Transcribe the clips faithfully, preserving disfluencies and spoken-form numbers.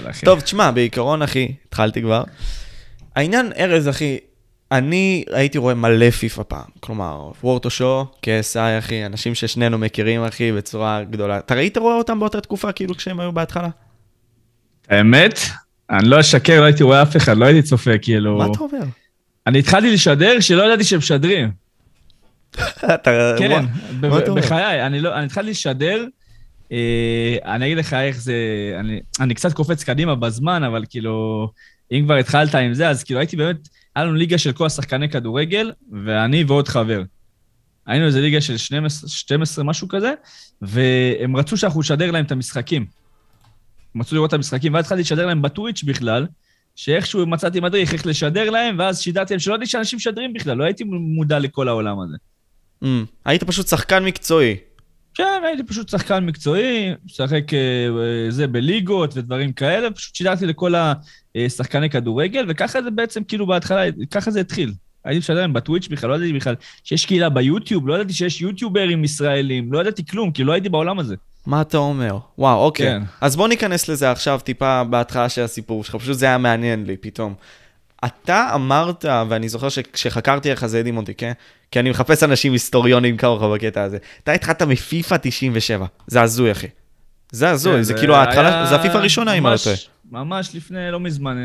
יאללה, אחי. טוב, תשמע, בעיקרון, אחי, התחלתי כבר. העניין, ארז, אחי, אני הייתי רואה מלא פיפה פעם. כלומר, וורטושו, כ-אס איי, אחי, אנשים ששנינו מכירים, אחי, בצורה גדולה. אתה ראית רואה אותם באותה תקופה, כאילו, כשהם היו בהתחלה? האמת, אני לא אשקר, לא הייתי רואה אף אחד, לא הייתי צופה, כאילו... מה אתה אומר? אני התחלתי לשדר שלא ידעתי שהם משדרים. אתה... כן, מה אתה אומר? בחיי, אני לא, אני התחלתי לשדר, אה, אני אגיד לך איך זה, אני, אני קצת קופץ קדימה בזמן, אבל כאילו, אם כבר התחלת עם זה, אז כאילו הייתי באמת, היה לנו ליגה של כל השחקני כדורגל, ואני ועוד חבר. היינו איזה ליגה של שתים עשרה, שתים עשרה משהו כזה, והם רצו שאנחנו נשדר להם את המשחקים. הם רצו לראות את המשחקים, ואז התחלתי לשדר להם בטוויץ' בכלל, שאיכשהו מצאתי מדריך איך לשדר להם, ואז שידרתי להם שלא ידעתי שאנשים משדרים בכלל, לא הייתי מודע לכל העולם הזה. Mm, היית פשוט שחקן מקצועי. כן, הייתי פשוט שחקן מקצועי, משחק זה בליגות ודברים כאלה, פשוט שידרתי לכל השחקני כדורגל, וככה זה בעצם כאילו בהתחלה, ככה זה התחיל. הייתי משדר להם בטוויץ' בכלל, לא ידעתי בכלל שיש קהילה ביוטיוב, לא ידעתי שיש יוטיוברים ישראלים, לא ידעתי כלום, כי לא הייתי בעולם הזה. מה אתה אומר? וואו, אוקיי. כן. אז בוא ניכנס לזה עכשיו טיפה בהתחלה של הסיפור שלך, פשוט זה היה מעניין לי פתאום. אתה אמרת, ואני זוכר שכשחקרתי לך זה אדימונטי, כן? כי אני מחפש אנשים היסטוריונים כמוך בקטע הזה. אתה התחלת מפיפה תשעים ושבע. זה הזוי, אחי. זה הזוי, זה כאילו ההתחלה, זה הפיפה הראשונה, אם אני לא טועה. ממש לפני, לא מזמן,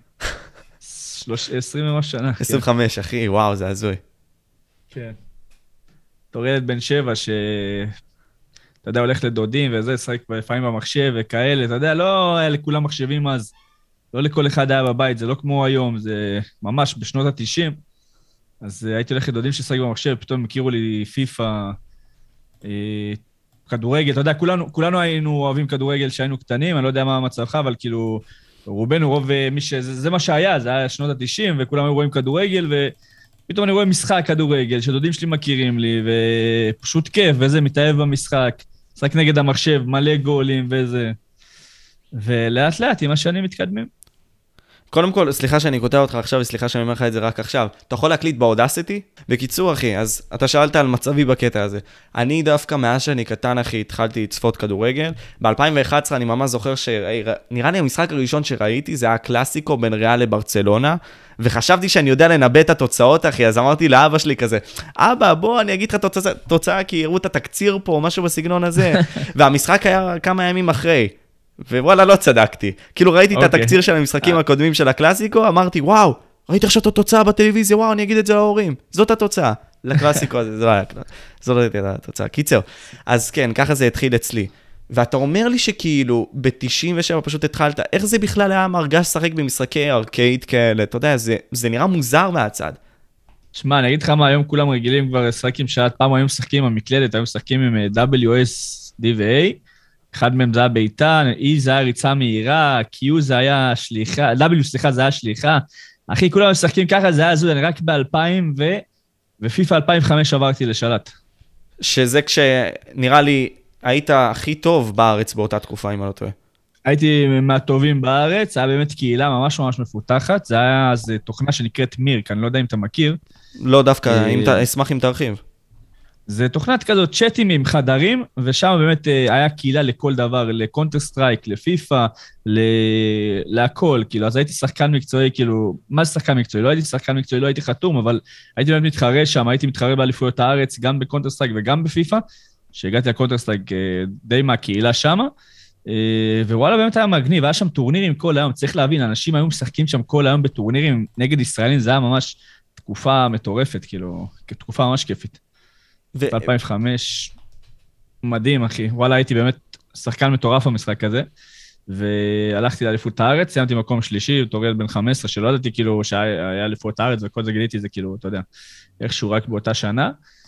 עשרים ומשהו שנה. עשרים וחמש, אחי, וואו, זה הזוי. כן. תור ילד בן שבע ש... אתה יודע, הולך לדודים וזה, שחק לפעמים במחשב וכאלה, אתה יודע, לא היה לכולם מחשבים אז, לא לכל אחד היה בבית, זה לא כמו היום, זה ממש בשנות ה-תשעים, אז הייתי הולך לדודים ששחק במחשב, פתאום הכירו לי פיפה, אה, כדורגל, אתה יודע, כולנו, כולנו היינו אוהבים כדורגל שהיינו קטנים, אני לא יודע מה המצבך, אבל כאילו, רובנו, רוב מי ש... זה, זה מה שהיה, זה היה שנות ה-תשעים, וכולם היו רואים כדורגל, ופתאום אני רואה משחק כדורגל, שדודים שלי מכירים לי, ופשוט כיף, וזה מתאהב במשחק, משחק נגד המחשב, מלא גולים וזה. ולאט לאט עם השנים מתקדמים. קודם כל, סליחה שאני קוטע אותך עכשיו, וסליחה שאני אומר לך את זה רק עכשיו. אתה יכול להקליט באודסיטי? בקיצור, אחי, אז אתה שאלת על מצבי בקטע הזה. אני דווקא מאז שאני קטן, אחי, התחלתי לצפות כדורגל. ב-אלפיים ואחת עשרה אני ממש זוכר שנראה לי המשחק הראשון שראיתי, זה היה קלאסיקו בין ריאל לברצלונה, וחשבתי שאני יודע לנבא את התוצאות, אחי, אז אמרתי לאבא שלי כזה, אבא, בוא, אני אגיד לך תוצאה, תוצאה כי יראו את התקציר פה, משהו בסגנון הזה. והמשחק היה כמה ימים אחרי. ווואלה, לא צדקתי. כאילו ראיתי את התקציר של המשחקים הקודמים של הקלאסיקו, אמרתי, וואו, ראיתי עכשיו את התוצאה בטלוויזיה, וואו, אני אגיד את זה להורים. זאת התוצאה. לקלאסיקו הזה, זה לא היה, זאת לא הייתה התוצאה. קיצר. אז כן, ככה זה התחיל אצלי. ואתה אומר לי שכאילו, ב-תשעים ושבע פשוט התחלת, איך זה בכלל היה מרגש שחק במשחקי ארקייד כאלה? אתה יודע, זה, זה נראה מוזר מהצד. שמע, אני אגיד לך מה, היום כולם רגילים כבר לשחקים שעד פעם היום משחקים עם המקלדת, היום משחקים עם דאבליו אס די ו-A, אחד מהם זה היה ביתה, E זה היה ריצה מהירה, Q זה היה שליחה, W סליחה זה היה שליחה, אחי, כולם משחקים ככה, זה היה זו, אני רק ב-אלפיים ו... ופיפה אלפיים וחמש עברתי לשלט. שזה כשנראה לי, היית הכי טוב בארץ באותה תקופה, אם אני לא טועה. הייתי מהטובים בארץ, היה באמת קהילה ממש ממש מפותחת, זה היה אז תוכנה שנקראת מירק, אני לא יודע אם אתה מכיר. לא דווקא, אם אתה, אשמח אם תרחיב. זה תוכנת כזאת צ'אטים עם חדרים, ושם באמת היה קהילה לכל דבר, לקונטר סטרייק, לפיפה, להכל, כאילו, אז הייתי שחקן מקצועי, כאילו, מה זה שחקן מקצועי? לא הייתי שחקן מקצועי, לא הייתי חתום, אבל הייתי באמת מתחרה שם, הייתי מתחרה באליפויות הארץ, גם בקונטר סטרייק וגם בפיפה, שהגעתי לקונטר סטרייק די מהקהילה שם, ווואלה, באמת היה מגניב, היה שם טורנירים כל היום, צריך להבין, אנשים היו משחקים שם כל היום בטורנירים נגד ישראלים, זה היה ממש תקופה מטורפת, כאילו, תקופה ממש כיפית. ב-אלפיים וחמש, מדהים, אחי. וואלה, הייתי באמת שחקן מטורף במשחק הזה, והלכתי לאליפות הארץ, סיימתי מקום שלישי, תור ילד בן חמש עשרה, שלא ידעתי כאילו שהיה אליפות הארץ, וכל זה גיליתי זה כאילו, אתה יודע, איכשהו רק באותה שנה,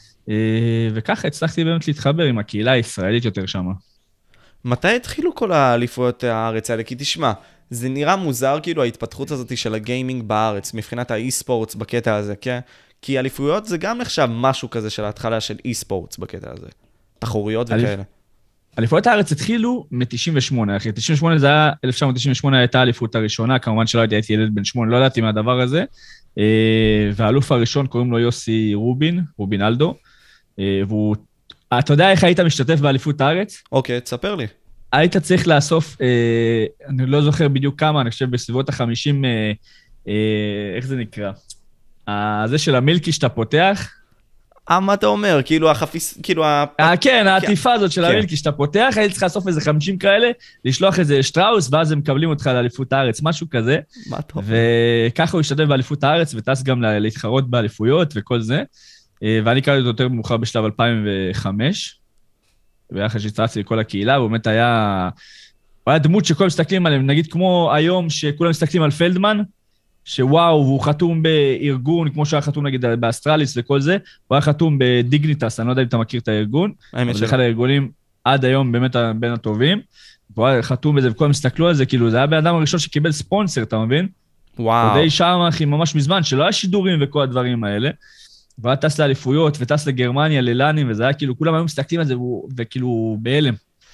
וככה הצלחתי באמת להתחבר עם הקהילה הישראלית יותר שמה. מתי התחילו כל האליפויות הארץ האלה? כי תשמע, זה נראה מוזר כאילו ההתפתחות הזאת של הגיימינג בארץ, מבחינת האי-ספורטס בקטע הזה, כן? כי אליפויות זה גם נחשב משהו כזה של ההתחלה של אי-ספורטס בקטע הזה. תחרויות וכאלה. אליפויות הארץ התחילו מ-תשעים ושמונה, אחי. תשעים ושמונה זה היה, אלף תשע מאות תשעים ושמונה הייתה האליפות הראשונה, כמובן שלא הייתי, הייתי ילד בן שמונה, לא ידעתי מהדבר הזה. והאלוף הראשון קוראים לו יוסי רובין, רובין אלדו. והוא, אתה יודע איך היית משתתף באליפות הארץ? אוקיי, תספר לי. היית צריך לאסוף, אה, אני לא זוכר בדיוק כמה, אני חושב בסביבות החמישים, אה, אה, איך זה נקרא? אה, זה של המילקי שאתה פותח. אה, מה אתה אומר? כאילו החפיס... כאילו ה... אה, כן, העטיפה הזאת של המילקי שאתה פותח, היית צריך לאסוף איזה חמישים כאלה, לשלוח איזה שטראוס, ואז הם מקבלים אותך לאליפות הארץ, משהו כזה. מה טוב. וככה הוא השתתף באליפות הארץ, וטס גם להתחרות באליפויות וכל זה. ואני קראתי אותו יותר מאוחר בשלב אלפיים וחמש, ביחד שהצטרפתי לכל הקהילה, הוא באמת היה... הוא היה דמות שכולם מסתכלים עליהם, נגיד כמו היום שכולם מסתכלים על פלדמן, שוואו, והוא חתום בארגון, כמו שהיה חתום נגיד באסטרליס וכל זה, הוא היה חתום בדיגניטס, אני לא יודע אם אתה מכיר את הארגון, אבל זה אחד הארגונים עד היום באמת בין הטובים, והוא היה חתום בזה וכולם הסתכלו על זה, כאילו זה היה בן אדם הראשון שקיבל ספונסר, אתה מבין? וואו. עוד אי שם אחי ממש מזמן, שלא היה שידורים וכל הדברים האלה, והיה טס לאליפויות וטס לגרמניה, ללנים, וזה היה כאילו, כולם היו מסתכלים על זה וכאילו בהלם.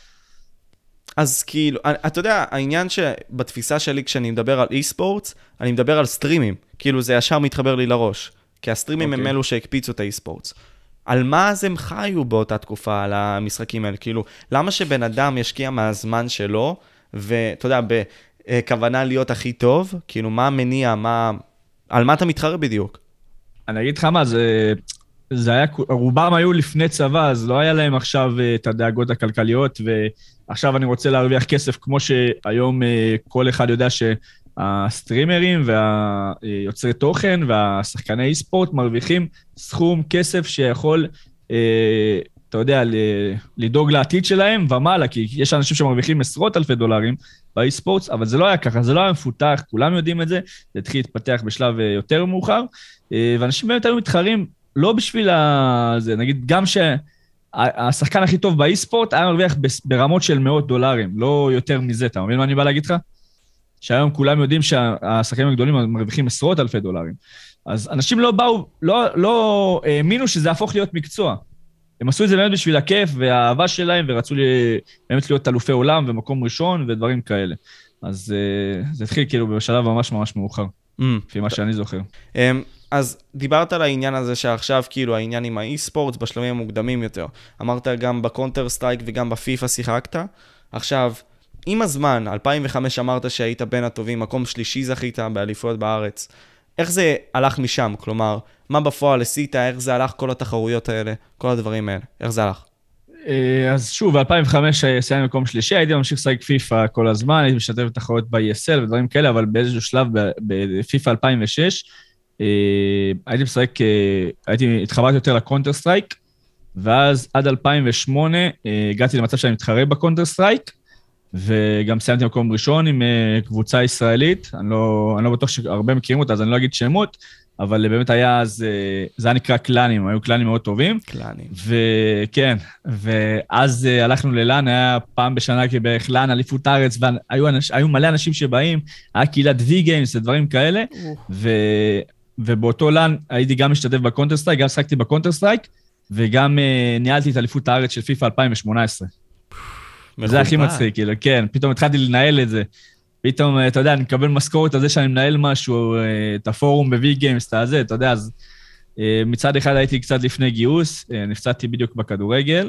אז כאילו, אתה יודע, העניין שבתפיסה שלי כשאני מדבר על אי-ספורטס, אני מדבר על סטרימים. כאילו זה ישר מתחבר לי לראש. כי הסטרימים הם אלו שהקפיצו את האי-ספורטס. על מה אז הם חיו באותה תקופה על המשחקים האלה? כאילו, למה שבן אדם ישקיע מהזמן שלו, ואתה יודע, בכוונה להיות הכי טוב, כאילו מה המניע, מה... על מה אתה מתחרה בדיוק? אני אגיד לך מה, זה... זה היה, רובם היו לפני צבא, אז לא היה להם עכשיו את הדאגות הכלכליות, ועכשיו אני רוצה להרוויח כסף, כמו שהיום כל אחד יודע שהסטרימרים והיוצרי תוכן והשחקני אי-ספורט מרוויחים סכום כסף שיכול, אתה יודע, לדאוג לעתיד שלהם ומעלה, כי יש אנשים שמרוויחים עשרות אלפי דולרים באי-ספורט, אבל זה לא היה ככה, זה לא היה מפותח, כולם יודעים את זה, זה התחיל להתפתח בשלב יותר מאוחר, ואנשים באמת היו מתחרים, לא בשביל זה, נגיד, גם שהשחקן הכי טוב באי-ספורט היה מרוויח ברמות של מאות דולרים, לא יותר מזה, אתה מבין מה אני בא להגיד לך? שהיום כולם יודעים שהשחקנים הגדולים מרוויחים עשרות אלפי דולרים. אז אנשים לא באו, לא, לא האמינו שזה יהפוך להיות מקצוע. הם עשו את זה באמת בשביל הכיף והאהבה שלהם, ורצו באמת להיות אלופי עולם ומקום ראשון ודברים כאלה. אז זה התחיל כאילו בשלב ממש ממש מאוחר, לפי מה שאני זוכר. אז דיברת על העניין הזה שעכשיו כאילו העניין עם האי-ספורט בשלבים המוקדמים יותר. אמרת גם בקונטר סטרייק וגם בפיפה שיחקת. עכשיו, עם הזמן, אלפיים וחמש אמרת שהיית בין הטובים, מקום שלישי זכית באליפויות בארץ. איך זה הלך משם? כלומר, מה בפועל עשית? איך זה הלך כל התחרויות האלה? כל הדברים האלה. איך זה הלך? אז שוב, ב-אלפיים וחמש סיימתי מקום שלישי, הייתי ממשיך לשחק פיפה כל הזמן, הייתי משתתף בתחרויות ב-אי אס אל ודברים כאלה, אבל באיזשהו שלב בפיפה אלפיים ושש, הייתי משחק, הייתי התחברתי יותר לקונטר סטרייק, ואז עד אלפיים ושמונה הגעתי למצב שאני מתחרה בקונטר סטרייק, וגם סיימתי מקום ראשון עם קבוצה ישראלית, אני לא, אני לא בטוח שהרבה מכירים אותה, אז אני לא אגיד שמות, אבל באמת היה אז, זה היה נקרא קלאנים, היו קלאנים מאוד טובים. קלאנים. וכן, ואז הלכנו ללאן, היה פעם בשנה כבערך לאן, אליפות הארץ, והיו אנש, היו מלא אנשים שבאים, היה קהילת וי-גיימס ודברים כאלה, ו, ובאותו לאן הייתי גם משתתף בקונטר סטרייק, גם שחקתי בקונטר סטרייק, וגם ניהלתי את אליפות הארץ של פיפה אלפיים ושמונה עשרה. זה הכי מצחיק, כאילו, כן, פתאום התחלתי לנהל את זה. פתאום, אתה יודע, אני מקבל משכורת על זה שאני מנהל משהו, את הפורום ב-וי גיימס, את הזה, אתה יודע, אז מצד אחד הייתי קצת לפני גיוס, נפצעתי בדיוק בכדורגל,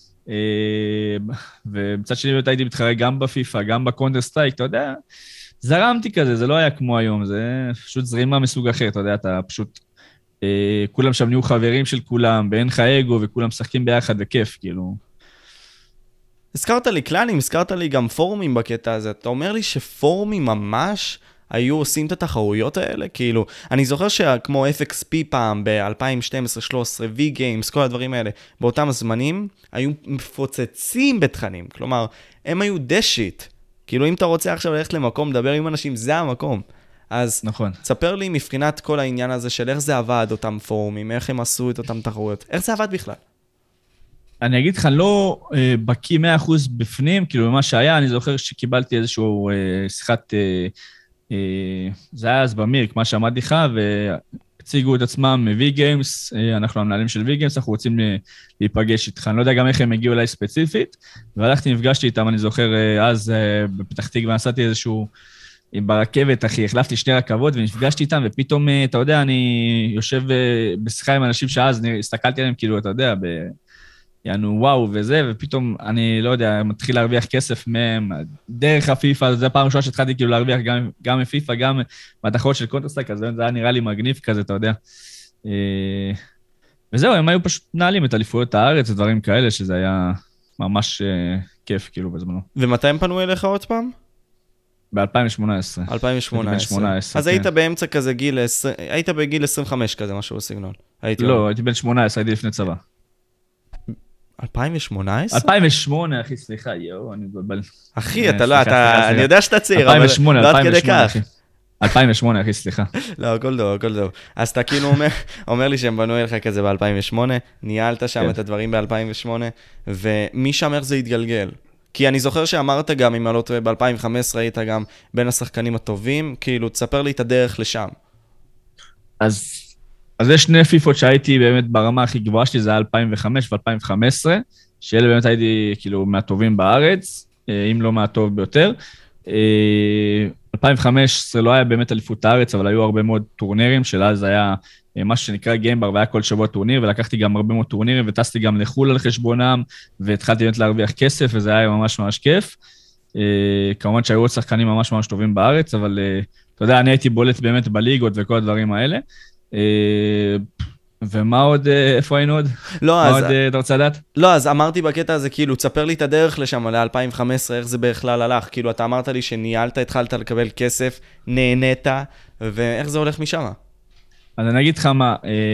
ומצד שני באמת הייתי מתחרה גם בפיפה, גם בקונטר סטרייק, אתה יודע, זרמתי כזה, זה לא היה כמו היום, זה פשוט זרימה מסוג אחר, אתה יודע, אתה פשוט, כולם שם נהיו חברים של כולם, באין לך אגו, וכולם משחקים ביחד וכיף, כאילו. הזכרת לי קלאנים, הזכרת לי גם פורומים בקטע הזה. אתה אומר לי שפורומים ממש היו עושים את התחרויות האלה? כאילו, אני זוכר שכמו אף אקס פי פעם ב-אלפיים ושתים עשרה שלוש עשרה, וי-גיימס, כל הדברים האלה, באותם הזמנים, היו מפוצצים בתכנים. כלומר, הם היו דשיט. כאילו, אם אתה רוצה עכשיו ללכת למקום, לדבר עם אנשים, זה המקום. אז נכון. תספר לי מבחינת כל העניין הזה של איך זה עבד אותם פורומים, איך הם עשו את אותם תחרויות. איך זה עבד בכלל? אני אגיד לך, לא אה, בקי מאה אחוז בפנים, כאילו במה שהיה, אני זוכר שקיבלתי איזשהו אה, שיחת, אה, אה, זה היה אז במירק, מה שעמד לך, והציגו את עצמם מ-וי גיימס, אה, אנחנו המנהלים של וי גיימס, אנחנו רוצים להיפגש איתך, אני לא יודע גם איך הם הגיעו אליי ספציפית, והלכתי, נפגשתי איתם, אני זוכר, אה, אז אה, בפתח תקווה, נסעתי איזשהו, ברכבת, אחי, החלפתי שני רכבות, ונפגשתי איתם, ופתאום, אה, אתה יודע, אני יושב אה, בשיחה עם אנשים שאז, הסתכלתי עליהם, כאילו, אתה יודע, ב... יענו וואו וזה, ופתאום אני לא יודע, מתחיל להרוויח כסף מהם, דרך הפיפה, זו הפעם ראשונה שהתחלתי כאילו להרוויח גם, גם מפיפה, גם בתחרות של קונטרסטרייק, אז זה היה נראה לי מגניב כזה, אתה יודע. ושזהו, הם היו פשוט נעלים את אליפויות הארץ, ודברים כאלה, שזה היה ממש כיף כאילו בזמנו. ומתי הם פנו אליך עוד פעם? ב-אלפיים שמונה עשרה. אלפיים שמונה עשרה. אז היית באמצע כזה גיל, היית בגיל עשרים וחמש כזה, משהו בסגנון. לא, הייתי בן שמונה עשרה, הייתי לפני צבא. אלפיים שמונה עשרה? אלפיים ושמונה, אחי, סליחה, יואו, אני מבלבל. אחי, אתה לא, אתה, אני יודע שאתה צעיר, אבל לא עד כדי כך. אלפיים ושמונה, אחי, סליחה. לא, הכל טוב, הכל טוב. אז אתה כאילו אומר לי שהם בנו אליך כזה ב-אלפיים ושמונה, ניהלת שם את הדברים ב-אלפיים ושמונה, ומי שם איך זה התגלגל? כי אני זוכר שאמרת גם, אם אני לא טועה, ב-אלפיים וחמש עשרה היית גם בין השחקנים הטובים, כאילו, תספר לי את הדרך לשם. אז, אז יש שני פיפות שהייתי באמת ברמה הכי גבוהה שלי, זה היה אלפיים וחמש ו-אלפיים וחמש עשרה, שאלה באמת הייתי כאילו מהטובים בארץ, אם לא מהטוב ביותר. אלפיים וחמש עשרה לא היה באמת אליפות הארץ, אבל היו הרבה מאוד טורנירים, של אז היה משהו שנקרא גיימבר, והיה כל שבוע טורניר, ולקחתי גם הרבה מאוד טורנירים, וטסתי גם לחול על חשבונם, והתחלתי באמת להרוויח כסף, וזה היה ממש ממש כיף. כמובן שהיו עוד שחקנים ממש ממש טובים בארץ, אבל אתה יודע, אני הייתי בולט באמת בליגות וכל הדברים האלה. ומה עוד, איפה היינו עוד? לא, אז... מה עוד אתה רוצה לדעת? לא, אז אמרתי בקטע הזה, כאילו, תספר לי את הדרך לשם, ל-אלפיים וחמש עשרה, איך זה בכלל הלך. כאילו, אתה אמרת לי שניהלת, התחלת לקבל כסף, נהנית, ואיך זה הולך משם? אז אני אגיד לך מה,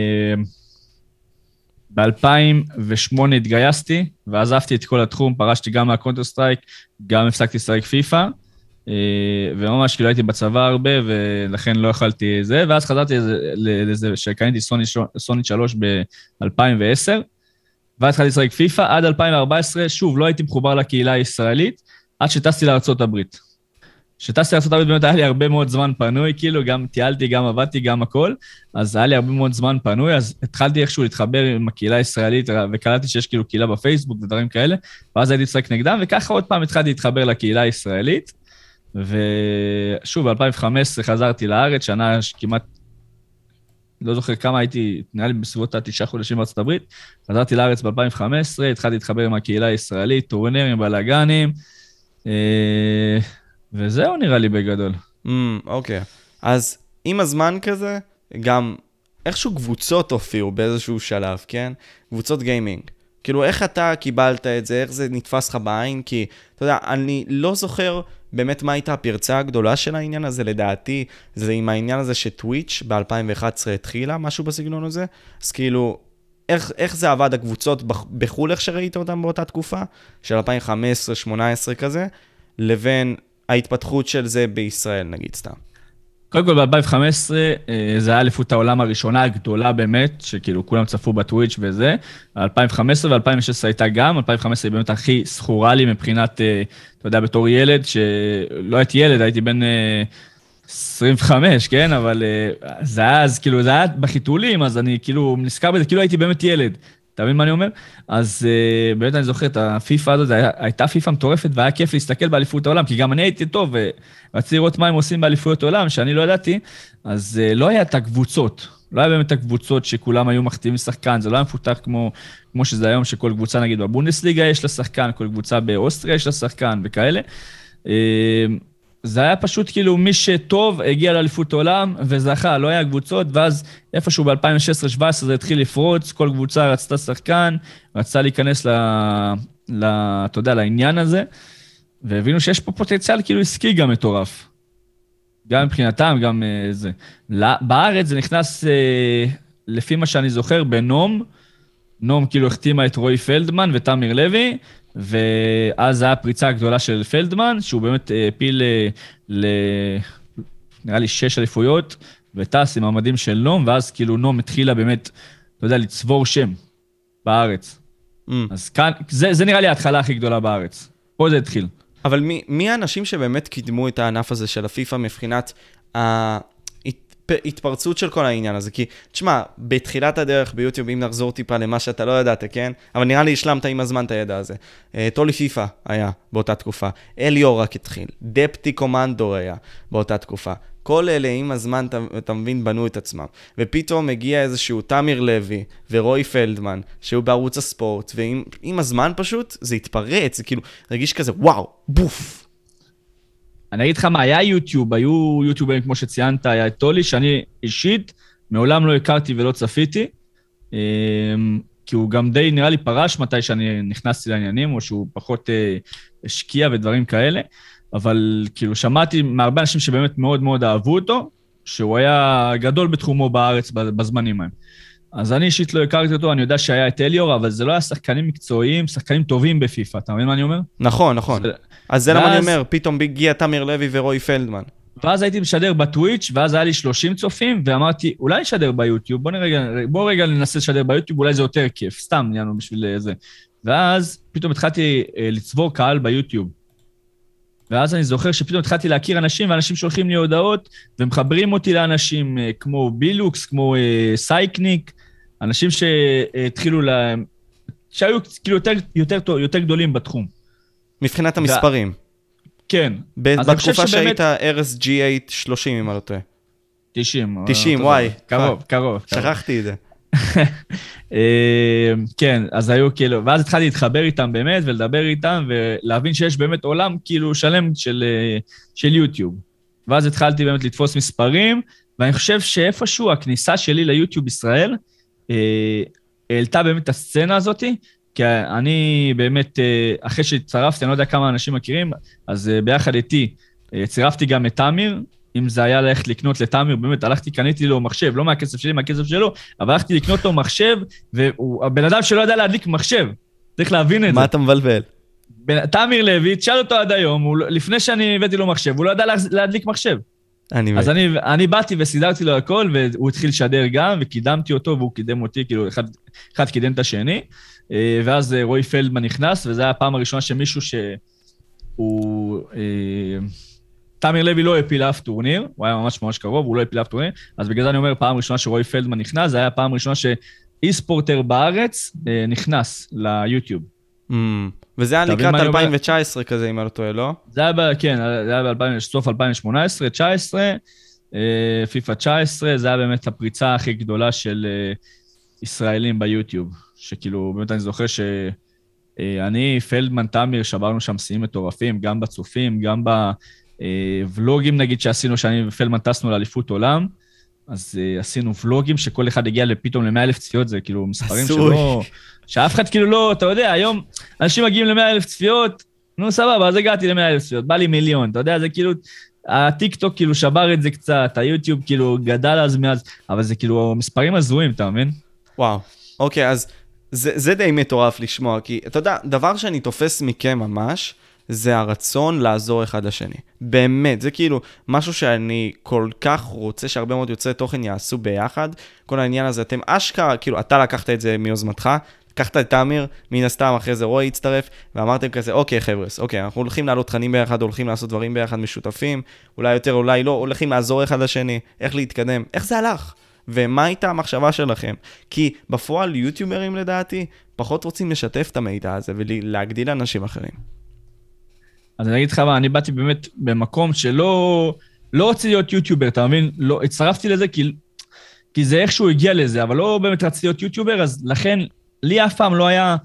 ב-אלפיים ושמונה התגייסתי, ועזבתי את כל התחום, פרשתי גם מהקונטר סטרייק, גם הפסקתי לשחק פיפה, וממש כאילו הייתי בצבא הרבה, ולכן לא יכלתי זה, ואז חזרתי לזה שקניתי סוניט שלוש ב-אלפיים ועשר, ואז התחלתי לשחק פיפה, עד אלפיים וארבע עשרה, שוב, לא הייתי מחובר לקהילה הישראלית, עד שטסתי לארצות הברית. כשטסתי לארצות הברית באמת היה לי הרבה מאוד זמן פנוי, כאילו גם טיילתי, גם עבדתי, גם הכל, אז היה לי הרבה מאוד זמן פנוי, אז התחלתי איכשהו להתחבר עם הקהילה הישראלית, וקלטתי שיש כאילו קהילה בפייסבוק ודברים כאלה, ואז הייתי לשחק נגדם, וככה עוד פעם התחלתי להתחבר לקהילה הישראלית, ושוב, ב-אלפיים וחמש עשרה חזרתי לארץ, שנה כמעט, לא זוכר כמה הייתי, נראה לי בסביבות התשעה חודשים בארצות הברית, חזרתי לארץ ב-אלפיים וחמש עשרה, התחלתי להתחבר עם הקהילה הישראלית, טורנירים, בלגנים, וזהו נראה לי בגדול. אוקיי. אז עם הזמן כזה, גם איכשהו קבוצות הופיעו באיזשהו שלב, כן? קבוצות גיימינג. כאילו, איך אתה קיבלת את זה, איך זה נתפס לך בעין? כי, אתה יודע, אני לא זוכר באמת מה הייתה הפרצה הגדולה של העניין הזה, לדעתי, זה עם העניין הזה שטוויץ' ב-אלפיים ואחת עשרה התחילה, משהו בסגנון הזה. אז כאילו, איך, איך זה עבד הקבוצות בחול, איך שראית אותם באותה תקופה, של אלפיים וחמש עשרה שמונה עשרה כזה, לבין ההתפתחות של זה בישראל, נגיד סתם. קודם כל, ב-אלפיים וחמש עשרה, זה היה אליפות העולם הראשונה הגדולה באמת, שכאילו כולם צפו בטוויץ' וזה. אלפיים וחמש עשרה ו-אלפיים ושש עשרה הייתה גם, אלפיים וחמש עשרה היא באמת הכי סחורה לי מבחינת, אתה יודע, בתור ילד, שלא הייתי ילד, הייתי בן עשרים וחמש, כן? אבל זה היה אז, כאילו, זה היה בחיתולים, אז אני כאילו נזכר בזה, כאילו הייתי באמת ילד. אתה מבין מה אני אומר? אז uh, באמת אני זוכר את הפיפה הזאת, היה, הייתה פיפה מטורפת, והיה כיף להסתכל באליפויות העולם, כי גם אני הייתי טוב, ורציתי לראות מה הם עושים באליפויות העולם, שאני לא ידעתי, אז uh, לא היה את הקבוצות, לא היה באמת את הקבוצות שכולם היו מחתימים שחקן, זה לא היה מפותח כמו, כמו שזה היום, שכל קבוצה, נגיד, בבונדסליגה יש לה שחקן, כל קבוצה באוסטריה יש לה שחקן, וכאלה. Uh, זה היה פשוט כאילו מי שטוב הגיע לאליפות העולם וזכה, לא היה קבוצות, ואז איפשהו ב-אלפיים ושש עשרה שבע עשרה זה התחיל לפרוץ, כל קבוצה רצתה שחקן, רצתה להיכנס ל, ל, אתה יודע, לעניין הזה, והבינו שיש פה פוטנציאל כאילו עסקי גם מטורף. גם מבחינתם, גם uh, זה. בארץ זה נכנס, uh, לפי מה שאני זוכר, בנום, נום כאילו החתימה את רועי פלדמן ותמיר לוי, ואז היה פריצה הגדולה של פלדמן, שהוא באמת הפיל ל... נראה לי שש אליפויות, וטס עם המדים של נום, ואז כאילו נום התחילה באמת, אתה יודע, לצבור שם בארץ. Mm. אז כאן, זה, זה נראה לי ההתחלה הכי גדולה בארץ. פה זה התחיל. אבל מי, מי האנשים שבאמת קידמו את הענף הזה של הפיפה מבחינת ה... התפרצות של כל העניין הזה, כי, תשמע, בתחילת הדרך ביוטיוב, אם נחזור טיפה למה שאתה לא ידעת, כן? אבל נראה לי השלמת עם הזמן את הידע הזה. טולי פיפה היה באותה תקופה, אליור רק התחיל, דפטי קומנדו היה באותה תקופה. כל אלה עם הזמן, אתה מבין, בנו את עצמם. ופתאום מגיע איזשהו תמיר לוי ורוי פלדמן, שהוא בערוץ הספורט, ועם הזמן פשוט זה התפרץ, זה כאילו, רגיש כזה, וואו, בוף. אני אגיד לך מה, היה יוטיוב, היו יוטיוברים כמו שציינת, היה את טולי, שאני אישית מעולם לא הכרתי ולא צפיתי, כי הוא גם די נראה לי פרש מתי שאני נכנסתי לעניינים, או שהוא פחות השקיע ודברים כאלה, אבל כאילו שמעתי מהרבה אנשים שבאמת מאוד מאוד אהבו אותו, שהוא היה גדול בתחומו בארץ בזמנים ההם. אז אני אישית לא הכרתי אותו, אני יודע שהיה את אליור, אבל זה לא היה שחקנים מקצועיים, שחקנים טובים בפיפה, אתה מבין מה אני אומר? נכון, נכון. זה... אז זה למה אני אומר, פתאום הגיע תמיר לוי ורוי פלדמן. ואז הייתי משדר בטוויץ', ואז היה לי שלושים צופים, ואמרתי, אולי נשדר ביוטיוב, בוא נרגע, בוא רגע ננסה לשדר ביוטיוב, אולי זה יותר כיף, סתם נהיינו בשביל זה. ואז פתאום התחלתי לצבור קהל ביוטיוב. ואז אני זוכר שפתאום התחלתי להכיר אנשים, ואנשים שולחים לי הודעות, ומחברים אותי לאנשים כמו בילוקס, כמו סייקניק, אנשים שהתחילו להם, שהיו כאילו יותר, יותר, יותר גדולים בתחום. מבחינת המספרים. כן. בתקופה שהיית אר אס ג'י שמונה שלושים, אם אני לא טועה. תשעים. תשעים, וואי. קרוב, קרוב. שכחתי את זה. כן, אז היו כאילו, ואז התחלתי להתחבר איתם באמת, ולדבר איתם, ולהבין שיש באמת עולם כאילו שלם של יוטיוב. ואז התחלתי באמת לתפוס מספרים, ואני חושב שאיפשהו הכניסה שלי ליוטיוב ישראל, העלתה באמת את הסצנה הזאת, כי אני באמת, אחרי שהצטרפתי, אני לא יודע כמה אנשים מכירים, אז ביחד איתי, צירפתי גם את תמיר, אם זה היה ללכת לקנות לתמיר, באמת הלכתי, קניתי לו מחשב, לא מהכסף שלי, מהכסף שלו, אבל הלכתי לקנות לו מחשב, והבן אדם שלא יודע להדליק מחשב, צריך להבין את זה. מה אתה מבלבל? תמיר לוי, תשאל אותו עד היום, לפני שאני הבאתי לו מחשב, הוא לא ידע להדליק מחשב. אז אני, אני באתי וסידרתי לו הכל, והוא התחיל לשדר גם, וקידמתי אותו, והוא קידם אותי, כאילו אחד, אחד קידם את השני, ואז רוי פלדמן נכנס, וזו הייתה הפעם הראשונה שמישהו שהוא... תמיר לוי לא הפיל אף טורניר, הוא היה ממש ממש קרוב, הוא לא הפיל אף טורניר, אז בגלל זה אני אומר, פעם ראשונה שרוי פלדמן נכנס, זה היה פעם ראשונה שאי-ספורטר בארץ נכנס ליוטיוב. וזה היה לקראת אלפיים תשע עשרה כזה, אם אני לא טועה, לא? זה היה, כן, זה היה בסוף אלפיים שמונה עשרה, תשע עשרה, פיפה תשע עשרה, זה היה באמת הפריצה הכי גדולה של ישראלים ביוטיוב, שכאילו, באמת אני זוכר שאני, פלדמן, תמיר, שברנו שם שיאים מטורפים, גם בצופים, גם ב... ולוגים נגיד שעשינו, שאני ופלדמן טסנו לאליפות עולם, אז uh, עשינו ולוגים שכל אחד הגיע לפתאום ל-מאה אלף צפיות, זה כאילו מספרים שלא... שאף אחד כאילו לא, אתה יודע, היום אנשים מגיעים ל-מאה אלף צפיות, נו סבבה, אז הגעתי ל-מאה אלף צפיות, בא לי מיליון, אתה יודע, זה כאילו, הטיק טוק כאילו שבר את זה קצת, היוטיוב כאילו גדל אז מאז, אבל זה כאילו מספרים הזויים, אתה מבין? וואו, אוקיי, אז זה, זה די מטורף לשמוע, כי אתה יודע, דבר שאני תופס מכם ממש, זה הרצון לעזור אחד לשני. באמת, זה כאילו משהו שאני כל כך רוצה שהרבה מאוד יוצאי תוכן יעשו ביחד. כל העניין הזה, אתם אשכרה, כאילו, אתה לקחת את זה מיוזמתך, לקחת את תמיר, מן הסתם אחרי זה רועי הצטרף, ואמרתם כזה, אוקיי חבר'ס, אוקיי, אנחנו הולכים לעלות תכנים ביחד, הולכים לעשות דברים ביחד משותפים, אולי יותר, אולי לא, הולכים לעזור אחד לשני, איך להתקדם, איך זה הלך? ומה הייתה המחשבה שלכם? כי בפועל יוטיוברים לדעתי, פחות רוצים לשתף את המידע הזה ולהגדיל אנשים אחרים. אז אני אגיד לך מה, אני באתי באמת במקום שלא לא רציתי להיות יוטיובר, אתה מבין? לא, הצטרפתי לזה כי, כי זה איכשהו הגיע לזה, אבל לא באמת רציתי להיות יוטיובר, אז לכן לי אף פעם לא היה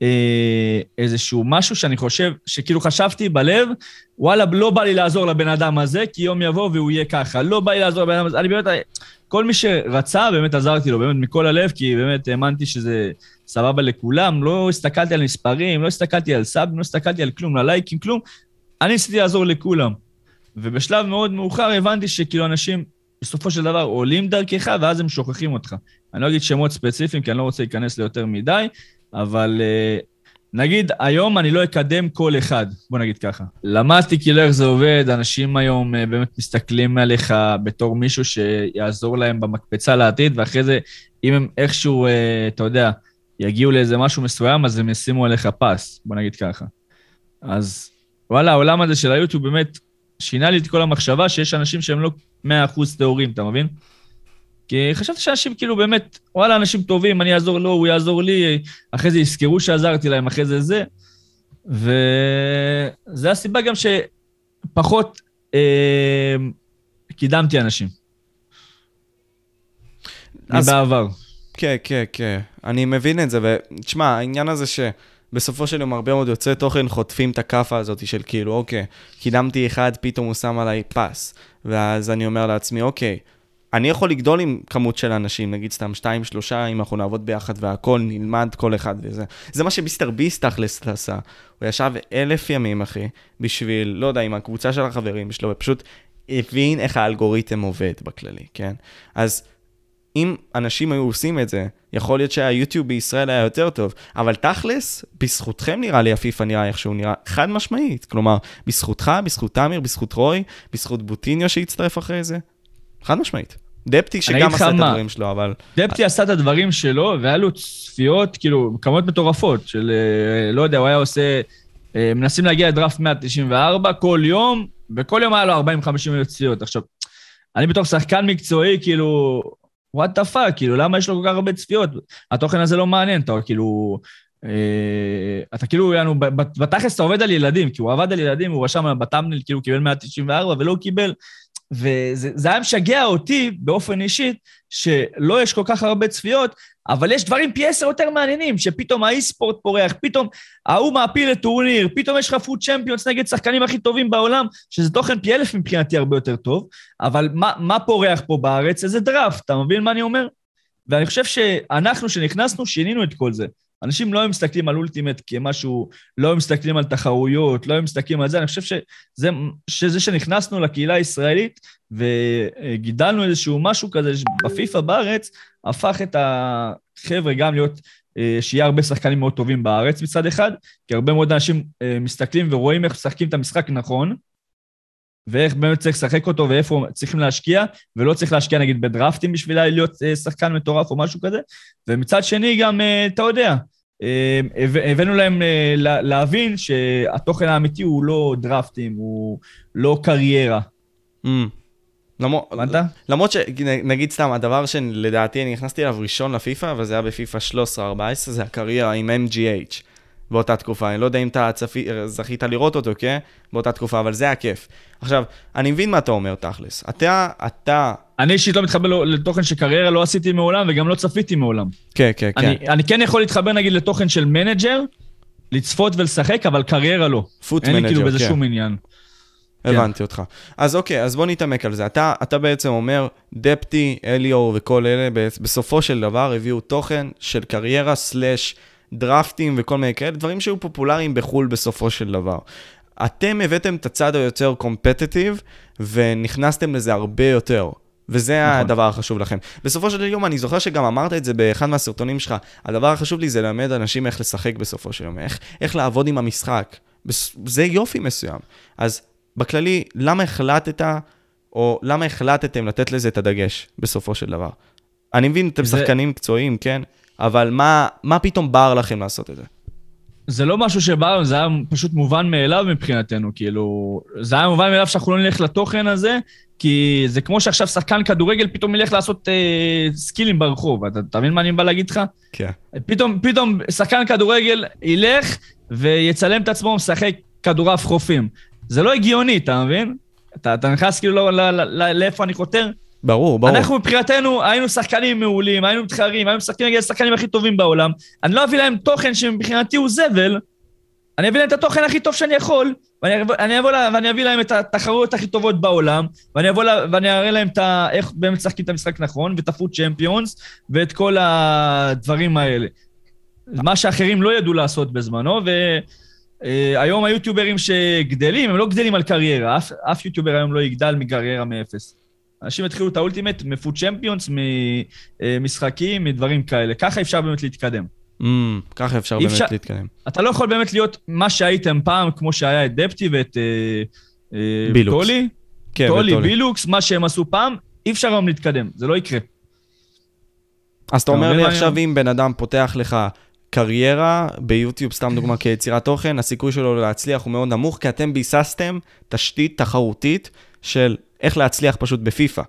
אה, איזשהו משהו שאני חושב, שכאילו חשבתי בלב, וואלה, לא בא לי לעזור לבן אדם הזה, כי יום יבוא והוא יהיה ככה, לא בא לי לעזור לבן אדם הזה, אני באמת, כל מי שרצה, באמת עזרתי לו, באמת מכל הלב, כי באמת האמנתי שזה סבבה לכולם, לא הסתכלתי על מספרים, לא הסתכלתי על סאבים, לא הסתכלתי על כלום, על לייקים, כלום, אני ניסיתי לעזור לכולם. ובשלב מאוד מאוחר הבנתי שכאילו אנשים בסופו של דבר עולים דרכך, ואז הם שוכחים אותך. אני לא אגיד שמות ספציפיים, כי אני לא רוצה להיכנס ליותר מדי, אבל נגיד, היום אני לא אקדם כל אחד, בוא נגיד ככה. למדתי כאילו איך זה עובד, אנשים היום באמת מסתכלים עליך בתור מישהו שיעזור להם במקפצה לעתיד, ואחרי זה, אם הם איכשהו, אתה יודע, יגיעו לאיזה משהו מסוים, אז הם ישימו עליך פס, בוא נגיד ככה. אז וואלה, העולם הזה של היוטיוב באמת שינה לי את כל המחשבה שיש אנשים שהם לא מאה אחוז טהורים, אתה מבין? כי חשבתי שאנשים כאילו באמת, וואלה, אנשים טובים, אני אעזור לו, הוא יעזור לי, אחרי זה יזכרו שעזרתי להם, אחרי זה זה. וזה הסיבה גם שפחות אה, קידמתי אנשים. אז... מבעבר. כן, כן, כן. אני מבין את זה, ותשמע, העניין הזה שבסופו של יום הרבה מאוד יוצא תוכן חוטפים את הכאפה הזאת של כאילו, אוקיי, קידמתי אחד, פתאום הוא שם עליי פס. ואז אני אומר לעצמי, אוקיי, אני יכול לגדול עם כמות של אנשים, נגיד סתם שתיים, שלושה, אם אנחנו נעבוד ביחד והכל, נלמד כל אחד וזה. זה מה שמיסטר ביסט תכלס עשה. הוא ישב אלף ימים, אחי, בשביל, לא יודע, עם הקבוצה של החברים שלו, ופשוט הבין איך האלגוריתם עובד בכללי, כן? אז אם אנשים היו עושים את זה, יכול להיות שהיוטיוב בישראל היה יותר טוב, אבל תכלס, בזכותכם נראה לי, הפיפה נראה איכשהו נראה חד משמעית. כלומר, בזכותך, בזכות תמיר, בזכות רוי, בזכות בוטיניו שהצטרף אחרי זה. חד משמעית. דפטי שגם עשה את הדברים שלו, אבל... דפטי עשה את הדברים שלו, והיה לו צפיות, כאילו, כמות מטורפות, של, לא יודע, הוא היה עושה, מנסים להגיע לדראפט מאה תשעים וארבע, כל יום, וכל יום היה לו ארבעים חמישים אלף צפיות. עכשיו, אני בתור שחקן מקצועי, כאילו, what the fuck, כאילו, למה יש לו כל כך הרבה צפיות? התוכן הזה לא מעניין, אתה כאילו... אתה כאילו, בתכלס אתה עובד על ילדים, כי הוא עבד על ילדים, הוא רשם בטאמנל, כאילו, קיבל מאה תשעים וארבע, ולא קיבל... וזה היה משגע אותי באופן אישית, שלא יש כל כך הרבה צפיות, אבל יש דברים פי עשר יותר מעניינים, שפתאום האי-ספורט פורח, פתאום ההוא מעפיל לטורניר, פתאום יש לך פוד צ'מפיונס נגד שחקנים הכי טובים בעולם, שזה תוכן פי אלף מבחינתי הרבה יותר טוב, אבל מה, מה פורח פה בארץ? איזה דראפט, אתה מבין מה אני אומר? ואני חושב שאנחנו שנכנסנו, שינינו את כל זה. אנשים לא היו מסתכלים על אולטימט כמשהו, לא היו מסתכלים על תחרויות, לא היו מסתכלים על זה. אני חושב שזה, שזה שנכנסנו לקהילה הישראלית, וגידלנו איזשהו משהו כזה בפיפה בארץ, הפך את החבר'ה גם להיות, שיהיה הרבה שחקנים מאוד טובים בארץ מצד אחד, כי הרבה מאוד אנשים מסתכלים ורואים איך משחקים את המשחק נכון, ואיך באמת צריך לשחק אותו, ואיפה צריכים להשקיע, ולא צריך להשקיע נגיד בדרפטים בשביל להיות שחקן מטורף או משהו כזה, ומצד שני גם, אתה יודע, הבאנו להם להבין שהתוכן האמיתי הוא לא דרפטים, הוא לא קריירה. למרות שנגיד סתם, הדבר שלדעתי אני נכנסתי אליו ראשון לפיפה, וזה היה בפיפה שלוש עשרה ארבע עשרה, זה הקריירה עם אם ג'י אייץ'. באותה תקופה, אני לא יודע אם אתה צפי, זכית לראות אותו, כן? באותה תקופה, אבל זה היה כיף. עכשיו, אני מבין מה אתה אומר, תכלס. אתה, אתה... אני אישית לא מתחבר לתוכן שקריירה לא עשיתי מעולם, וגם לא צפיתי מעולם. כן, כן, כן. אני, אני כן יכול להתחבר, נגיד, לתוכן של מנג'ר, לצפות ולשחק, אבל קריירה לא. פוט מנג'ר, כן. אין לי כאילו בזה שום עניין. הבנתי אותך. אז אוקיי, אז בוא נתעמק על זה. אתה, אתה בעצם אומר, דפטי, אליו וכל אלה, בסופו של דבר הביאו תוכן של קריירה סלש דרפטים וכל מיני כאלה, דברים שהיו פופולריים בחול בסופו של דבר. אתם הבאתם את הצד היותר קומפטיטיב, ונכנסתם לזה הרבה יותר. וזה נכון. הדבר החשוב לכם. בסופו של יום, אני זוכר שגם אמרת את זה באחד מהסרטונים שלך, הדבר החשוב לי זה ללמד אנשים איך לשחק בסופו של יום, איך, איך לעבוד עם המשחק. זה יופי מסוים. אז בכללי, למה החלטת, או למה החלטתם לתת לזה את הדגש בסופו של דבר? אני מבין, אתם זה... שחקנים מקצועיים, כן? אבל מה, מה פתאום בער לכם לעשות את זה? זה לא משהו שבא, זה היה פשוט מובן מאליו מבחינתנו, כאילו, זה היה מובן מאליו שאנחנו לא נלך לתוכן הזה, כי זה כמו שעכשיו שחקן כדורגל פתאום ילך לעשות אה, סקילים ברחוב, אתה תבין מה אני בא להגיד לך? כן. פתאום, פתאום שחקן כדורגל ילך ויצלם את עצמו משחק כדורף חופים. זה לא הגיוני, אתה מבין? אתה, אתה נכנס כאילו לא, לא, לא, לא, לאיפה אני חותר? ברור, ברור. אנחנו מבחינתנו היינו שחקנים מעולים, היינו מתחרים, היינו משחקים נגד השחקנים הכי טובים בעולם. אני לא אביא להם תוכן שמבחינתי הוא זבל, אני אביא להם את התוכן הכי טוב שאני יכול, ואני, אני אבוא לה, ואני אביא להם את התחרויות הכי טובות בעולם, ואני אבוא לה, ואני אראה להם את ה, איך באמת משחקים את המשחק נכון, ואת הפוד צ'מפיונס, ואת כל הדברים האלה. מה שאחרים לא ידעו לעשות בזמנו, והיום היוטיוברים שגדלים, הם לא גדלים על קריירה, אף, אף יוטיובר היום לא יגדל מקריירה מאפס. אנשים התחילו את האולטימט מפוד צ'מפיונס, ממשחקים, מדברים כאלה. ככה אפשר באמת להתקדם. Mm, ככה אפשר באמת אפשר, להתקדם. אתה לא יכול באמת להיות מה שהייתם פעם, כמו שהיה את דפטי ואת אה, בילוקס. טולי. כן, טולי, וטולי. בילוקס, מה שהם עשו פעם, אי אפשר היום להתקדם. זה לא יקרה. אז אתה אומר לי עכשיו, אם בן אדם פותח לך קריירה ביוטיוב, סתם דוגמה כיצירת תוכן, הסיכוי שלו להצליח הוא מאוד נמוך, כי אתם ביססתם תשתית תחרותית של איך להצליח פשוט בפיפה.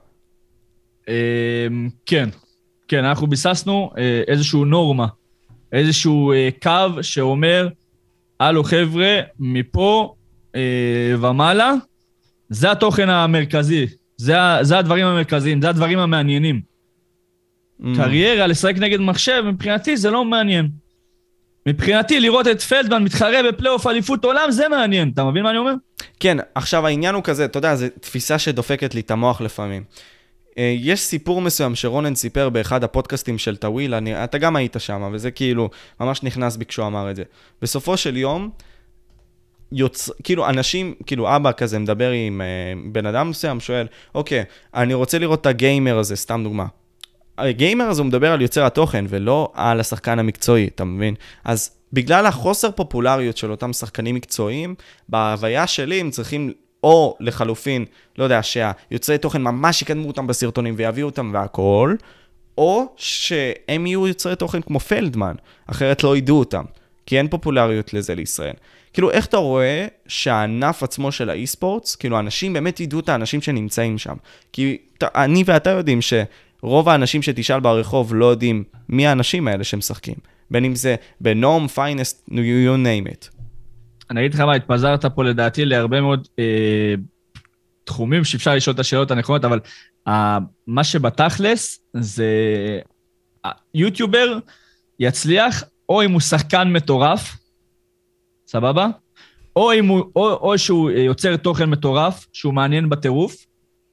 כן, כן, אנחנו ביססנו איזשהו נורמה, איזשהו קו שאומר, הלו חבר'ה, מפה ומעלה, זה התוכן המרכזי, זה, זה הדברים המרכזיים, זה הדברים המעניינים. Mm. קריירה, לשחק נגד מחשב, מבחינתי זה לא מעניין. מבחינתי לראות את פלדמן מתחרה בפלייאוף אליפות עולם, זה מעניין. אתה מבין מה אני אומר? כן, עכשיו העניין הוא כזה, אתה יודע, זו תפיסה שדופקת לי את המוח לפעמים. יש סיפור מסוים שרונן סיפר באחד הפודקאסטים של טוויל, אני, אתה גם היית שם, וזה כאילו ממש נכנס בי כשהוא אמר את זה. בסופו של יום, יוצ... כאילו אנשים, כאילו אבא כזה מדבר עם uh, בן אדם מסוים, שואל, אוקיי, אני רוצה לראות את הגיימר הזה, סתם דוגמה. הגיימר הזה הוא מדבר על יוצר התוכן, ולא על השחקן המקצועי, אתה מבין? אז בגלל החוסר פופולריות של אותם שחקנים מקצועיים, בהוויה שלי הם צריכים, או לחלופין, לא יודע, שהיוצרי תוכן ממש יקדמו אותם בסרטונים, ויביאו אותם והכל, או שהם יהיו יוצרי תוכן כמו פלדמן, אחרת לא ידעו אותם, כי אין פופולריות לזה לישראל. כאילו, איך אתה רואה שהענף עצמו של האי-ספורטס, כאילו, אנשים באמת ידעו את האנשים שנמצאים שם. כי אני ואתה יודעים שרוב האנשים שתשאל ברחוב לא יודעים מי האנשים האלה שמשחקים. בין אם זה בנום, פיינסט, you name it. אני אגיד לך מה, התפזרת פה לדעתי להרבה מאוד אה, תחומים שאפשר לשאול את השאלות הנכונות, אבל אה, מה שבתכלס זה יוטיובר יצליח, או אם הוא שחקן מטורף, סבבה? או, אם הוא, או, או שהוא יוצר תוכן מטורף, שהוא מעניין בטירוף,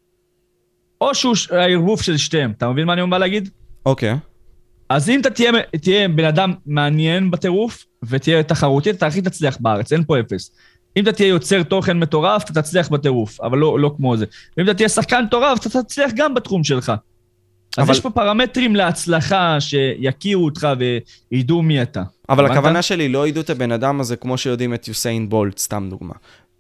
או שהוא הערבוב של שתיהם. אתה מבין מה אני אומר להגיד? אוקיי. Okay. אז אם אתה תהיה, תהיה בן אדם מעניין בטירוף, ותהיה תחרותי, אתה הכי תצליח בארץ, אין פה אפס. אם אתה תהיה יוצר תוכן מטורף, אתה תצליח בטירוף, אבל לא, לא כמו זה. ואם אתה תהיה שחקן מטורף, אתה תצליח גם בתחום שלך. אז אבל... יש פה פרמטרים להצלחה שיכירו אותך וידעו מי אתה. אבל הכוונה שלי, לא ידעו את הבן אדם הזה כמו שיודעים את יוסיין בולט, סתם דוגמה.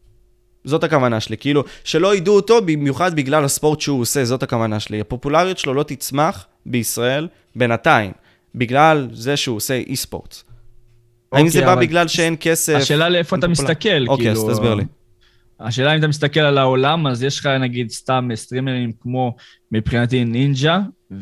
זאת הכוונה שלי, כאילו, שלא ידעו אותו במיוחד בגלל הספורט שהוא עושה, זאת הכוונה שלי. הפופולריות שלו לא תצמח בישראל בינתיים, בגלל זה שהוא עושה אי-ספורט. האם זה בא בגלל שאין כסף? השאלה לאיפה אתה מסתכל, אוקיי, אז תסביר לי. השאלה אם אתה מסתכל על העולם, אז יש לך נגיד סתם סטרימרים כמו מבחינתי נינג'ה,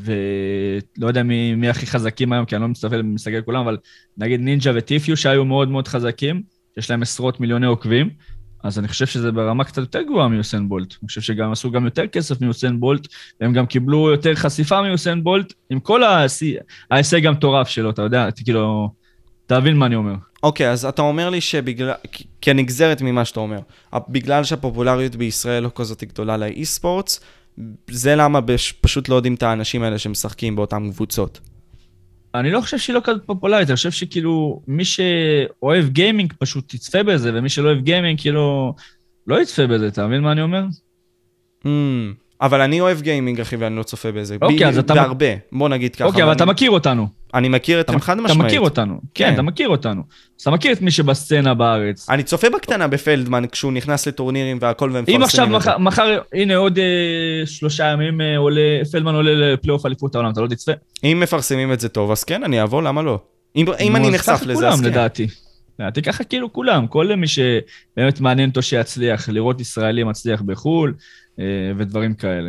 ולא יודע מי, מי הכי חזקים היום, כי אני לא מסתכל ומסתכל כולם, אבל נגיד נינג'ה וטיפיו שהיו מאוד מאוד חזקים, יש להם עשרות מיליוני עוקבים, אז אני חושב שזה ברמה קצת יותר גבוהה מיוסיין בולט. אני חושב שגם עשו גם יותר כסף מיוסיין בולט, והם גם קיבלו יותר חשיפה מיוסיין בולט, עם כל ההישג המטורף שלו, אתה יודע, כאילו, תבין מה אני אומר. אוקיי, אז אתה אומר לי שבגלל, כנגזרת ממה שאתה אומר, בגלל שהפופולריות בישראל לא כזאת גדולה לאי-ספורטס, זה למה פשוט לא יודעים את האנשים האלה שמשחקים באותן קבוצות. אני לא חושב שהיא לא כזאת פופולרית, אני חושב שכאילו מי שאוהב גיימינג פשוט יצפה בזה, ומי שלא אוהב גיימינג כאילו לא יצפה בזה, אתה מבין מה אני אומר? Mm, אבל אני אוהב גיימינג, אחי, ואני לא צופה בזה. אוקיי, אז אתה... בהרבה, בוא נגיד ככה. אוקיי, אבל אתה מכיר אותנו. אני מכיר אתכם חד משמעית. אתה מכיר אותנו, כן, אתה מכיר אותנו. אתה מכיר את מי שבסצנה בארץ. אני צופה בקטנה בפלדמן, כשהוא נכנס לטורנירים והכל ומפרסמים. אם עכשיו, מחר, הנה עוד שלושה ימים, פלדמן עולה לפלייאוף אליפות העולם, אתה לא תצפה? אם מפרסמים את זה טוב, אז כן, אני אבוא, למה לא? אם אני נחשף לזה, אז כן. לדעתי. לדעתי ככה כאילו כולם, כל מי שבאמת מעניין אותו שיצליח, לראות ישראלי מצליח בחול, ודברים כאלה.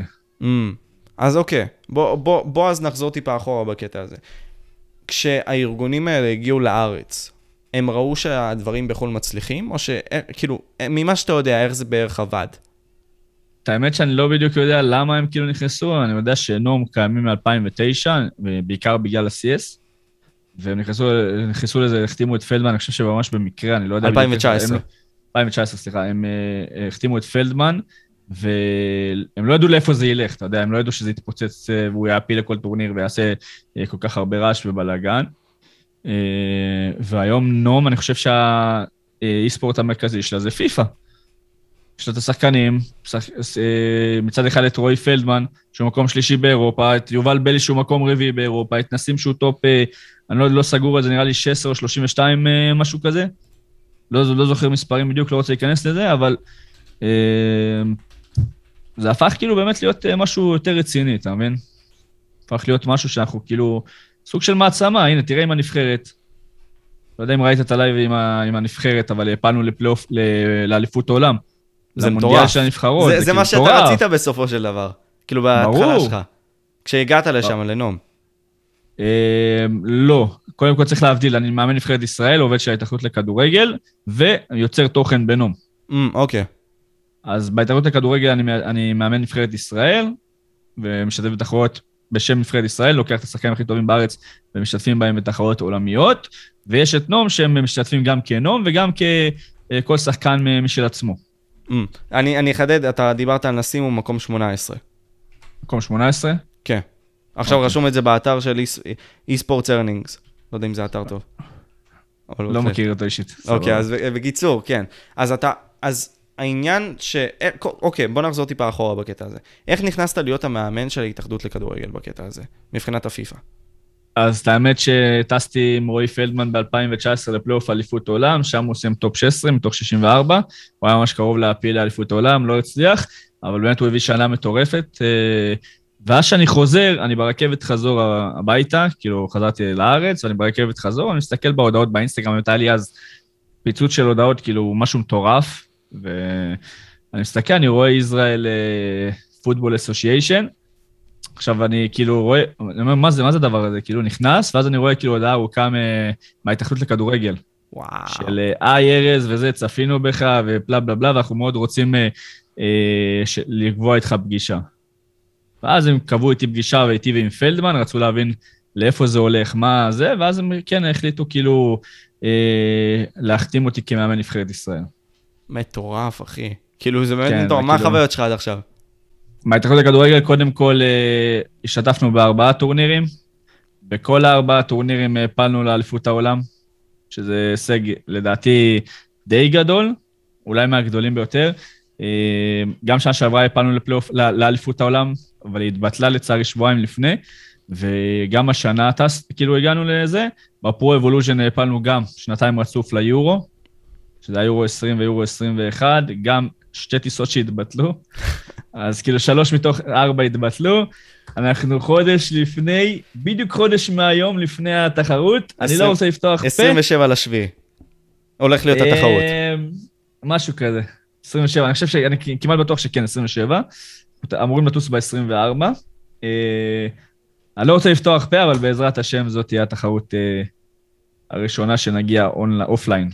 אז אוקיי, בוא אז נחזור טיפה אחורה בקטע הזה. כשהארגונים האלה הגיעו לארץ, הם ראו שהדברים בחול מצליחים, או שכאילו, ממה שאתה יודע, איך זה בערך עבד? את האמת שאני לא בדיוק יודע למה הם כאילו נכנסו, אני יודע שנום קיימים מ-אלפיים ותשע, בעיקר בגלל ה-סי אס, והם נכנסו, נכנסו לזה, החתימו את פלדמן, אני חושב שממש במקרה, אני לא יודע... אלפיים תשע עשרה. אלפיים תשע עשרה, סליחה, הם החתימו את פלדמן, והם לא ידעו לאיפה זה ילך, אתה יודע, הם לא ידעו שזה יתפוצץ והוא יעפיל לכל טורניר ויעשה כל כך הרבה רעש ובלגן. והיום נום, אני חושב שהאי-ספורט המרכזי שלה זה פיפה. יש לה את השחקנים, מצד אחד את רוי פלדמן, שהוא מקום שלישי באירופה, את יובל בלי שהוא מקום רביעי באירופה, את נסים שהוא טופ, אני לא, לא סגור על זה, נראה לי שש עשרה או שלושים ושתיים, משהו כזה. לא, לא זוכר מספרים בדיוק, לא רוצה להיכנס לזה, אבל... זה הפך כאילו באמת להיות משהו יותר רציני, אתה מבין? הפך להיות משהו שאנחנו כאילו, סוג של מעצמה, הנה, תראה עם הנבחרת, לא יודע אם ראית את הלייב עם, ה, עם הנבחרת, אבל הפלנו לפלייאוף, לאליפות העולם. זה מטורף. של הנבחרות. זה, זה, זה מה שאתה מטורף. רצית בסופו של דבר. כאילו בהתחלה שלך. כשהגעת לשם, לנום. לא. קודם כל צריך להבדיל, אני מאמן נבחרת ישראל, עובד של ההתאחדות לכדורגל, ויוצר תוכן בנום. אוקיי. אז בהתאחדות לכדורגל אני, אני מאמן נבחרת ישראל, ומשתתף בתחרויות בשם נבחרת ישראל, לוקח את השחקנים הכי טובים בארץ, ומשתתפים בהם בתחרויות עולמיות, ויש את נום שהם משתתפים גם כנום, וגם ככל שחקן משל עצמו. אני, אני אחדד, אתה דיברת על נסים הוא מקום שמונה עשרה. מקום שמונה עשרה? כן. עכשיו רשום את זה באתר של eSports Earnings. לא יודע אם זה אתר טוב. לא מכיר אותו אישית. אוקיי, אז בקיצור, כן. אז אתה, אז העניין ש... אוקיי, בוא נחזור טיפה אחורה בקטע הזה. איך נכנסת להיות המאמן של ההתאחדות לכדורגל בקטע הזה, מבחינת הפיפה? אז את האמת שטסתי עם רועי פלדמן ב-אלפיים תשע עשרה לפלייאוף אליפות העולם, שם הוא עושה טופ שש עשרה מתוך שישים וארבע, הוא היה ממש קרוב להפיל לאליפות העולם, לא הצליח, אבל באמת הוא הביא שנה מטורפת, ואז שאני חוזר, אני ברכבת חזור הביתה, כאילו חזרתי לארץ, ואני ברכבת חזור, אני מסתכל בהודעות באינסטגרם, הייתה לי אז פיצוץ של הודעות, כאילו משהו מטורף, ואני מסתכל, אני רואה ישראל פוטבול אסושיישן, עכשיו אני כאילו רואה, אני אומר, מה זה, מה זה הדבר הזה? כאילו נכנס, ואז אני רואה כאילו הודעה ארוכה מההתאחדות לכדורגל. וואו. של איי ארז וזה, צפינו בך ובלה בלה בלה, ואנחנו מאוד רוצים אה, אה, לקבוע איתך פגישה. ואז הם קבעו איתי פגישה ואיתי ועם פלדמן, רצו להבין לאיפה זה הולך, מה זה, ואז הם כן החליטו כאילו אה, להחתים אותי כמאמן נבחרת ישראל. מטורף, אחי. כאילו זה באמת מטורף, מה החוויות שלך עד עכשיו? בהתאחדות לכדורגל, קודם כל, השתתפנו בארבעה טורנירים. בכל הארבעה טורנירים הפלנו לאליפות העולם, שזה הישג, לדעתי, די גדול, אולי מהגדולים ביותר. גם שנה שעברה הפלנו לאליפות העולם, אבל היא התבטלה לצערי שבועיים לפני, וגם השנה, כאילו הגענו לזה, בפרו-אבולושן הפלנו גם שנתיים רצוף ליורו, שזה היורו עשרים ויורו עשרים ואחת, גם שתי טיסות שהתבטלו, אז כאילו שלוש מתוך ארבע התבטלו, אנחנו חודש לפני, בדיוק חודש מהיום לפני התחרות, אני לא רוצה לפתוח פה. עשרים ושבע לשביעי, הולך להיות התחרות. משהו כזה, עשרים ושבע, אני חושב שאני כמעט בטוח שכן, עשרים ושבע, אמורים לטוס ב-עשרים וארבע, אני לא רוצה לפתוח פה, אבל בעזרת השם זאת תהיה התחרות הראשונה שנגיע אופליין.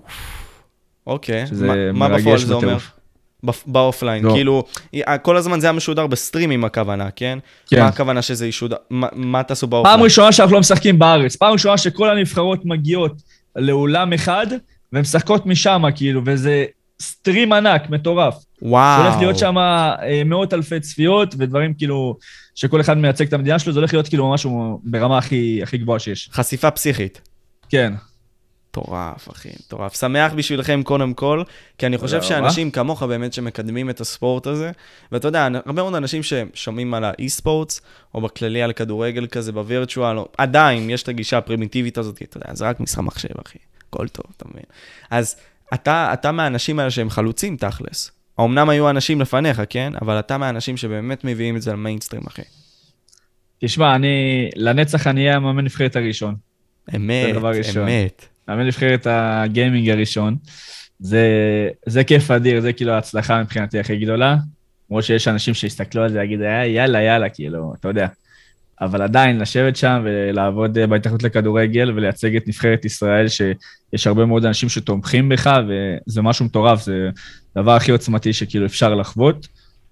אוקיי, מה בפועל זה אומר? באופליין, כאילו, כל הזמן זה היה משודר בסטרימים הכוונה, כן? מה הכוונה שזה ישודר? מה תעשו באופליין? פעם ראשונה שאנחנו לא משחקים בארץ, פעם ראשונה שכל הנבחרות מגיעות לאולם אחד, והן משחקות משם, כאילו, וזה סטרים ענק, מטורף. וואו. זה הולך להיות שם מאות אלפי צפיות, ודברים כאילו, שכל אחד מייצג את המדינה שלו, זה הולך להיות כאילו משהו ברמה הכי גבוהה שיש. חשיפה פסיכית. כן. מטורף, אחי, מטורף. שמח בשבילכם קודם כל, כי אני חושב שאנשים כמוך באמת שמקדמים את הספורט הזה, ואתה יודע, הרבה מאוד אנשים ששומעים על האי-ספורטס, או בכללי על כדורגל כזה, בווירטואל, עדיין יש את הגישה הפרימיטיבית הזאת, אתה יודע, זה רק משחק מחשב, אחי, הכל טוב, אתה מבין. אז אתה, אתה מהאנשים האלה שהם חלוצים, תכלס. אמנם היו אנשים לפניך, כן? אבל אתה מהאנשים שבאמת מביאים את זה למיינסטרים, אחי. תשמע, אני, לנצח אני אהיה המאמן נבחרת הראשון. אמת, אמת. מאמן נבחרת הגיימינג הראשון, זה, זה כיף אדיר, זה כאילו ההצלחה מבחינתי הכי גדולה, כמו שיש אנשים שיסתכלו על זה, יגיד, יאללה, יאללה, כאילו, אתה יודע. אבל עדיין, לשבת שם ולעבוד בהתאחדות לכדורגל ולייצג את נבחרת ישראל, שיש הרבה מאוד אנשים שתומכים בך, וזה משהו מטורף, זה דבר הכי עוצמתי שכאילו אפשר לחוות.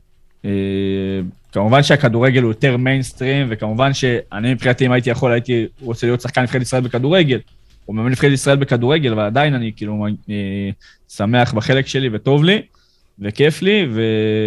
כמובן שהכדורגל הוא יותר מיינסטרים, וכמובן שאני מבחינתי, אם הייתי יכול, הייתי רוצה להיות שחקן נבחרת ישראל בכדורגל, או מאמן נבחרת ישראל בכדורגל, ועדיין אני כאילו שמח בחלק שלי וטוב לי, וכיף לי, ו...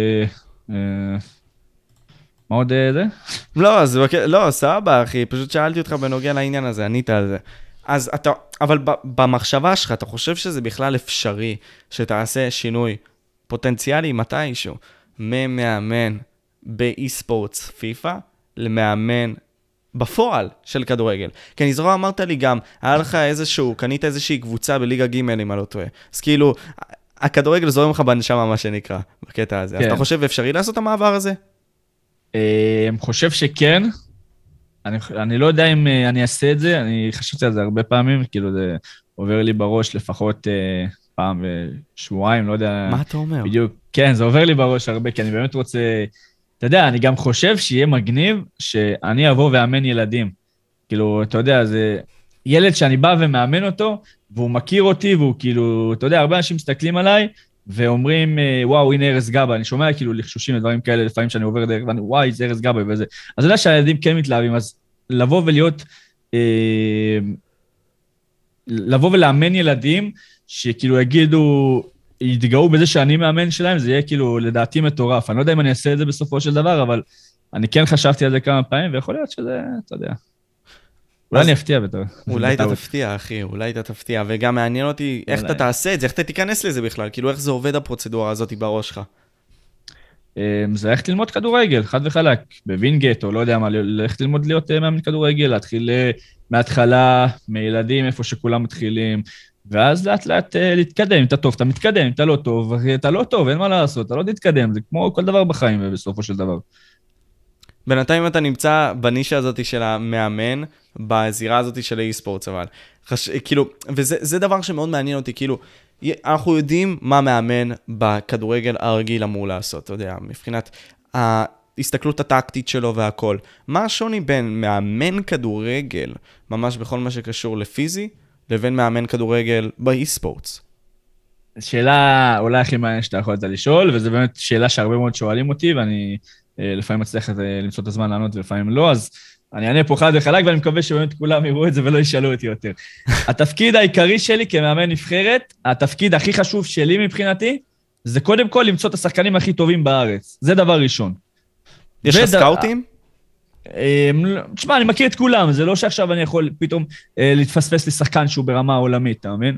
מה עוד זה? לא, זה לא, סבבה, אחי, פשוט שאלתי אותך בנוגע לעניין הזה, ענית על זה. אז אתה, אבל במחשבה שלך, אתה חושב שזה בכלל אפשרי, שתעשה שינוי פוטנציאלי מתישהו, ממאמן באי-ספורטס פיפה, למאמן בפועל של כדורגל. כי אני זוכר, אמרת לי גם, היה לך איזשהו, קנית איזושהי קבוצה בליגה ג' אם אני לא טועה. אז כאילו, הכדורגל זורם לך בנשמה, מה שנקרא, בקטע הזה. אז אתה חושב אפשרי לעשות את המעבר הזה? אני חושב שכן. אני, אני לא יודע אם אני אעשה את זה, אני חשבתי על זה הרבה פעמים, כאילו זה עובר לי בראש לפחות פעם בשבועיים, לא יודע. מה אתה אומר? בדיוק, כן, זה עובר לי בראש הרבה, כי אני באמת רוצה, אתה יודע, אני גם חושב שיהיה מגניב שאני אבוא ואאמן ילדים. כאילו, אתה יודע, זה ילד שאני בא ומאמן אותו, והוא מכיר אותי, והוא כאילו, אתה יודע, הרבה אנשים מסתכלים עליי, ואומרים, וואו, הנה ארז גבאי, אני שומע כאילו לחשושים ודברים כאלה, לפעמים שאני עובר דרך, ואני, וואי, זה ארז גבאי וזה. אז אני יודע שהילדים כן מתלהבים, אז לבוא ולהיות, אה, לבוא ולאמן ילדים, שכאילו יגידו, יתגאו בזה שאני מאמן שלהם, זה יהיה כאילו לדעתי מטורף. אני לא יודע אם אני אעשה את זה בסופו של דבר, אבל אני כן חשבתי על זה כמה פעמים, ויכול להיות שזה, אתה יודע. אולי אני אפתיע בתור. אולי אתה תפתיע, אחי, אולי אתה תפתיע, וגם מעניין אותי איך אתה תעשה את זה, איך אתה תיכנס לזה בכלל, כאילו איך זה עובד הפרוצדורה הזאת בראש שלך. זה ללכת ללמוד כדורגל, חד וחלק, בווינגייט, או לא יודע מה, ללכת ללמוד להיות מאמן כדורגל, להתחיל מההתחלה, מילדים, איפה שכולם מתחילים, ואז לאט לאט להתקדם, אם אתה טוב, אתה מתקדם, אם אתה לא טוב, אתה לא טוב, אין מה לעשות, אתה לא תתקדם, זה כמו כל דבר בחיים בסופו של דבר. בינתיים אתה נמצא בנישה הזאת של המאמן, בזירה הזאת של האי-ספורטס, אבל, חש... כאילו, וזה זה דבר שמאוד מעניין אותי, כאילו, אנחנו יודעים מה מאמן בכדורגל הרגיל אמור לעשות, אתה יודע, מבחינת ההסתכלות הטקטית שלו והכל. מה השוני בין מאמן כדורגל, ממש בכל מה שקשור לפיזי, לבין מאמן כדורגל באי-ספורטס? שאלה אולי הכי מעניין שאתה יכול לדעת לשאול, וזו באמת שאלה שהרבה מאוד שואלים אותי, ואני לפעמים מצליח למצוא את הזמן לענות ולפעמים לא, אז אני אענה פה חד וחלק, ואני מקווה שבאמת כולם יראו את זה ולא ישאלו אותי יותר. התפקיד העיקרי שלי כמאמן נבחרת, התפקיד הכי חשוב שלי מבחינתי, זה קודם כל למצוא את השחקנים הכי טובים בארץ. זה דבר ראשון. יש לך סקאוטים? תשמע, אני מכיר את כולם, זה לא שעכשיו אני יכול פתאום להתפספס לשחקן שהוא ברמה עולמית, אתה מבין?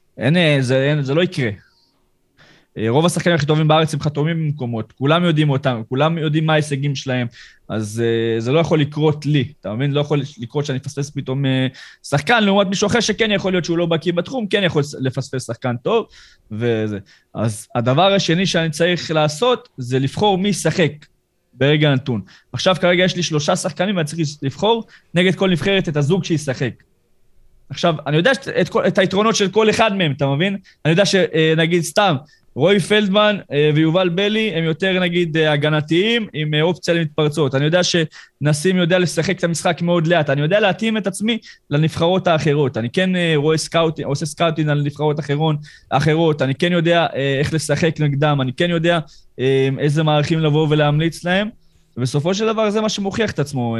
זה לא יקרה. רוב השחקנים הכי טובים בארץ הם חתומים במקומות, כולם יודעים אותם, כולם יודעים מה ההישגים שלהם, אז uh, זה לא יכול לקרות לי, אתה מבין? לא יכול לקרות שאני אפספס פתאום uh, שחקן, לעומת מישהו אחר שכן יכול להיות שהוא לא בקיא בתחום, כן יכול לפספס שחקן טוב, וזה. אז הדבר השני שאני צריך לעשות, זה לבחור מי ישחק ברגע נתון. עכשיו כרגע יש לי שלושה שחקנים, ואני צריך לבחור נגד כל נבחרת את הזוג שישחק. עכשיו, אני יודע את, כל, את היתרונות של כל אחד מהם, אתה מבין? אני יודע שנגיד סתם, רועי פלדמן ויובל בלי הם יותר נגיד הגנתיים עם אופציה למתפרצות. אני יודע שנסים יודע לשחק את המשחק מאוד לאט. אני יודע להתאים את עצמי לנבחרות האחרות. אני כן רואה סקאוטינג, עושה סקאוטינג על נבחרות אחרות. אני כן יודע איך לשחק נגדם. אני כן יודע איזה מערכים לבוא ולהמליץ להם. ובסופו של דבר זה מה שמוכיח את עצמו.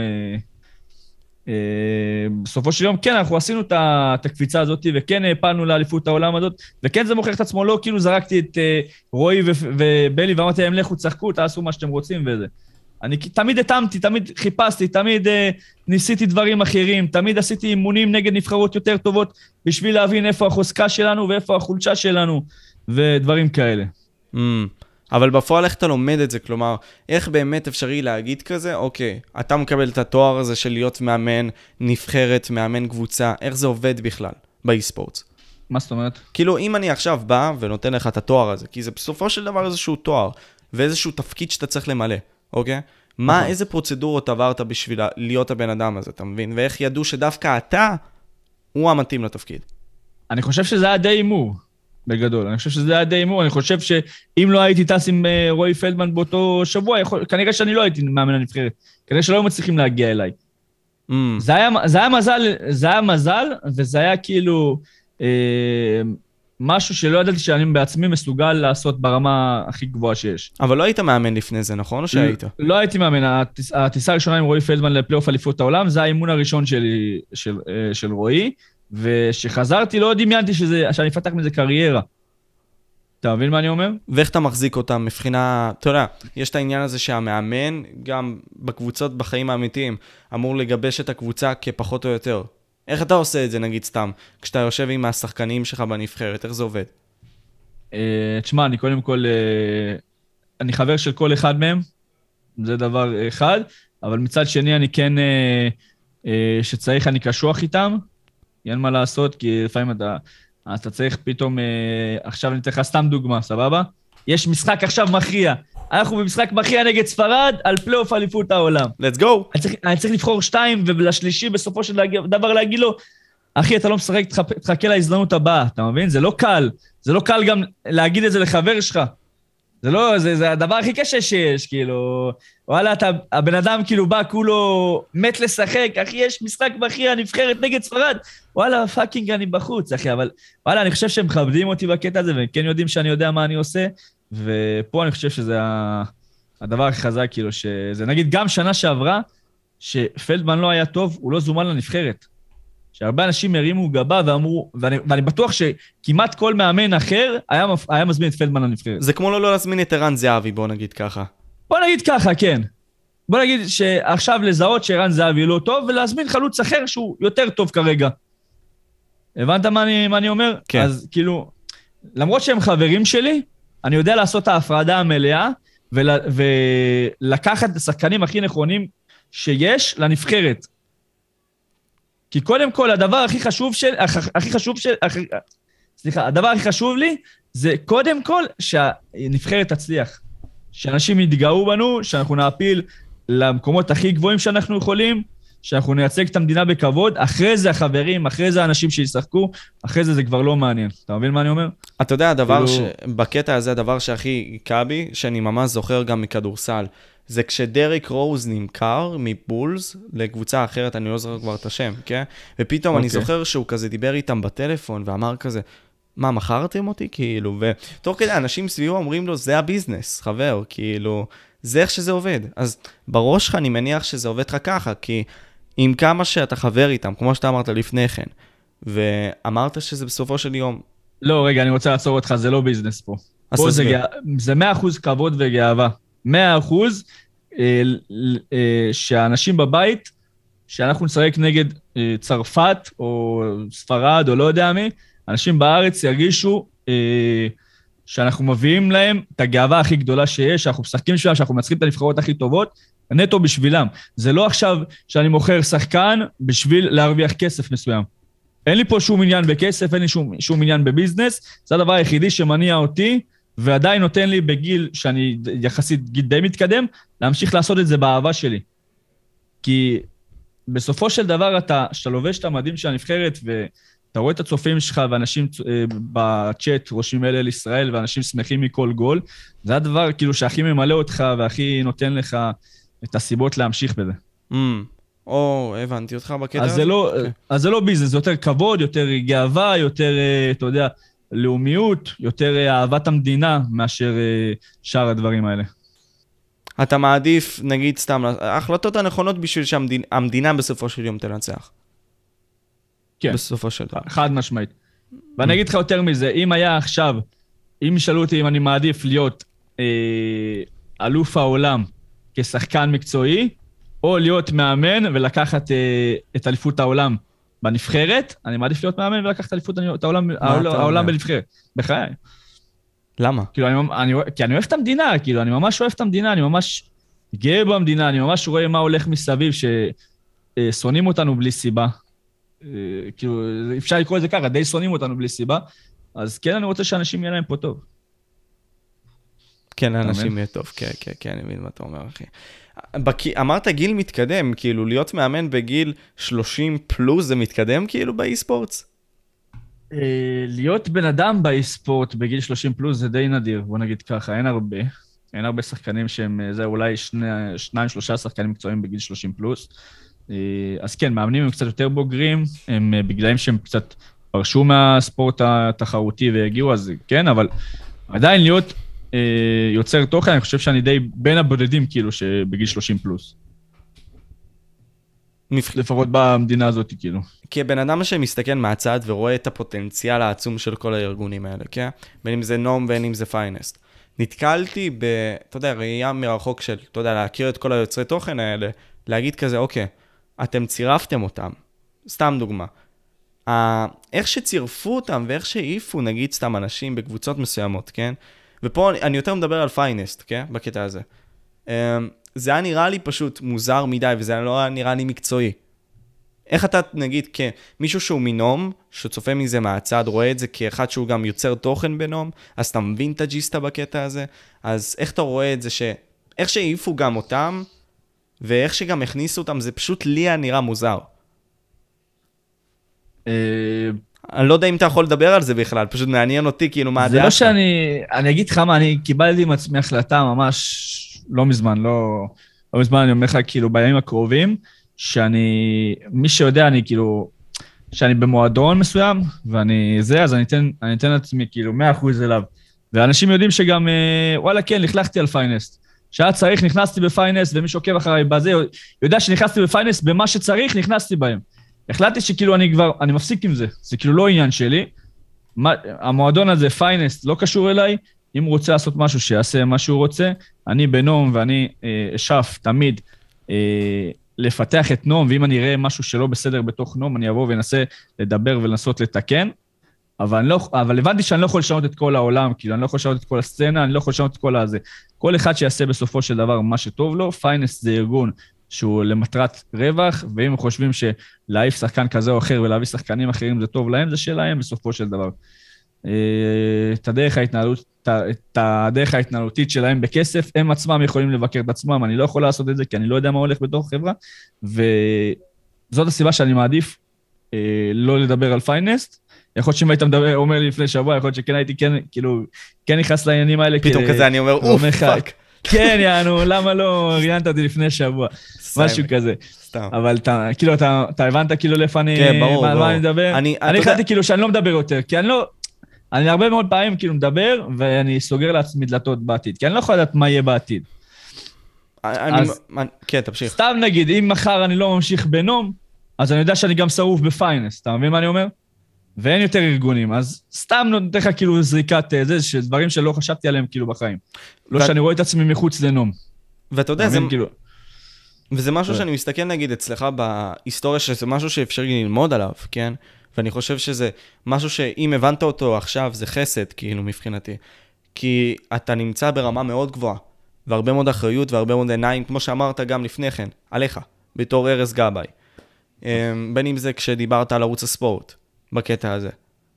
בסופו של יום, כן, אנחנו עשינו את הקפיצה הזאת, וכן פעלנו לאליפות העולם הזאת, וכן זה מוכיח את עצמו, לא כאילו זרקתי את רועי ובלי, ואמרתי להם, לכו תשחקו, תעשו מה שאתם רוצים וזה. אני תמיד התאמתי, תמיד חיפשתי, תמיד ניסיתי דברים אחרים, תמיד עשיתי אימונים נגד נבחרות יותר טובות, בשביל להבין איפה החוזקה שלנו, ואיפה החולשה שלנו, ודברים כאלה. אבל בפועל איך אתה לומד את זה? כלומר, איך באמת אפשרי להגיד כזה? אוקיי, אתה מקבל את התואר הזה של להיות מאמן נבחרת, מאמן קבוצה, איך זה עובד בכלל באי-ספורטס? מה זאת אומרת? כאילו, אם אני עכשיו בא ונותן לך את התואר הזה, כי זה בסופו של דבר איזשהו תואר, ואיזשהו תפקיד שאתה צריך למלא, אוקיי? מה, איזה פרוצדורות עברת בשביל להיות הבן אדם הזה, אתה מבין? ואיך ידעו שדווקא אתה, הוא המתאים לתפקיד? אני חושב שזה היה די אימור. בגדול, אני חושב שזה היה די אימור, אני חושב שאם לא הייתי טס עם רועי פלדמן באותו שבוע, יכול, כנראה שאני לא הייתי מאמן הנבחרת, כנראה שלא מצליחים להגיע אליי. Mm. זה היה, זה היה מזל, זה היה מזל, וזה היה כאילו אה, משהו שלא ידעתי שאני בעצמי מסוגל לעשות ברמה הכי גבוהה שיש. אבל לא היית מאמן לפני זה, נכון? או שהיית? לא, לא הייתי מאמן, הטיס, הטיסה הראשונה עם רועי פלדמן לפלייאוף אליפות העולם, זה האימון הראשון שלי, של, של רועי, ושחזרתי לא דמיינתי שזה, שאני אפתח מזה קריירה. אתה מבין מה אני אומר? ואיך אתה מחזיק אותם מבחינה, אתה יודע, יש את העניין הזה שהמאמן, גם בקבוצות בחיים האמיתיים, אמור לגבש את הקבוצה כפחות או יותר. איך אתה עושה את זה, נגיד סתם, כשאתה יושב עם השחקנים שלך בנבחרת, איך זה עובד? תשמע, אני קודם כל, אני חבר של כל אחד מהם, זה דבר אחד, אבל מצד שני אני כן, שצריך אני קשוח איתם, אין מה לעשות, כי לפעמים אתה, אתה צריך פתאום, עכשיו אני צריך סתם דוגמה, סבבה? יש משחק עכשיו מכריע. אנחנו במשחק מכריע נגד ספרד על פלייאוף אליפות העולם. Let's go. אני צריך, אני צריך לבחור שתיים, ולשלישי בסופו של דבר להגיד לו, אחי, אתה לא משחק, תחכה להזדמנות הבאה, אתה מבין? זה לא קל, זה לא קל גם להגיד את זה לחבר שלך. זה לא, זה, זה הדבר הכי קשה שיש, כאילו, וואלה, אתה, הבן אדם כאילו בא, כולו מת לשחק, אחי, יש משחק בכי הנבחרת נגד ספרד, וואלה, פאקינג אני בחוץ, אחי, אבל וואלה, אני חושב שהם מכבדים אותי בקטע הזה, והם כן יודעים שאני יודע מה אני עושה, ופה אני חושב שזה הדבר הכי חזק, כאילו, שזה נגיד גם שנה שעברה, שפלדמן לא היה טוב, הוא לא זומן לנבחרת. שהרבה אנשים הרימו גבה ואמרו, ואני, ואני בטוח שכמעט כל מאמן אחר היה, היה מזמין את פלדמן לנבחרת. זה כמו לא, לא להזמין את ערן זהבי, בוא נגיד ככה. בוא נגיד ככה, כן. בוא נגיד שעכשיו לזהות שערן זהבי לא טוב, ולהזמין חלוץ אחר שהוא יותר טוב כרגע. הבנת מה אני, מה אני אומר? כן. אז כאילו, למרות שהם חברים שלי, אני יודע לעשות את ההפרדה המלאה, ול, ולקחת את השחקנים הכי נכונים שיש לנבחרת. כי קודם כל, הדבר הכי חשוב של, הכי חשוב של, הכי, סליחה, הדבר הכי חשוב לי, זה קודם כל שהנבחרת תצליח. שאנשים יתגאו בנו, שאנחנו נעפיל למקומות הכי גבוהים שאנחנו יכולים, שאנחנו נייצג את המדינה בכבוד, אחרי זה החברים, אחרי זה האנשים שישחקו, אחרי זה זה כבר לא מעניין. אתה מבין מה אני אומר? אתה יודע, הדבר ש... בקטע הזה, הדבר שהכי היכה בי, שאני ממש זוכר גם מכדורסל, זה כשדריק רוז נמכר מבולס לקבוצה אחרת, אני לא זוכר כבר את השם, כן? ופתאום okay. אני זוכר שהוא כזה דיבר איתם בטלפון, ואמר כזה, מה, מכרתם אותי? כאילו, ותוך כדי אנשים סביבו אומרים לו, זה הביזנס, חבר, כאילו, זה איך שזה עובד. אז בראש שלך אני מניח שזה עובד לך ככה, כי עם כמה שאתה חבר איתם, כמו שאתה אמרת לפני כן, ואמרת שזה בסופו של יום... לא, רגע, אני רוצה לעצור אותך, זה לא ביזנס פה. פה זה, גא... זה מאה אחוז כבוד וגאווה. מאה אחוז אה, אה, שהאנשים בבית, שאנחנו נשחק נגד אה, צרפת או ספרד או לא יודע מי, אנשים בארץ ירגישו אה, שאנחנו מביאים להם את הגאווה הכי גדולה שיש, שאנחנו משחקים שלהם, שאנחנו מנצחים את הנבחרות הכי טובות, נטו בשבילם. זה לא עכשיו שאני מוכר שחקן בשביל להרוויח כסף מסוים. אין לי פה שום עניין בכסף, אין לי שום, שום עניין בביזנס, זה הדבר היחידי שמניע אותי, ועדיין נותן לי בגיל שאני יחסית גיל די מתקדם, להמשיך לעשות את זה באהבה שלי. כי בסופו של דבר אתה, שאתה לובש את המדים של הנבחרת, ואתה רואה את הצופים שלך, ואנשים בצ'אט רושמים אלה על ישראל, ואנשים שמחים מכל גול, זה הדבר כאילו שהכי ממלא אותך, והכי נותן לך את הסיבות להמשיך בזה. Mm. או, הבנתי אותך בקטע אז הזה. זה לא, okay. אז זה לא ביזנס, זה יותר כבוד, יותר גאווה, יותר, אתה יודע, לאומיות, יותר אהבת המדינה מאשר שאר הדברים האלה. אתה מעדיף, נגיד סתם, ההחלטות הנכונות בשביל שהמדינה בסופו של יום תנצח. כן. בסופו של דבר. חד משמעית. ואני אגיד לך יותר מזה, אם היה עכשיו, אם ישאלו אותי אם אני מעדיף להיות אה, אלוף העולם כשחקן מקצועי, או להיות מאמן ולקחת אה, את אליפות העולם בנבחרת, אני מעדיף להיות מאמן ולקחת אליפות העולם, העולם בנבחרת. בחיי. למה? כאילו, אני, אני, כי אני אוהב את המדינה, כאילו, אני ממש אוהב את המדינה, אני ממש גאה במדינה, אני ממש רואה מה הולך מסביב, ששונאים אותנו בלי סיבה. כאילו, אפשר לקרוא את זה ככה, די שונאים אותנו בלי סיבה, אז כן, אני רוצה שאנשים יהיה להם פה טוב. כן, לאנשים יהיה טוב, כן, כן, כן, אני מבין מה אתה אומר, אחי. אמרת גיל מתקדם, כאילו, להיות מאמן בגיל שלושים פלוס, זה מתקדם כאילו באי-ספורטס? להיות בן אדם באי-ספורט בגיל שלושים פלוס זה די נדיר, בוא נגיד ככה, אין הרבה. אין הרבה שחקנים שהם, זה אולי שני, שניים, שלושה שחקנים מקצועיים בגיל שלושים פלוס. אז כן, מאמנים הם קצת יותר בוגרים, הם בגללם שהם קצת פרשו מהספורט התחרותי והגיעו, אז כן, אבל עדיין להיות יוצר תוכן, אני חושב שאני די בין הבודדים כאילו שבגיל שלושים פלוס. לפחות במדינה הזאת, כאילו. כבן אדם שמסתכל מהצד ורואה את הפוטנציאל העצום של כל הארגונים האלה, כן? בין אם זה נום, בין אם זה פיינסט. נתקלתי ב, אתה יודע, ראייה מרחוק של, אתה יודע, להכיר את כל היוצרי תוכן האלה, להגיד כזה, אוקיי, אתם צירפתם אותם. סתם דוגמה. איך שצירפו אותם ואיך שהעיפו, נגיד, סתם אנשים בקבוצות מסוימות, כן? ופה אני יותר מדבר על פיינסט, כן? בקטע הזה. זה היה נראה לי פשוט מוזר מדי, וזה לא היה נראה לי מקצועי. איך אתה, נגיד, כמישהו שהוא מנום, שצופה מזה מהצד, רואה את זה כאחד שהוא גם יוצר תוכן בנום, אז אתה מבין את הג'יסטה בקטע הזה, אז איך אתה רואה את זה ש... איך שהעיפו גם אותם, ואיך שגם הכניסו אותם, זה פשוט לי היה נראה מוזר. אני לא יודע אם אתה יכול לדבר על זה בכלל, פשוט מעניין אותי, כאילו, מה הדעה. זה לא שאני, אני אגיד לך מה, אני קיבלתי עם עצמי החלטה ממש לא מזמן, לא, לא מזמן, אני אומר לך, כאילו, בימים הקרובים, שאני, מי שיודע, אני כאילו, שאני במועדון מסוים, ואני זה, אז אני אתן, אני אתן לעצמי, כאילו, מאה אחוז אליו. ואנשים יודעים שגם, וואלה, כן, לכלכתי על פיינסט. שהיה צריך, נכנסתי בפיינסט, ומי שעוקב אחריי בזה, יודע שנכנסתי בפיינסט, במה שצריך, נכנסתי בהם. החלטתי שכאילו אני כבר, אני מפסיק עם זה, זה כאילו לא עניין שלי. מה, המועדון הזה, פיינסט, לא קשור אליי, אם הוא רוצה לעשות משהו, שיעשה מה שהוא רוצה. אני בנום, ואני אה, אשף תמיד אה, לפתח את נום, ואם אני אראה משהו שלא בסדר בתוך נום, אני אבוא ואנסה לדבר ולנסות לתקן. אבל, לא, אבל הבנתי שאני לא יכול לשנות את כל העולם, כאילו אני לא יכול לשנות את כל הסצנה, אני לא יכול לשנות את כל הזה. כל אחד שיעשה בסופו של דבר מה שטוב לו, פיינס זה ארגון שהוא למטרת רווח, ואם הם חושבים שלהעיף שחקן כזה או אחר ולהביא שחקנים אחרים זה טוב להם, זה שלהם בסופו של דבר. את הדרך ההתנהלות, את הדרך ההתנהלותית שלהם בכסף, הם עצמם יכולים לבקר את עצמם, אני לא יכול לעשות את זה כי אני לא יודע מה הולך בתוך חברה, וזאת הסיבה שאני מעדיף לא לדבר על פיינס. יכול להיות שאם היית מדבר, אומר לי לפני שבוע, יכול להיות שכן הייתי, כן, כאילו, כן נכנס לעניינים האלה. פתאום כזה אני אומר, אוף, פאק. כן, יענו, למה לא ראיינת אותי לפני שבוע? משהו כזה. סתם. אבל אתה, כאילו, אתה הבנת כאילו לפני, מה אני מדבר? אני החלטתי כאילו שאני לא מדבר יותר, כי אני לא, אני הרבה מאוד פעמים כאילו מדבר, ואני סוגר לעצמי דלתות בעתיד, כי אני לא יכול לדעת מה יהיה בעתיד. כן, תמשיך. סתם נגיד, אם מחר אני לא ממשיך בנום, אז אני יודע שאני גם שרוף בפיינס, אתה מבין מה אני אומר? ואין יותר ארגונים, אז סתם נותן לך כאילו זריקת זה, שדברים שלא חשבתי עליהם כאילו בחיים. לא שאני רואה את עצמי מחוץ לנום. ואתה יודע, וזה משהו שאני מסתכל נגיד אצלך בהיסטוריה, שזה משהו שאפשר ללמוד עליו, כן? ואני חושב שזה משהו שאם הבנת אותו עכשיו, זה חסד, כאילו, מבחינתי. כי אתה נמצא ברמה מאוד גבוהה, והרבה מאוד אחריות והרבה מאוד עיניים, כמו שאמרת גם לפני כן, עליך, בתור ארז גבאי. בין אם זה כשדיברת על ערוץ הספורט. בקטע הזה.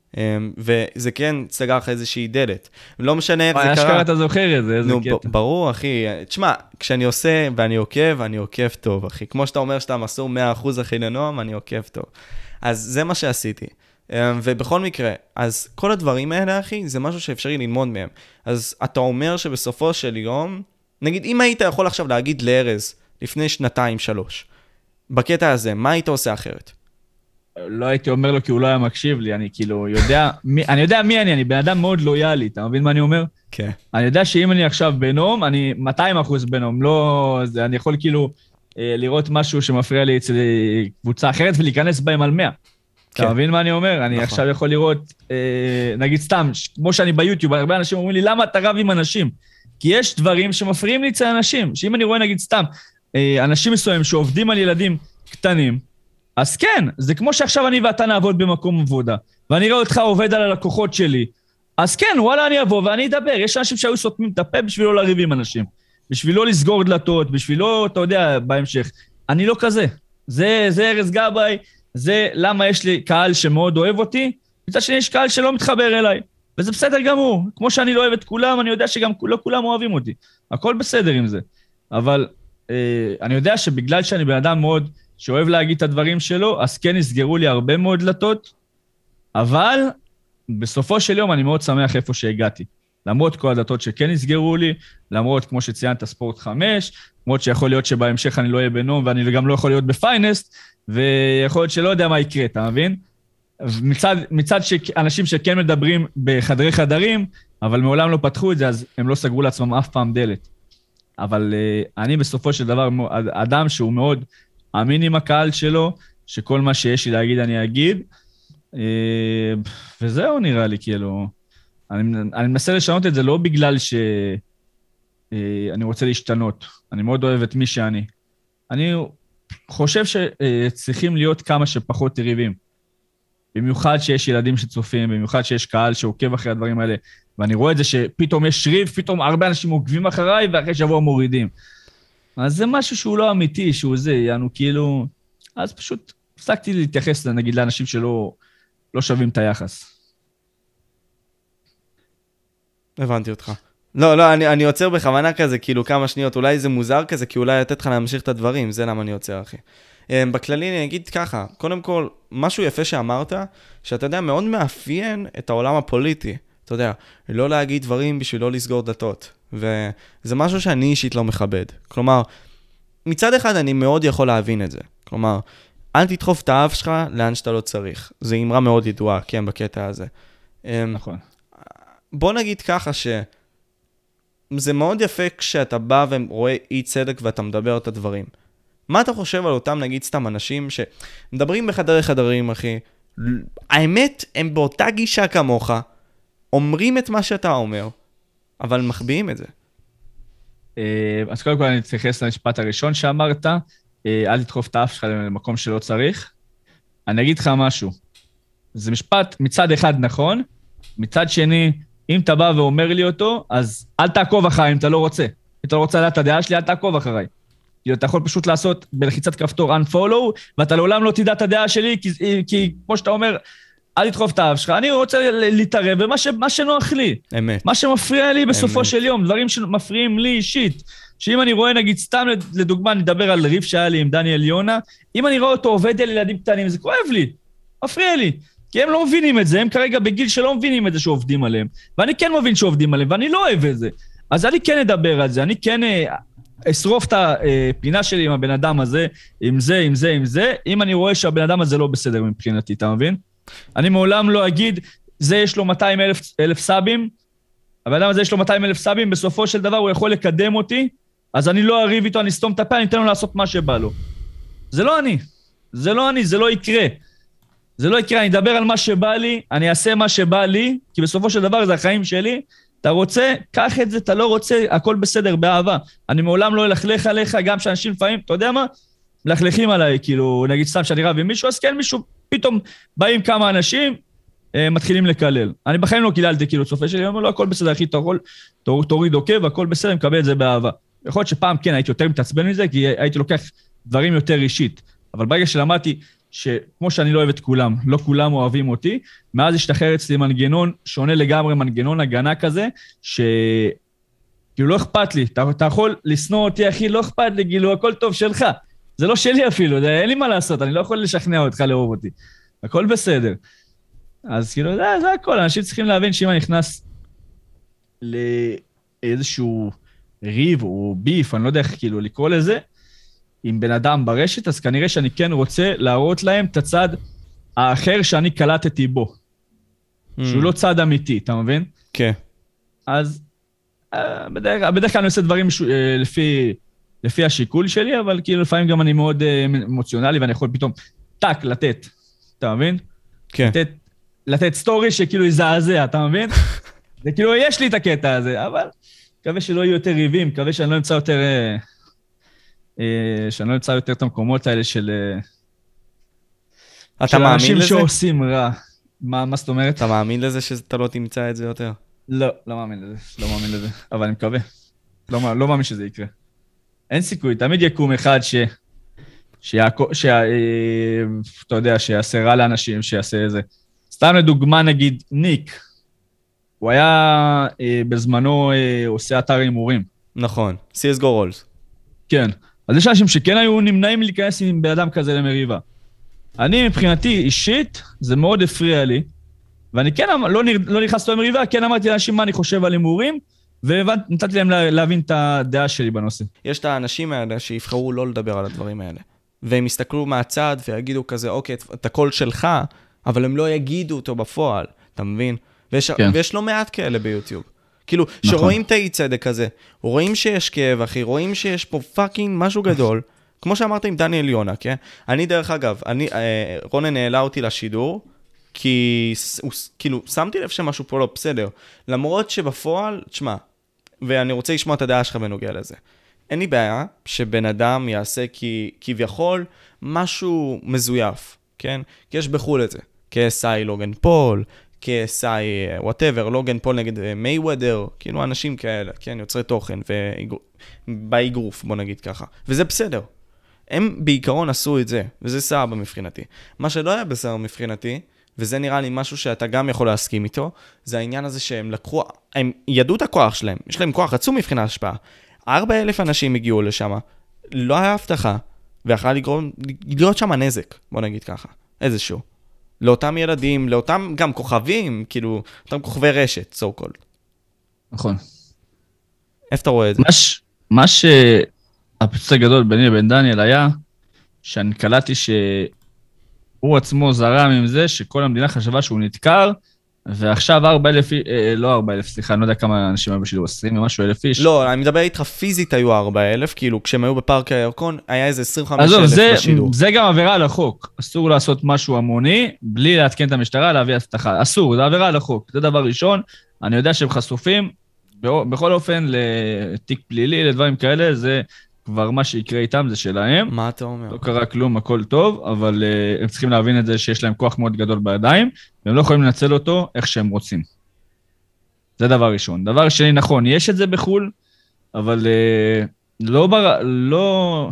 וזה כן סגר לך איזושהי דלת. לא משנה איך זה קרה. אשכרה אתה זוכר את זה, איזה קטע. ברור, אחי. תשמע, כשאני עושה ואני עוקב, אני עוקב טוב, אחי. כמו שאתה אומר שאתה מסור מאה אחוז אחי לנועם, אני עוקב טוב. אז זה מה שעשיתי. ובכל מקרה, אז כל הדברים האלה, אחי, זה משהו שאפשרי ללמוד מהם. אז אתה אומר שבסופו של יום, נגיד, אם היית יכול עכשיו להגיד לארז, לפני שנתיים, שלוש, בקטע הזה, מה היית עושה אחרת? לא הייתי אומר לו כי הוא לא היה מקשיב לי, אני כאילו יודע, מי, אני יודע מי אני, אני בן אדם מאוד לויאלי, אתה מבין מה אני אומר? כן. Okay. אני יודע שאם אני עכשיו בנום, אני מאתיים אחוז בנום, לא, זה, אני יכול כאילו אה, לראות משהו שמפריע לי אצל קבוצה אחרת ולהיכנס בהם על מאה. Okay. אתה מבין מה אני אומר? אני נכון. עכשיו יכול לראות, אה, נגיד סתם, כמו שאני ביוטיוב, הרבה אנשים אומרים לי, למה אתה רב עם אנשים? כי יש דברים שמפריעים לי אצל אנשים, שאם אני רואה נגיד סתם, אה, אנשים מסוימים שעובדים על ילדים קטנים, אז כן, זה כמו שעכשיו אני ואתה נעבוד במקום עבודה, ואני רואה אותך עובד על הלקוחות שלי, אז כן, וואלה, אני אבוא ואני אדבר. יש אנשים שהיו סותמים את הפה בשביל לא לריב עם אנשים, בשביל לא לסגור דלתות, בשביל לא, אתה יודע, בהמשך. אני לא כזה. זה, זה ארז גבאי, זה למה יש לי קהל שמאוד אוהב אותי, מצד שני יש קהל שלא מתחבר אליי, וזה בסדר גמור. כמו שאני לא אוהב את כולם, אני יודע שגם לא כולם אוהבים אותי. הכל בסדר עם זה. אבל אה, אני יודע שבגלל שאני בן אדם מאוד שאוהב להגיד את הדברים שלו, אז כן יסגרו לי הרבה מאוד דלתות, אבל בסופו של יום אני מאוד שמח איפה שהגעתי. למרות כל הדלתות שכן יסגרו לי, למרות כמו שציינת ספורט חמש, למרות שיכול להיות שבהמשך אני לא אהיה בנום, ואני גם לא יכול להיות בפיינסט, ויכול להיות שלא יודע מה יקרה, אתה מבין? מצד, מצד שאנשים שכן מדברים בחדרי חדרים, אבל מעולם לא פתחו את זה, אז הם לא סגרו לעצמם אף פעם דלת. אבל uh, אני בסופו של דבר אדם שהוא מאוד אמין עם הקהל שלו, שכל מה שיש לי להגיד אני אגיד, וזהו נראה לי, כאילו, אני, אני מנסה לשנות את זה לא בגלל שאני רוצה להשתנות, אני מאוד אוהב את מי שאני. אני חושב שצריכים להיות כמה שפחות יריבים, במיוחד שיש ילדים שצופים, במיוחד שיש קהל שעוקב אחרי הדברים האלה, ואני רואה את זה שפתאום יש ריב, פתאום הרבה אנשים עוקבים אחריי, ואחרי שבוע מורידים. אז זה משהו שהוא לא אמיתי, שהוא זה, יענו כאילו, אז פשוט הפסקתי להתייחס, נגיד, לאנשים שלא לא שווים את היחס. הבנתי אותך. לא, לא, אני, אני עוצר בכוונה כזה, כאילו כמה שניות, אולי זה מוזר כזה, כי אולי לתת לך להמשיך את הדברים, זה למה אני עוצר, אחי. בכללי אני אגיד ככה, קודם כל, משהו יפה שאמרת, שאתה יודע, מאוד מאפיין את העולם הפוליטי. אתה יודע, לא להגיד דברים בשביל לא לסגור דלתות. וזה משהו שאני אישית לא מכבד. כלומר, מצד אחד אני מאוד יכול להבין את זה. כלומר, אל תדחוף את האף שלך לאן שאתה לא צריך. זו אמרה מאוד ידועה, כן, בקטע הזה. נכון. בוא נגיד ככה שזה מאוד יפה כשאתה בא ורואה אי צדק ואתה מדבר את הדברים. מה אתה חושב על אותם, נגיד, סתם אנשים שמדברים בחדרי חדרים, אחי? האמת, הם באותה גישה כמוך, אומרים את מה שאתה אומר, אבל מחביאים את זה. אז קודם כל אני אתייחס למשפט הראשון שאמרת, אל תדחוף את האף שלך למקום שלא צריך. אני אגיד לך משהו. זה משפט מצד אחד נכון, מצד שני, אם אתה בא ואומר לי אותו, אז אל תעקוב אחריי אם אתה לא רוצה. אם אתה לא רוצה לדעת את הדעה שלי, אל תעקוב אחריי. כי אתה יכול פשוט לעשות בלחיצת כפתור unfollow, ואתה לעולם לא תדע את הדעה שלי, כי, כי כמו שאתה אומר, אל תדחוף את האף שלך. אני רוצה להתערב, ומה ש, מה שנוח לי. אמת. מה שמפריע לי בסופו אמת. של יום, דברים שמפריעים לי אישית. שאם אני רואה, נגיד, סתם לדוגמה, נדבר על ריב שהיה לי עם דניאל יונה, אם אני רואה אותו עובד על ילדים קטנים, זה כואב לי, מפריע לי. כי הם לא מבינים את זה, הם כרגע בגיל שלא מבינים את זה שעובדים עליהם. ואני כן מבין שעובדים עליהם, ואני לא אוהב את זה. אז אני כן אדבר על זה, אני כן אשרוף את הפינה שלי עם הבן אדם הזה, עם זה, עם זה, עם זה, אם אני רואה שהבן אדם הזה לא בסדר מבחינתי, אתה מבין? אני מעולם לא אגיד, זה יש לו מאתיים אלף סאבים, הבן אדם הזה יש לו מאתיים אלף סאבים, בסופו של דבר הוא יכול לקדם אותי, אז אני לא אריב איתו, אני אסתום את הפה, אני אתן לו לעשות מה שבא לו. זה לא אני, זה לא אני, זה לא יקרה. זה לא יקרה, אני אדבר על מה שבא לי, אני אעשה מה שבא לי, כי בסופו של דבר זה החיים שלי, אתה רוצה, קח את זה, אתה לא רוצה, הכל בסדר, באהבה. אני מעולם לא אלכלך עליך, גם שאנשים לפעמים, אתה יודע מה? מלכלכים עליי, כאילו, נגיד סתם שאני רב עם מישהו, אז כן, מישהו, פתאום באים כמה אנשים, אה, מתחילים לקלל. אני בחיים לא קיללתי, כאילו, צופה שלי, אני אומר לו, הכל בסדר, אחי, תוריד, תוריד עוקב, הכל בסדר, מקבל את זה באהבה. יכול להיות שפעם כן, הייתי יותר מתעצבן מזה, כי הייתי לוקח דברים יותר אישית. אבל ברגע שלמדתי שכמו שאני לא אוהב את כולם, לא כולם אוהבים אותי, מאז השתחרר אצלי מנגנון שונה לגמרי, מנגנון הגנה כזה, שכאילו לא אכפת לי, אתה, אתה יכול לסנוע אותי, אחי, לא אכפת לי, כאילו, הכל טוב שלך. זה לא שלי אפילו, זה, אין לי מה לעשות, אני לא יכול לשכנע אותך לאהוב אותי. הכל בסדר. אז כאילו, זה, זה הכל, אנשים צריכים להבין שאם אני נכנס לאיזשהו ריב או ביף, אני לא יודע איך כאילו לקרוא לזה, עם בן אדם ברשת, אז כנראה שאני כן רוצה להראות להם את הצד האחר שאני קלטתי בו. Mm. שהוא לא צד אמיתי, אתה מבין? כן. אז בדרך, בדרך כלל אני עושה דברים משו, לפי, לפי השיקול שלי, אבל כאילו לפעמים גם אני מאוד אמוציונלי, ואני יכול פתאום טק לתת, אתה מבין? כן. לתת, לתת סטורי שכאילו יזעזע, אתה מבין? זה כאילו, יש לי את הקטע הזה, אבל מקווה שלא יהיו יותר ריבים, מקווה שאני לא אמצא יותר... שאני לא אמצא יותר את המקומות האלה של... אתה מאמין לזה? של אנשים שעושים רע. מה, מה זאת אומרת? אתה מאמין לזה שאתה לא תמצא את זה יותר? לא, לא מאמין לזה, לא מאמין לזה, אבל אני מקווה. לא, לא מאמין שזה יקרה. אין סיכוי, תמיד יקום אחד ש... שיעקו... ש... אתה יודע, שיעשה רע לאנשים, שיעשה איזה... סתם לדוגמה, נגיד, ניק. הוא היה בזמנו עושה אתר הימורים. נכון, סי אס גו רולס. כן. אז יש אנשים שכן היו נמנעים להיכנס עם בן אדם כזה למריבה. אני מבחינתי אישית, זה מאוד הפריע לי, ואני כן לא, לא נכנסתי למריבה, כן אמרתי לאנשים מה אני חושב על הימורים, ונתתי להם להבין את הדעה שלי בנושא. יש את האנשים האלה שיבחרו לא לדבר על הדברים האלה, והם יסתכלו מהצד ויגידו כזה, אוקיי, את הקול שלך, אבל הם לא יגידו אותו בפועל, אתה מבין? ויש, כן. ויש לא מעט כאלה ביוטיוב. כאילו, נכון. שרואים את האי צדק הזה, רואים שיש כאב, אחי, רואים שיש פה פאקינג משהו גדול, כמו שאמרת עם דניאל יונה, כן? אני דרך אגב, אני, אה, רונן העלה אותי לשידור, כי הוא, כאילו, שמתי לב שמשהו פה לא בסדר, למרות שבפועל, תשמע, ואני רוצה לשמוע את הדעה שלך בנוגע לזה. אין לי בעיה שבן אדם יעשה כי, כביכול משהו מזויף, כן? כי יש בחול את זה, כסאי לוגן פול, כסאי, whatever, לוגן פול נגד מייוודר, כאילו אנשים כאלה, כן, יוצרי תוכן, ובאיגרוף, בוא נגיד ככה. וזה בסדר. הם בעיקרון עשו את זה, וזה סבבה מבחינתי. מה שלא היה בסדר מבחינתי, וזה נראה לי משהו שאתה גם יכול להסכים איתו, זה העניין הזה שהם לקחו, הם ידעו את הכוח שלהם, יש להם כוח עצום מבחינת השפעה. ארבעה אלף אנשים הגיעו לשם, לא היה הבטחה, ויכולה לגרום, להיות שם נזק, בוא נגיד ככה, איזשהו. לאותם ילדים, לאותם גם כוכבים, כאילו, אותם כוכבי רשת, so called. נכון. איפה אתה רואה את זה? מה שהפיצוץ הגדול ביני לבין דניאל היה, שאני קלטתי שהוא עצמו זרם עם זה, שכל המדינה חשבה שהוא נתקר, ועכשיו ארבע אלף, לא ארבע אלף, סליחה, אני לא יודע כמה אנשים היו בשידור, עשרים ומשהו אלף איש. לא, אני מדבר איתך פיזית היו ארבע אלף, כאילו כשהם היו בפארק הירקון, היה איזה עשרים וחמישה אלף בשידור. זה גם עבירה על החוק, אסור לעשות משהו המוני, בלי להתקן את המשטרה, להביא הבטחה, אסור, זה עבירה על החוק, זה דבר ראשון, אני יודע שהם חשופים, בכל אופן, לתיק פלילי, לדברים כאלה, זה כבר מה שיקרה איתם, זה שלהם. מה אתה אומר? לא קרה כלום, הכל טוב, אבל uh, הם צריכים להבין את זה שיש להם כוח מאוד גדול בידיים, והם לא יכולים לנצל אותו איך שהם רוצים. זה דבר ראשון. דבר שני, נכון, יש את זה בחול, אבל uh, לא, בר... לא...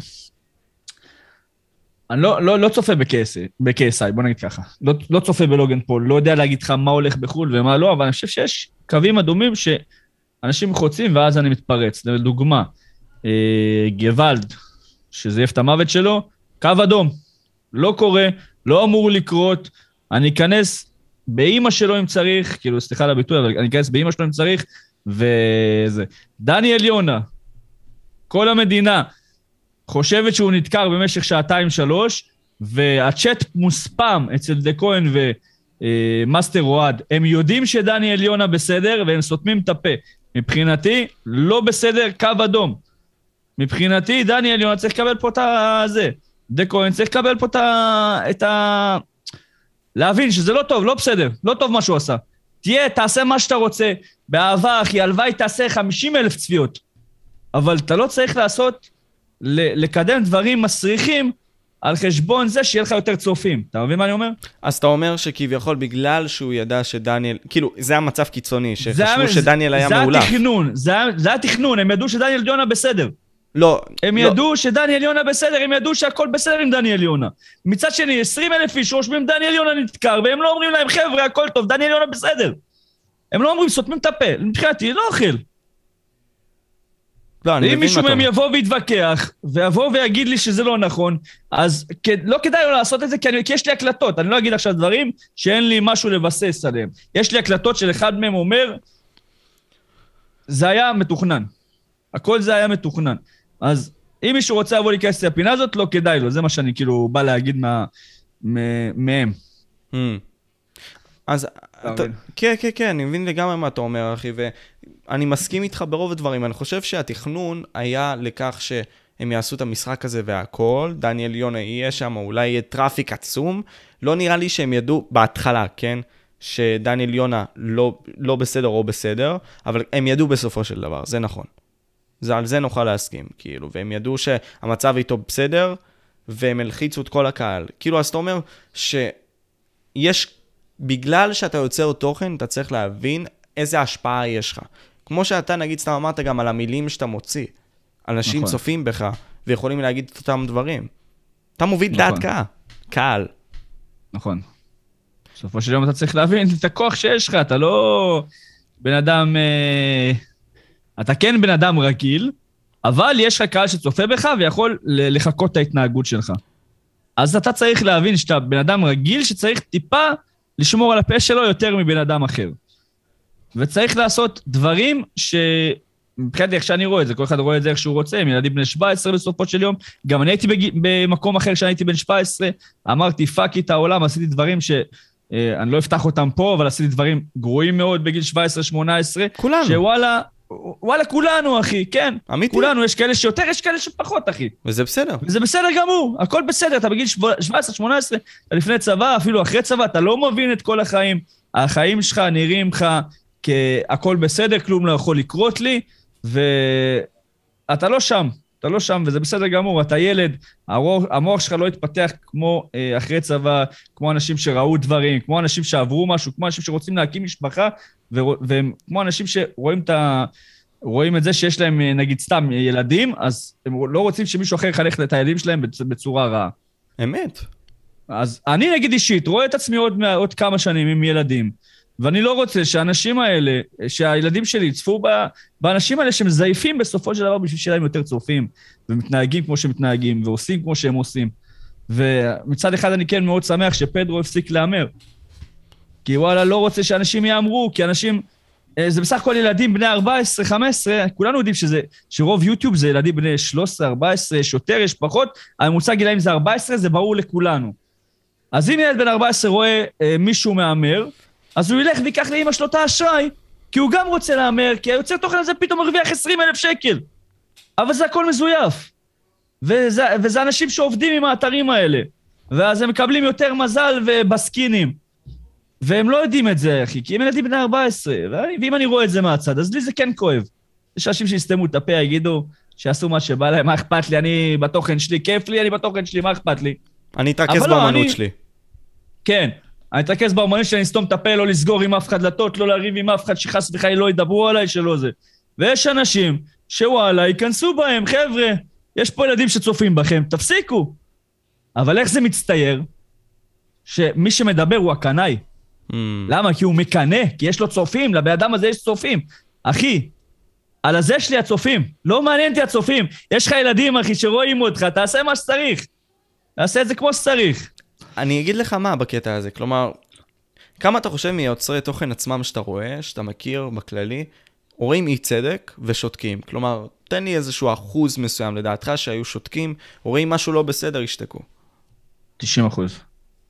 אני לא, לא, לא צופה ב-K S I, בוא נגיד ככה. לא, לא צופה בלוגן פול, לא יודע להגיד לך מה הולך בחול ומה לא, אבל אני חושב שיש קווים אדומים שאנשים חוצים ואז אני מתפרץ. לדוגמה, גוואלד, שזה יפה את המוות שלו, קו אדום, לא קורה, לא אמור לקרות, אני אכנס באמא שלו אם צריך, כאילו סליחה על הביטוי, אבל אני אכנס באמא שלו אם צריך, וזה. דניאל יונה, כל המדינה חושבת שהוא נתקר במשך שעתיים שלוש, והצ'אט מוספם אצל דה כהן ומאסטר רועד, הם יודעים שדניאל יונה בסדר, והם סותמים את הפה. מבחינתי, לא בסדר, קו אדום. מבחינתי, דניאל יונה צריך לקבל פה את זה. דה כהן צריך לקבל פה את ה... להבין שזה לא טוב, לא בסדר, לא טוב מה שהוא עשה. תהיה, תעשה מה שאתה רוצה, באהבה, אחי, הלוואי תעשה חמישים אלף צפיות. אבל אתה לא צריך לעשות, לקדם דברים מסריחים, על חשבון זה שיהיה לך יותר צופים. אתה מבין מה אני אומר? אז אתה אומר שכביכול בגלל שהוא ידע שדניאל, כאילו, זה המצב קיצוני, שחשבו שדניאל היה מעולף. זה התכנון, זה התכנון, הם ידעו שדניאל יונה בסדר. לא. הם ידעו שדניאל יונה בסדר, הם ידעו שהכל בסדר עם דניאל יונה. מצד שני, עשרים אלף איש רושמים דניאל יונה נתקר, והם לא אומרים להם, חבר'ה, הכל טוב, דניאל יונה בסדר. הם לא אומרים, סותמים את הפה. מבחינתי, לא אוכל. לא, אם מישהו מהם יבוא ויתווכח, ויבוא ויגיד לי שזה לא נכון, אז לא כדאי לו לעשות את זה, כי, אני, כי יש לי הקלטות. אני לא אגיד עכשיו דברים שאין לי משהו לבסס עליהם. יש לי הקלטות של אחד מהם אומר, זה היה מתוכנן. הכל זה היה מתוכנן. אז אם מישהו רוצה לבוא להיכנס לפינה הזאת, לא כדאי לו. זה מה שאני כאילו בא להגיד מה, מהם. אז, כן, כן, כן, אני מבין לגמרי מה אתה אומר, אחי, ואני מסכים איתך ברוב הדברים. אני חושב שהתכנון היה לכך שהם יעשו את המשחק הזה והכל, דניאל יונה יהיה שם, אולי יהיה טראפיק עצום. לא נראה לי שהם ידעו בהתחלה, כן? שדניאל יונה לא, לא בסדר או בסדר, אבל הם ידעו בסופו של דבר, זה נכון. זה, על זה נוכל להסכים, כאילו, והם ידעו שהמצב איתו בסדר, והם הלחיצו את כל הקהל. כאילו, אז אתה אומר שיש, בגלל שאתה יוצר תוכן, אתה צריך להבין איזה השפעה יש לך. כמו שאתה, נגיד, סתם אמרת גם על המילים שאתה מוציא. אנשים נכון. צופים בך, ויכולים להגיד את אותם דברים. אתה מוביל נכון. דעת קהל. קהל. נכון. בסופו של יום אתה צריך להבין את הכוח שיש לך, אתה לא בן אדם... אה... אתה כן בן אדם רגיל, אבל יש לך קהל שצופה בך ויכול לחכות את ההתנהגות שלך. אז אתה צריך להבין שאתה בן אדם רגיל שצריך טיפה לשמור על הפה שלו יותר מבן אדם אחר. וצריך לעשות דברים שמבחינתי איך שאני רואה את זה, כל אחד רואה את זה איך שהוא רוצה, עם ילדים בני שבע עשרה בסופו של יום, גם אני הייתי במקום אחר כשאני הייתי בן שבע עשרה, אמרתי פאק את העולם, עשיתי דברים ש... אני לא אפתח אותם פה, אבל עשיתי דברים גרועים מאוד בגיל שבע עשרה שמונה עשרה, כולנו. שוואלה, וואלה, כולנו, אחי, כן. אמיתי? כולנו, יש כאלה שיותר, יש כאלה שפחות, אחי. וזה בסדר. וזה בסדר גמור, הכל בסדר, אתה בגיל שבע עשרה שמונה עשרה, אתה לפני צבא, אפילו אחרי צבא, אתה לא מבין את כל החיים. החיים שלך נראים לך כהכל בסדר, כלום לא יכול לקרות לי, ואתה לא שם, אתה לא שם, וזה בסדר גמור, אתה ילד, המוח, המוח שלך לא יתפתח כמו אה, אחרי צבא, כמו אנשים שראו דברים, כמו אנשים שעברו משהו, כמו אנשים שרוצים להקים משפחה, והם כמו אנשים שרואים את, ה... רואים את זה שיש להם, נגיד, סתם ילדים, אז הם לא רוצים שמישהו אחר יחנך את הילדים שלהם בצורה רעה. אמת. אז אני, נגיד אישית, רואה את עצמי עוד, עוד כמה שנים עם ילדים, ואני לא רוצה שהאנשים האלה, שהילדים שלי יצפו באנשים האלה שמזייפים בסופו של דבר בשביל שלהם יותר צופים, ומתנהגים כמו שמתנהגים, ועושים כמו שהם עושים. ומצד אחד אני כן מאוד שמח שפדרו הפסיק לאמר. כי וואלה, לא רוצה שאנשים יאמרו, כי אנשים, זה בסך הכל ילדים בני ארבע עשרה חמש עשרה, כולנו יודעים שזה, שרוב יוטיוב זה ילדים בני שלוש עשרה ארבע עשרה, יש יותר, יש פחות, הממוצע גילאים זה ארבע עשרה, זה ברור לכולנו. אז אם ילד בן ארבע עשרה רואה אה, מישהו מאמר, אז הוא ילך ויקח לאמא שלו את האשראי, כי הוא גם רוצה לאמר, כי היוצר תוכן הזה פתאום מרוויח עשרים אלף שקל. אבל זה הכל מזויף. וזה, וזה אנשים שעובדים עם האתרים האלה. ואז הם מקבלים יותר מזל ובסקינים. והם לא יודעים את זה, אחי, כי הם ילדים בני ארבע עשרה. ואם אני רואה את זה מהצד, אז לי זה כן כואב. יש אנשים שיסתמו את הפה, יגידו שעשו מה שבא להם, מה אכפת לי, אני בתוכן שלי, כיף לי, אני בתוכן שלי, מה אכפת לי? אני אתרכז באמנות שלי. כן, אני אתרכז באמנות שלי, אני אסתום את הפה, לא לסגור עם אף אחד דלתות, לא להריב עם אף אחד, שחס וחלילה לא ידברו עליי, שלא זה. ויש אנשים שוואלה, ייכנסו בהם, חבר'ה, יש פה ילדים שצופים בכם, תפסיקו. אבל איך זה מצטייר? שמי שמדבר הוא הקנאי. Mm. למה? כי הוא מקנה, כי יש לו צופים, לבן אדם הזה יש צופים. אחי, על הזה שלי הצופים, לא מעניין אותי הצופים. יש לך ילדים, אחי, שרואים אותך, תעשה מה שצריך. תעשה את זה כמו שצריך. אני אגיד לך מה בקטע הזה, כלומר, כמה אתה חושב מיוצרי תוכן עצמם שאתה רואה, שאתה מכיר בכללי, רואים אי צדק ושותקים. כלומר, תן לי איזשהו אחוז מסוים לדעתך שהיו שותקים, רואים משהו לא בסדר, ישתקו. תשעים אחוז.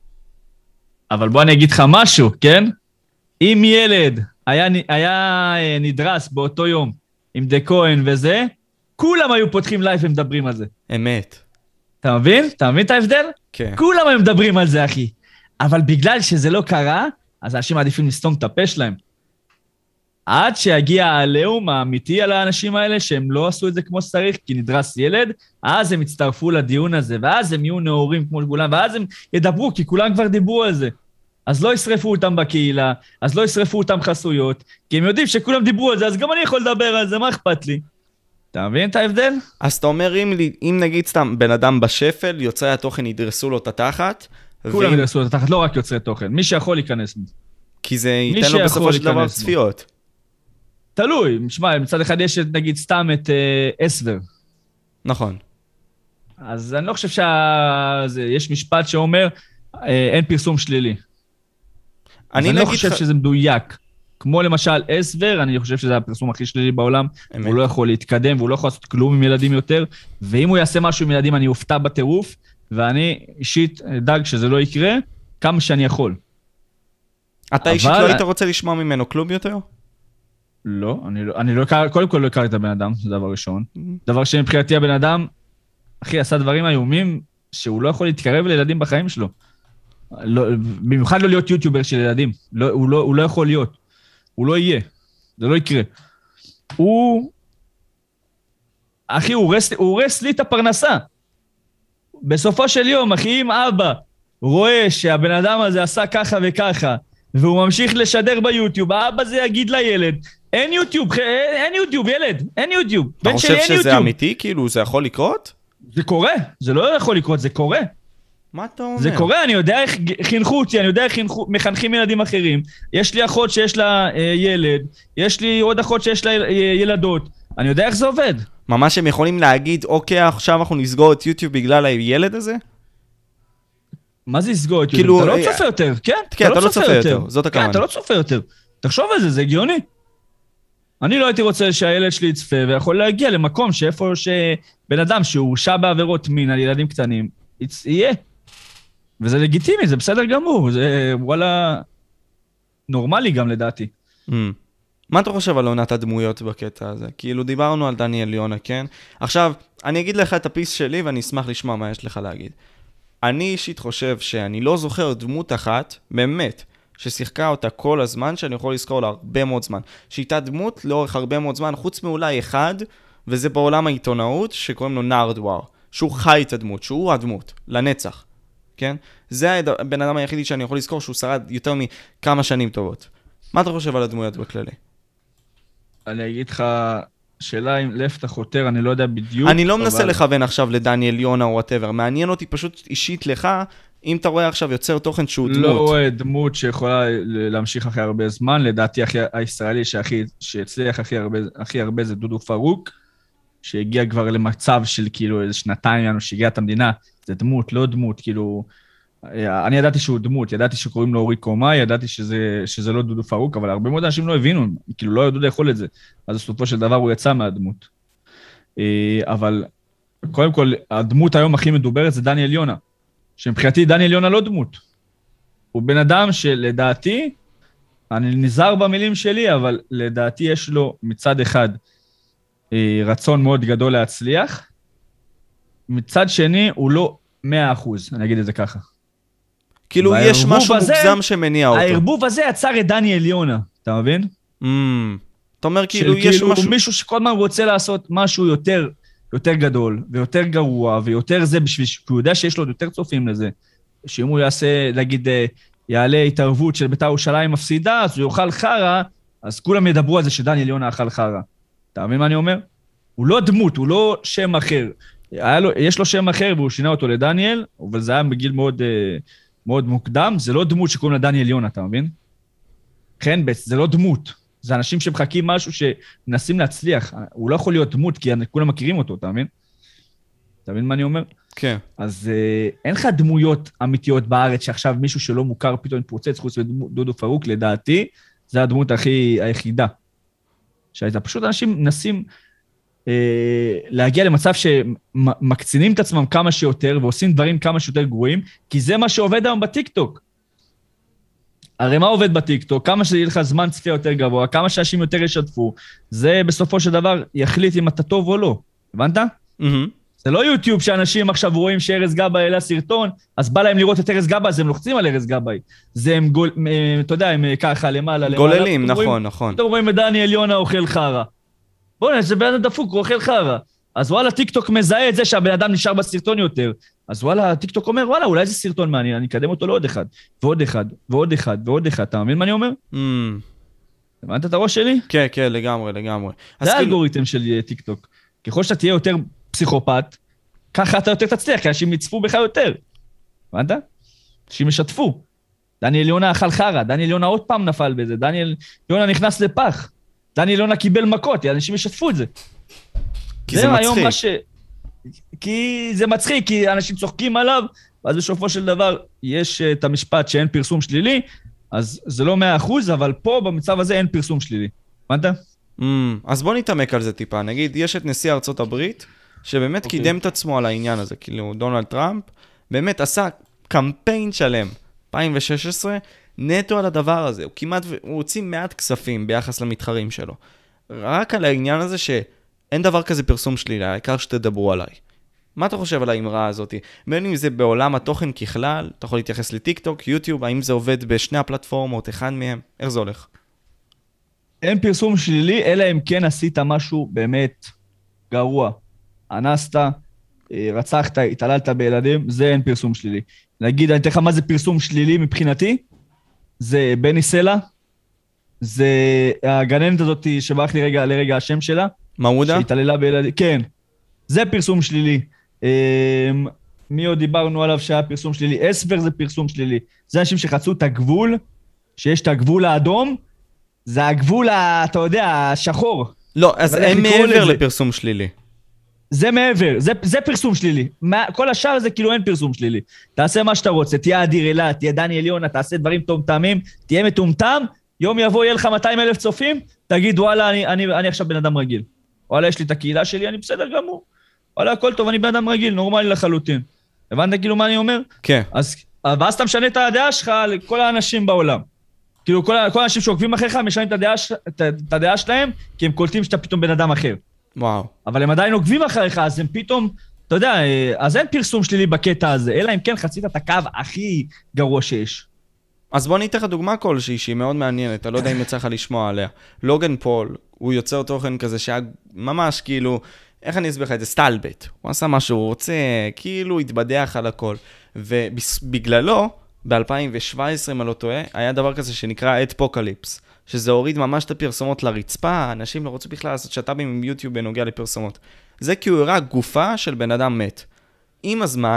אבל בוא אני אגיד לך משהו, כן? אם ילד היה, היה נדרס באותו יום עם דה כהן וזה, כולם היו פותחים לייב ומדברים על זה. אמת. אתה מבין? אתה מבין את ההבדל? כן. כולם היו מדברים על זה, אחי. אבל בגלל שזה לא קרה, אז אנשים מעדיפים לסתום את הפה שלהם. עד שיגיע העליהום האמיתי על האנשים האלה, שהם לא עשו את זה כמו שצריך, כי נדרס ילד, אז הם יצטרפו לדיון הזה, ואז הם יהיו נאורים כמו כולם, ואז הם ידברו, כי כולם כבר דיברו על זה. אז לא ישרפו אותם בקהילה, אז לא ישרפו אותם חסויות, כי הם יודעים שכולם דיברו על זה, אז גם אני יכול לדבר על זה, מה אכפת לי? אתה מבין את ההבדל? אז אתה אומר, אם, אם נגיד סתם בן אדם בשפל, יוצרי התוכן ידרסו לו את התחת, כולם ואם... ידרסו לו את התחת, לא רק יוצרי תוכן, מי שיכול להיכנס. כי זה ייתן לו בסופו של דבר צפיות. תלוי, משמע, מצד אחד יש נגיד סתם את אה, אסבר. נכון. אז אני לא חושב שיש משפט שאומר, אה, אין פרסום שלילי. אני, אני לא חושב ח... שזה מדויק. כמו למשל אסבר, אני חושב שזה הפרסום הכי שלילי בעולם, אמת. הוא לא יכול להתקדם, והוא לא יכול לעשות כלום עם ילדים יותר, ואם הוא יעשה משהו עם ילדים, אני אופתע בטירוף, ואני אישית דאג שזה לא יקרה, כמה שאני יכול. אתה אבל... אישית לא היית רוצה לשמוע ממנו כלום יותר? לא, אני לא, אני לא, קודם כל לא הכרתי את הבן אדם, זה דבר ראשון. Mm-hmm. דבר שמבחינתי הבן אדם, אחי, עשה דברים איומים, שהוא לא יכול להתקרב לילדים בחיים שלו. לא, במיוחד לא להיות יוטיובר של ילדים. לא, הוא, לא, הוא לא יכול להיות. הוא לא יהיה. זה לא יקרה. הוא... אחי, הוא רס, הוא רס לי את הפרנסה. בסופו של יום, אחי, אם אבא רואה שהבן אדם הזה עשה ככה וככה, והוא ממשיך לשדר ביוטיוב, האבא זה יגיד לילד, אין יוטיוב, אין יוטיוב, ילד, אין יוטיוב. אתה חושב שזה אמיתי? כאילו, זה יכול לקרות? זה קורה, זה לא יכול לקרות, זה קורה. מה אתה אומר? זה קורה, אני יודע איך חינכו אותי, אני יודע איך חינכו, מחנכים ילדים אחרים. יש לי אחות שיש לה אה, ילד, יש לי עוד אחות שיש לה אה, ילדות. אני יודע איך זה עובד. ממש הם יכולים להגיד, אוקיי, עכשיו אנחנו נסגור את יוטיוב בגלל הילד הזה? מה זה לסגור את יוטיוב? אתה לא צופה יותר, כן? כן, אתה לא צופה יותר, זאת הכוונה. כן, אתה לא צופה יותר. תחשוב על זה, זה הגיוני. אני לא הייתי רוצה שהילד שלי יצפה, ויכול להגיע למקום שאיפה שבן אדם שהורשע בעבירות מין על ילדים קטנים, יהיה. וזה לגיטימי, זה בסדר גמור, זה וואלה נורמלי גם לדעתי. Mm. מה אתה חושב על עונת הדמויות בקטע הזה? כאילו דיברנו על דניאל יונה, כן? עכשיו, אני אגיד לך את הפיס שלי ואני אשמח לשמוע מה יש לך להגיד. אני אישית חושב שאני לא זוכר דמות אחת, באמת, ששיחקה אותה כל הזמן, שאני יכול לזכור לה הרבה מאוד זמן. שהייתה דמות לאורך הרבה מאוד זמן, חוץ מאולי אחד, וזה בעולם העיתונאות, שקוראים לו נארדוואר, שהוא חי את הדמות, שהוא הדמות, לנצח. כן? זה הבן אדם היחידי שאני יכול לזכור שהוא שרד יותר מכמה שנים טובות. מה אתה חושב על הדמויות בכללי? אני אגיד לך, שאלה אם לפת החותר, אני לא יודע בדיוק. אני לא מנסה אבל... לכוון עכשיו לדניאל יונה או whatever, מעניין אותי פשוט אישית לך, אם אתה רואה עכשיו יוצר תוכן שהוא דמות. לא רואה דמות שיכולה להמשיך אחרי הרבה זמן, לדעתי הישראלי שהצליח הכי הרבה, הכי הרבה זה דודו פרוק, שהגיע כבר למצב של כאילו איזה שנתיים יענו שהגיע את המדינה, זה דמות, לא דמות, כאילו, אני ידעתי שהוא דמות, ידעתי שקוראים לו אורי קומאי, ידעתי שזה, שזה לא דודו פרוק, אבל הרבה מאוד אנשים לא הבינו, כאילו לא ידעו לאכול את זה, אז בסופו של דבר הוא יצא מהדמות. אבל קודם כל, הדמות היום הכי מדוברת זה דניאל יונה, שמבחינתי דניאל יונה לא דמות. הוא בן אדם שלדעתי, אני נזהר במילים שלי, אבל לדעתי יש לו מצד אחד רצון מאוד גדול להצליח, מצד שני הוא לא מאה אחוז, אני אגיד את זה ככה. כאילו יש משהו מוגזם שמניע אותו. הערבוב הזה יצר את דניאל יונה, אתה מבין? Mm, אתה אומר כאילו יש כאילו משהו... מישהו שכל הזמן רוצה לעשות משהו יותר, יותר גדול, ויותר גרוע, ויותר זה בשביל, כי הוא יודע שיש לו יותר צופים לזה, שאם הוא יעשה, נגיד, יעלה התערבות של בית"ר ירושלים מפסידה, אז הוא יאכל חרא, אז כולם ידברו על זה שדניאל יונה אכל חרא. אתה מבין מה אני אומר? הוא לא דמות, הוא לא שם אחר. היה לו, יש לו שם אחר והוא שינה אותו לדניאל, אבל זה היה בגיל מאוד, מאוד מוקדם, זה לא דמות שקוראים לדניאל יונה, אתה מבין? כן, זה לא דמות. זה אנשים שמחכים משהו שמנסים להצליח. הוא לא יכול להיות דמות, כי כולם מכירים אותו, אתה מבין? אתה מבין מה אני אומר? כן. אז אין לך דמויות אמיתיות בארץ, שעכשיו מישהו שלא מוכר פתאום פרוצץ, חוץ מדודו פרוק, לדעתי, זה הדמות הכי היחידה. שהייתה פשוט אנשים מנסים אה, להגיע למצב שמקצינים את עצמם כמה שיותר, ועושים דברים כמה שיותר גרועים, כי זה מה שעובד היום בטיקטוק. הרי מה עובד בטיקטוק? כמה שיהיה לך זמן צפייה יותר גבוה, כמה שאנשים יותר ישתפו, זה בסופו של דבר יחליט אם אתה טוב או לא. הבנת? Mm-hmm. זה לא יוטיוב שאנשים עכשיו רואים שארז גבאי העלה סרטון, אז בא להם לראות את ארז גבאי, אז הם לוחצים על ארז גבאי. זה הם, גול, אתה יודע, הם ככה למעלה, למעלה. גוללים, נכון, רואים, נכון. אתם רואים את דניאל יונה אוכל חרא. בואו, זה בן אדם דפוק, הוא אוכל חרא. אז וואלה, טיקטוק מזהה את זה שהבן אדם נשאר בסרטון יותר. אז וואלה, טיקטוק אומר, וואלה, אולי זה סרטון מעניין, אני אקדם אותו לעוד אחד, ועוד אחד, ועוד אחד, ועוד אחד. אתה מבין מה אני אומר? Mm. הבנת את הראש שלי? כן, כן, לגמרי, לגמרי. זה האלגוריתם של טיקטוק. ככל שאתה תהיה יותר פסיכופת, ככה אתה יותר תצליח, כי אנשים יצפו בך יותר. הבנת? אנשים ישתפו. דניאל יונה אכל חרא, דניאל יונה עוד פעם נפל בזה, דניאל יונה נכנס לפח, דניאל יונה קיבל מכות, אנשים ישתפו את זה. כי זה מצחיק. ש... כי זה מצחיק, כי אנשים צוחקים עליו, ואז בסופו של דבר יש את המשפט שאין פרסום שלילי, אז זה לא מאה אחוז, אבל פה במצב הזה אין פרסום שלילי. הבנת? Mm, אז בוא נתעמק על זה טיפה. נגיד, יש את נשיא ארצות הברית, שבאמת okay. קידם את עצמו על העניין הזה, כאילו דונלד טראמפ, באמת עשה קמפיין שלם, אלפיים ושש עשרה, נטו על הדבר הזה, הוא כמעט, הוא הוציא מעט כספים ביחס למתחרים שלו, רק על העניין הזה שאין דבר כזה פרסום שלילי, העיקר שתדברו עליי. מה אתה חושב על האמרה הזאת? בין אם זה בעולם התוכן ככלל, אתה יכול להתייחס לטיק-טוק, יוטיוב, האם זה עובד בשני הפלטפורמות, אחד מהם, איך זה הולך? אין פרסום שלילי, אלא אם כן עשית משהו באמת גרוע. אנסת, רצחת, התעללת בילדים, זה אין פרסום שלילי. נגיד, אני אתן לך מה זה פרסום שלילי מבחינתי, זה בני סלע, זה הגננת הזאת שברח לי רגע, לרגע השם שלה. מעודה? שהתעללה בילדים, כן. זה פרסום שלילי. מי עוד דיברנו עליו שהיה פרסום שלילי? אסבר זה פרסום שלילי. זה אנשים שחצו את הגבול, שיש את הגבול האדום, זה הגבול, אתה יודע, השחור. לא, אז אין מעבר לפרסום שלילי. זה מעבר, זה, זה פרסום שלילי. מה, כל השאר זה כאילו אין פרסום שלילי. תעשה מה שאתה רוצה, תהיה אדיר אלה, תהיה דניאל יונה, תעשה דברים טומטמים, תהיה מטומטם, יום יבוא, יהיה לך מאתיים אלף צופים, תגיד, וואלה, אני, אני, אני עכשיו בן אדם רגיל. וואלה, יש לי את הקהילה שלי, אני בסדר גמור. וואלה, הכל טוב, אני בן אדם רגיל, נורמלי לחלוטין. הבנת כאילו מה אני אומר? כן. אז, ואז אתה משנה את הדעה שלך לכל האנשים בעולם. כאילו, כל, כל האנשים שעוקבים אחריך, משנים את הדעה, את, את הדעה שלהם, כי הם קולטים שאתה פתאום בן אדם אחר. וואו. אבל הם עדיין עוקבים אחריך, אז הם פתאום, אתה יודע, אז אין פרסום שלילי בקטע הזה, אלא אם כן חצית את הקו הכי גרוע שיש. אז בוא ניתן לך דוגמה כלשהי, שהיא מאוד מעניינת, אתה לא יודע אם יצא לך לשמוע עליה. לוגן פול, הוא יוצר תוכן כזה שהיה ממש כאילו, איך אני אסביר לך את זה? סטלבט. הוא עשה מה שהוא רוצה, כאילו התבדח על הכל. ובגללו, ב-אלפיים שבע עשרה, אם אני לא טועה, היה דבר כזה שנקרא אדפוקליפס, שזה הוריד ממש את הפרסומות לרצפה, אנשים לא רוצו בכלל לעשות שטאבים עם יוטיוב בנוגע לפרסומות. זה כי הוא הראה גופה של בן אדם מת. עם הזמן,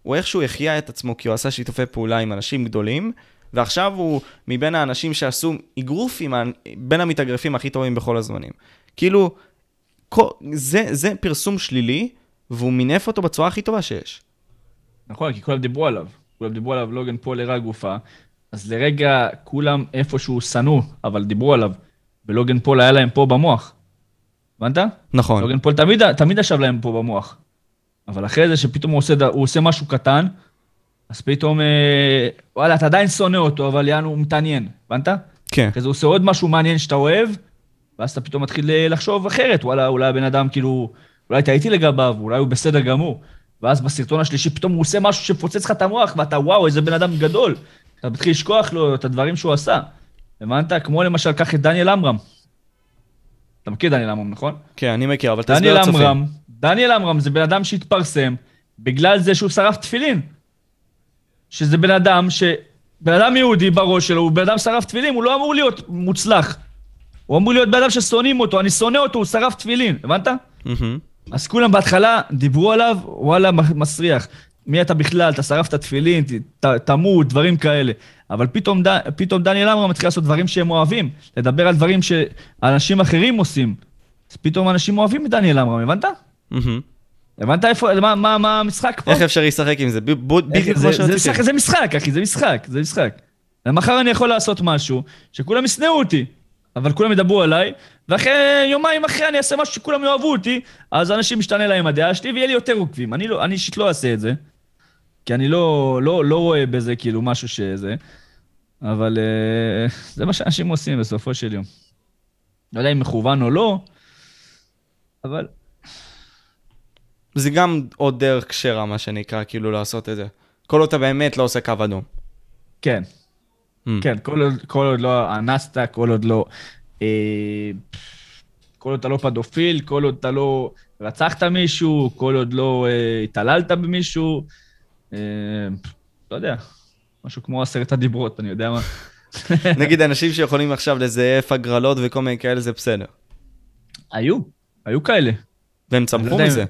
הוא איכשהו החיה את עצמו, כי הוא עשה שיתופי פעולה עם אנשים גדולים, ועכשיו הוא מבין האנשים שעשו אגרוף עם בין המתאגרפים הכי טובים בכל הזמנים. כאילו, זה, זה פרסום שלילי, והוא מינף אותו בצורה הכי טובה שיש. נכון, כי כולם דיברו עליו. כולם דיברו עליו, לוגן פול הראה גופה, אז לרגע כולם איפשהו סנו, אבל דיברו עליו, ולוגן פול היה להם פה במוח. הבנת? נכון. לוגן פול תמיד, תמיד ישב להם פה במוח. אבל אחרי זה שפתאום הוא עושה, הוא עושה משהו קטן, אז פתאום, אה, וואלה, אתה עדיין שונא אותו, אבל יענו, הוא מתעניין. הבנת? כן. כזה הוא עושה עוד משהו מעניין שאתה אוהב, ואז אתה פתאום מתחיל לחשוב אחרת. וואלה, אולי הבן אדם כאילו, אולי תהייתי לגביו, אולי הוא בסדר גמור. ואז בסרטון השלישי פתאום הוא עושה משהו שפוצץ לך את המוח, ואתה וואו, איזה בן אדם גדול. אתה מתחיל לשכוח לו את הדברים שהוא עשה. הבנת? כמו למשל, קח את דניאל אמרם. אתה מכיר דניאל אמרם, נכון? כן, אני מכיר, אבל תסביר לצופים. דניאל אמרם, דניאל אמרם זה בן אדם שהתפרסם בגלל זה שהוא שרף תפילין. שזה בן אדם ש... בן אדם יהודי בראש שלו, הוא בן אדם שרף תפילין, הוא לא אמור להיות מוצלח. הוא אמור להיות בן אדם ששונאים אותו, אני שונא אותו, הוא שרף תפילין, הבנת? אז כולם בהתחלה דיברו עליו, וואלה, מסריח. מי אתה בכלל, אתה שרפת תפילין, ת, תמות, דברים כאלה. אבל פתאום, ד, פתאום דניאל אמרם מתחיל לעשות דברים שהם אוהבים, לדבר על דברים שאנשים אחרים עושים. אז פתאום אנשים אוהבים את דניאל אמרם, הבנת? הבנת איפה, מה, מה, מה המשחק פה? איך אפשר לשחק עם זה? בדיוק כמו שרציתי. זה משחק, אחי, זה משחק, זה משחק. למחר אני יכול לעשות משהו שכולם ישנאו אותי, אבל כולם ידברו עליי, ואחרי יומיים אחרי אני אעשה משהו שכולם יאהבו אותי, אז אנשים משתנה להם הדעה שלי, ויהיה לי יותר עוקבים. אני לא, אני אישית לא אעשה את זה, כי אני לא, לא, לא רואה בזה כאילו משהו שזה, אבל uh, זה מה שאנשים עושים בסופו של יום. לא יודע אם מכוון או לא, אבל... זה גם עוד דרך כשרה, מה שנקרא, כאילו לעשות את זה. כל עוד אתה באמת לא עושה קו אדום. כן. Mm. כן, כל עוד, כל עוד לא אנסת, כל עוד לא... אה, כל עוד אתה לא פדופיל, כל עוד אתה לא רצחת מישהו, כל עוד לא אה, התעללת במישהו, אה, לא יודע, משהו כמו עשרת הדיברות, אני יודע מה. נגיד, אנשים שיכולים עכשיו לזייף הגרלות וכל מיני כאלה, זה בסדר. היו, היו כאלה. והם צמחו מזה.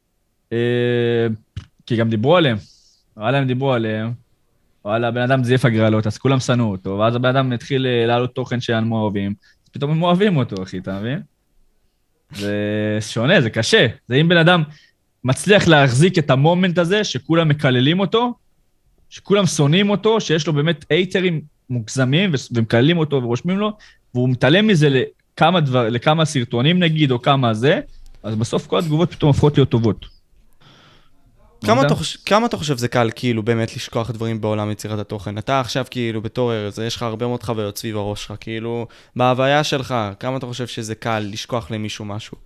כי גם דיברו עליהם. וואלה, הם דיברו עליהם. וואלה, הבן אדם זייף הגרלות, אז כולם שנאו אותו, ואז הבן אדם התחיל לעלות תוכן שאנו אוהבים, אז פתאום הם אוהבים אותו, אחי, אתה מבין? זה שונה, זה קשה. זה אם בן אדם מצליח להחזיק את המומנט הזה, שכולם מקללים אותו, שכולם שונאים אותו, שיש לו באמת אייטרים מוגזמים, ומקללים אותו ורושמים לו, והוא מתעלם מזה לכמה, דבר, לכמה סרטונים נגיד, או כמה זה, אז בסוף כל התגובות פתאום הופכות להיות טובות. כמה אתה, חושב, כמה אתה חושב זה קל כאילו באמת לשכוח דברים בעולם יצירת התוכן? אתה עכשיו כאילו בתור ארז, יש לך הרבה מאוד חוויות סביב הראש שלך, כאילו בהוויה שלך, כמה אתה חושב שזה קל לשכוח למישהו משהו?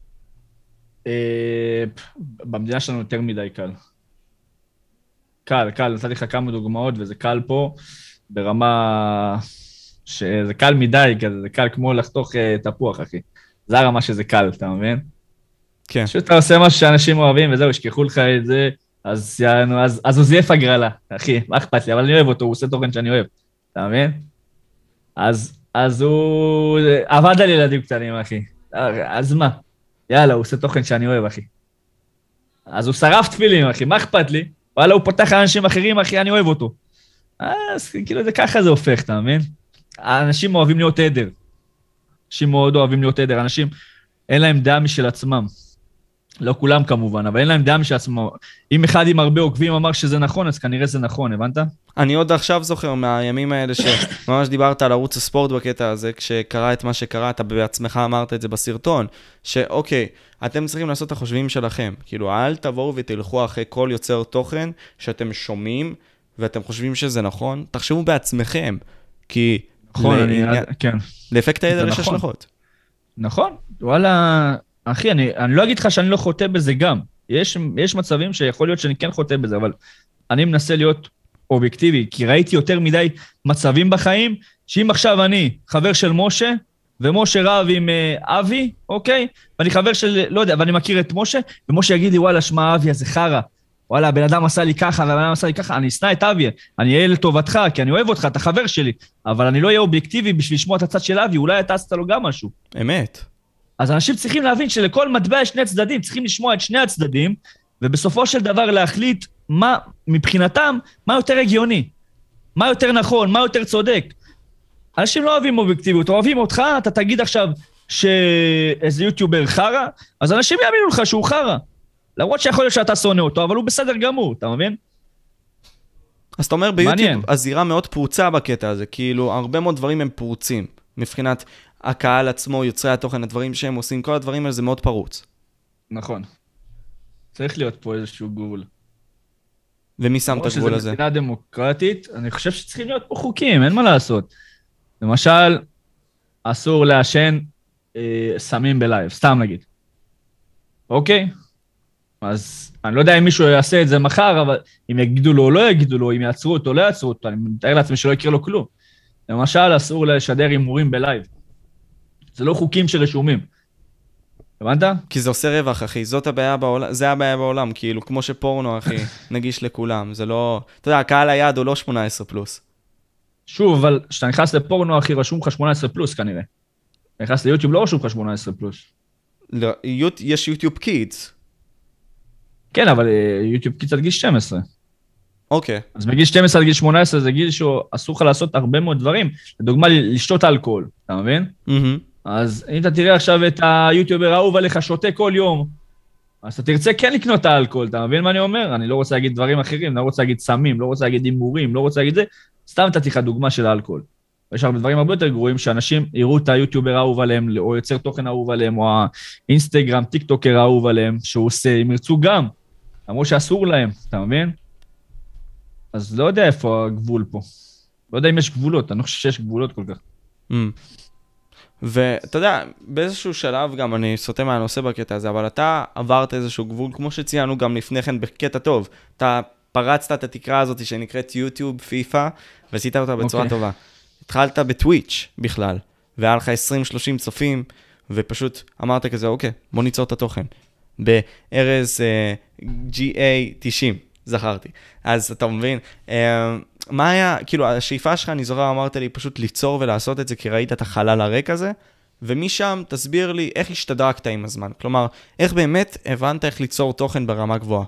במדינה שלנו יותר מדי קל. קל, קל, נתתי לך כמה דוגמאות וזה קל פה ברמה שזה קל מדי, זה קל כמו לחתוך תפוח, אחי. זה הרמה שזה קל, אתה מבין? כן. פשוט אתה עושה משהו שאנשים אוהבים, וזהו, שכחו לך את זה, אז, יענו, אז, אז הוא זייף הגרלה, אחי, מה אכפת לי, אבל אני אוהב אותו, הוא עושה תוכן שאני אוהב, אתה מבין? אז, אז הוא עבד על ילדים קטנים, אחי. אז מה? יאללה, הוא עושה תוכן שאני אוהב, אחי. אז הוא שרף תפילים, אחי, מה אכפת לי? וואלה, הוא פותח אנשים אחרים, אחי, אני אוהב אותו. אז כאילו, זה ככה זה הופך, אתה מבין? האנשים אוהבים להיות עדר. אנשים מאוד אוהבים להיות עדר, אנשים, אין להם דעה משל עצמם. לא כולם כמובן, אבל אין להם דעה משל עצמם. אם אחד עם הרבה עוקבים אמר שזה נכון, אז כנראה זה נכון, הבנת? אני עוד עכשיו זוכר מהימים האלה שממש דיברת על ערוץ הספורט בקטע הזה, כשקרא את מה שקרא, אתה בעצמך אמרת את זה בסרטון, שאוקיי, אתם צריכים לעשות את החושבים שלכם. כאילו, אל תבואו ותלכו אחרי כל יוצר תוכן שאתם שומעים, ואתם חושבים שזה נכון, תחשבו בעצמכם, כי... נכון, אני... כן. לאפקט העדר יש השלכות. נכון, וואלה, אחי, אני, אני לא אגיד לך שאני לא חוטא בזה גם. יש, יש מצבים שיכול להיות שאני כן חוטא בזה, אבל אני מנסה להיות אובייקטיבי, כי ראיתי יותר מדי מצבים בחיים, שאם עכשיו אני חבר של משה, ומשה רב עם uh, אבי, אוקיי? ואני חבר של, לא יודע, ואני מכיר את משה, ומשה יגיד לי, וואלה, שמה אבי, אז זה חרה. וואלה, הבן אדם עשה לי ככה, והבן אדם עשה לי ככה, אני אסנע את אבי, אני אהיה לטובתך, כי אני אוהב אותך, אתה חבר שלי, אבל אני לא אהיה אובייקטיבי בשביל לשמוע את הצד של אבי, אולי אתה עשת לו גם משהו. אמת. אז אנשים צריכים להבין שלכל מטבע יש שני צדדים, צריכים לשמוע את שני הצדדים, ובסופו של דבר להחליט מה, מבחינתם, מה יותר הגיוני, מה יותר נכון, מה יותר צודק. אנשים לא אוהבים אובייקטיביות, אוהבים אותך, אתה תגיד עכשיו שאיזה יוטיובר חרה, אז אנשים יאמינו לך שהוא חרה. למרות שיכול להיות שאתה שונא אותו, אבל הוא בסדר גמור, אתה מבין? אז אתה אומר, ביוטיוב הזירה מאוד פרוצה בקטע הזה, כאילו הרבה מאוד דברים הם פרוצים, מבחינת הקהל עצמו, יוצרי התוכן, הדברים שהם עושים, כל הדברים האלה זה מאוד פרוץ. נכון. צריך להיות פה איזשהו גבול. ומי שם את הגבול הזה? שזה מדינה דמוקרטית, אני חושב שצריכים להיות פה חוקים, אין מה לעשות. למשל, אסור לעשן אה, סמים בלייב, סתם נגיד. אוקיי? אז אני לא יודע אם מישהו יעשה את זה מחר, אבל אם יגידו לו או לא יגידו לו, אם יעצרו אותו או לא יעצרו אותו, אני מתאר לעצמי שלא יקרה לו כלום. למשל, אסור לשדר הימורים בלייב. זה לא חוקים שרשומים. הבנת? כי זה עושה רווח, אחי. זאת הבעיה בעולם, זה הבעיה בעולם, כאילו, כמו שפורנו, אחי, נגיש לכולם. זה לא... אתה יודע, הקהל היעד הוא לא שמונה עשרה פלוס. שוב, אבל כשאתה נכנס לפורנו, אחי, רשום לך שמונה עשרה פלוס כנראה. נכנס ליוטיוב, לא רשום לך שמונה עשרה פלוס. לא, יש יוטיוב קידס. כן, אבל יוטיוב קידס עד גיל שתים עשרה. אוקיי. אז מגיל שתים עשרה עד גיל שמונה עשרה זה גיל שאסור לך לעשות הרבה מאוד דברים. לדוגמה, לשתות אלכוהול, אתה מבין? אהה. אז אם אתה תראה עכשיו את היוטיובר האהוב עליך שותה כל יום, אז אתה תרצה כן לקנות את האלכוהול, אתה מבין מה אני אומר? אני לא רוצה להגיד דברים אחרים, לא רוצה להגיד סמים, לא רוצה להגיד הימורים, לא רוצה להגיד זה, סתם נתתי לך דוגמה של האלכוהול. יש הרבה דברים הרבה יותר גרועים שאנשים יראו את היוטיובר האהוב עליהם, או יוצר תוכן האהוב עליהם, או האינסטגרם, טיק טוקר האהוב עליהם, שהוא עושה, הם ירצו גם, למרות שאסור להם, אתה מבין? אז לא יודע איפה הגבול פה. לא יודע אם יש גבולות, אני לא חושב שיש גבולות כל כך. ואתה יודע, באיזשהו שלב גם אני סוטה מהנושא בקטע הזה, אבל אתה עברת איזשהו גבול, כמו שציינו גם לפני כן בקטע טוב. אתה פרצת את התקרה הזאת שנקראת יוטיוב, פיפה, ועשית אותה בצורה okay. טובה. התחלת בטוויץ' בכלל, והיה לך עשרים שלושים צופים, ופשוט אמרת כזה, אוקיי, בוא ניצור את התוכן. בארז uh, ג'י איי תשעים, זכרתי. אז אתה מבין, uh, מה היה, כאילו, השאיפה שלך, אני זוכר, אמרת לי פשוט ליצור ולעשות את זה, כי ראית את החלל הריק הזה, ומשם תסביר לי איך השתדרקת עם הזמן. כלומר, איך באמת הבנת איך ליצור תוכן ברמה גבוהה?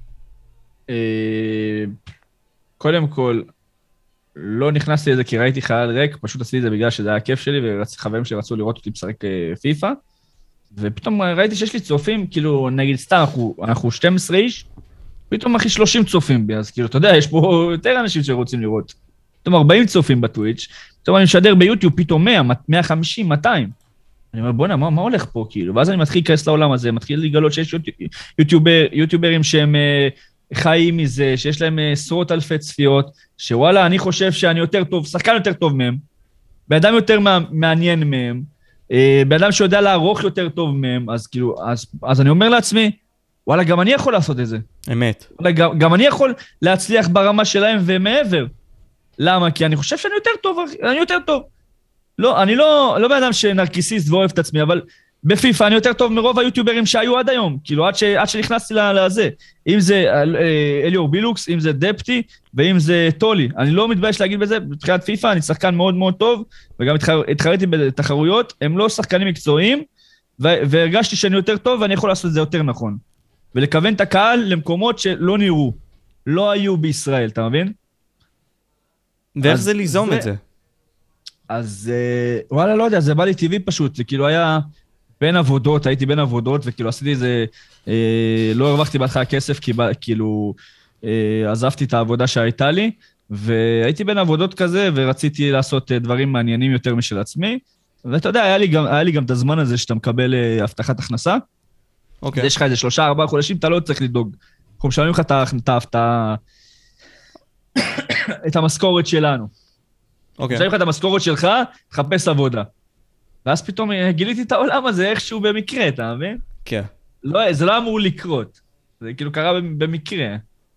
קודם כל, לא נכנסתי לזה כי ראיתי חלל ריק, פשוט עשיתי את זה בגלל שזה היה כיף שלי, וחברים שרצו לראות אותי משחק פיפה, ופתאום ראיתי שיש לי צופים, כאילו, נגיד סתם, אנחנו, אנחנו שתים עשרה איש, פתאום אחי שלושים צופים בי, אז כאילו, אתה יודע, יש פה יותר אנשים שרוצים לראות. פתאום ארבעים צופים בטוויץ', פתאום אני משדר ביוטיוב, פתאום מאה, מאה וחמישים, מאתיים. אני אומר, בוא'נה, מה, מה הולך פה, כאילו? ואז אני מתחיל להיכנס לעולם הזה, מתחיל לגלות שיש יוטיובר, יוטיוברים שהם uh, חיים מזה, שיש להם עשרות אלפי צפיות, שוואלה, אני חושב שאני יותר טוב, שחקן יותר טוב מהם, באדם יותר מעניין מהם, uh, באדם שיודע לערוך יותר טוב מהם, אז כאילו, אז, אז אני אומר לעצמי, וואלה, גם אני יכול לעשות את זה. אמת. וואלה, גם, גם אני יכול להצליח ברמה שלהם ומעבר. למה? כי אני חושב שאני יותר טוב, אני יותר טוב. לא, אני לא, לא באדם שנרקיסיסט ואוהב את עצמי, אבל בפיפה אני יותר טוב מרוב היוטיוברים שהיו עד היום. כאילו, עד, ש, עד שנכנסתי לזה. אם זה אליור בילוקס, אם זה דפטי, ואם זה טולי. אני לא מתבייש להגיד בזה, בתחילת פיפה אני שחקן מאוד מאוד טוב, וגם התחרתי בתחרויות, הם לא שחקנים מקצועיים, והרגשתי שאני יותר טוב ואני יכול לעשות את זה יותר נכון. ולכוון את הקהל למקומות שלא נראו, לא היו בישראל, אתה מבין? ואיך זה ליזום זה... את זה? אז וואלה, לא יודע, זה בא לי טבעי פשוט, זה כאילו היה בין עבודות, הייתי בין עבודות, וכאילו עשיתי זה, אה, לא הרווחתי בהתחלה כסף, כי כאילו אה, עזבתי את העבודה שהייתה לי, והייתי בין עבודות כזה, ורציתי לעשות דברים מעניינים יותר משל עצמי, ואתה יודע, היה לי גם, היה לי גם את הזמן הזה שאתה מקבל אה, הבטחת הכנסה, אוקיי. יש לך איזה שלושה, ארבעה חודשים, אתה לא צריך לדאוג. אנחנו משלמים לך את המשכורת שלנו. אוקיי. משלמים לך את המשכורת שלך, תחפש עבודה. ואז פתאום גיליתי את העולם הזה איכשהו במקרה, אתה מבין? כן. לא, זה לא אמור לקרות. זה כאילו קרה במקרה.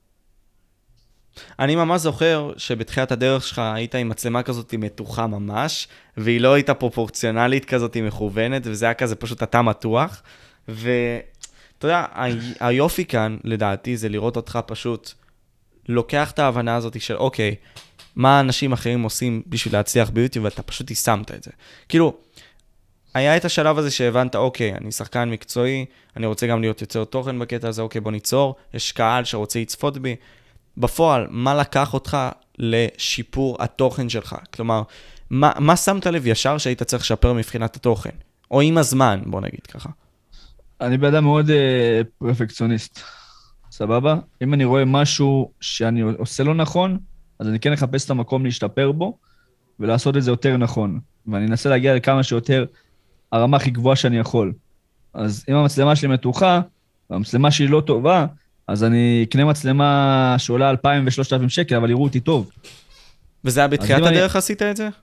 אני ממש זוכר שבתחילת הדרך שלך היית עם מצלמה כזאת מתוחה ממש, והיא לא הייתה פרופורציונלית כזאת מכוונת, וזה היה כזה פשוט אתה מתוח. ואתה יודע, היופי כאן, לדעתי, זה לראות אותך פשוט לוקח את ההבנה הזאת של, אוקיי, מה אנשים אחרים עושים בשביל להצליח ביוטיוב, ואתה פשוט יישמת את זה. כאילו, היה את השלב הזה שהבנת, אוקיי, אני שחקן מקצועי, אני רוצה גם להיות יוצר תוכן בקטע הזה, אוקיי, בוא ניצור, יש קהל שרוצה לצפות בי. בפועל, מה לקח אותך לשיפור התוכן שלך? כלומר, מה, מה שמת לב ישר שהיית צריך לשפר מבחינת התוכן? או עם הזמן, בוא נגיד ככה. אני באדם מאוד אה, פרפקציוניסט, סבבה? אם אני רואה משהו שאני עושה לא נכון, אז אני כן אחפש את המקום להשתפר בו, ולעשות את זה יותר נכון. ואני אנסה להגיע לכמה שיותר הרמה הכי גבוהה שאני יכול. אז אם המצלמה שלי מתוחה, והמצלמה שלי לא טובה, אז אני אקנה מצלמה שעולה אלפיים ושלושת אלפים שקל, אבל יראו אותי טוב. וזה היה בתחילת הדרך עשית את זה?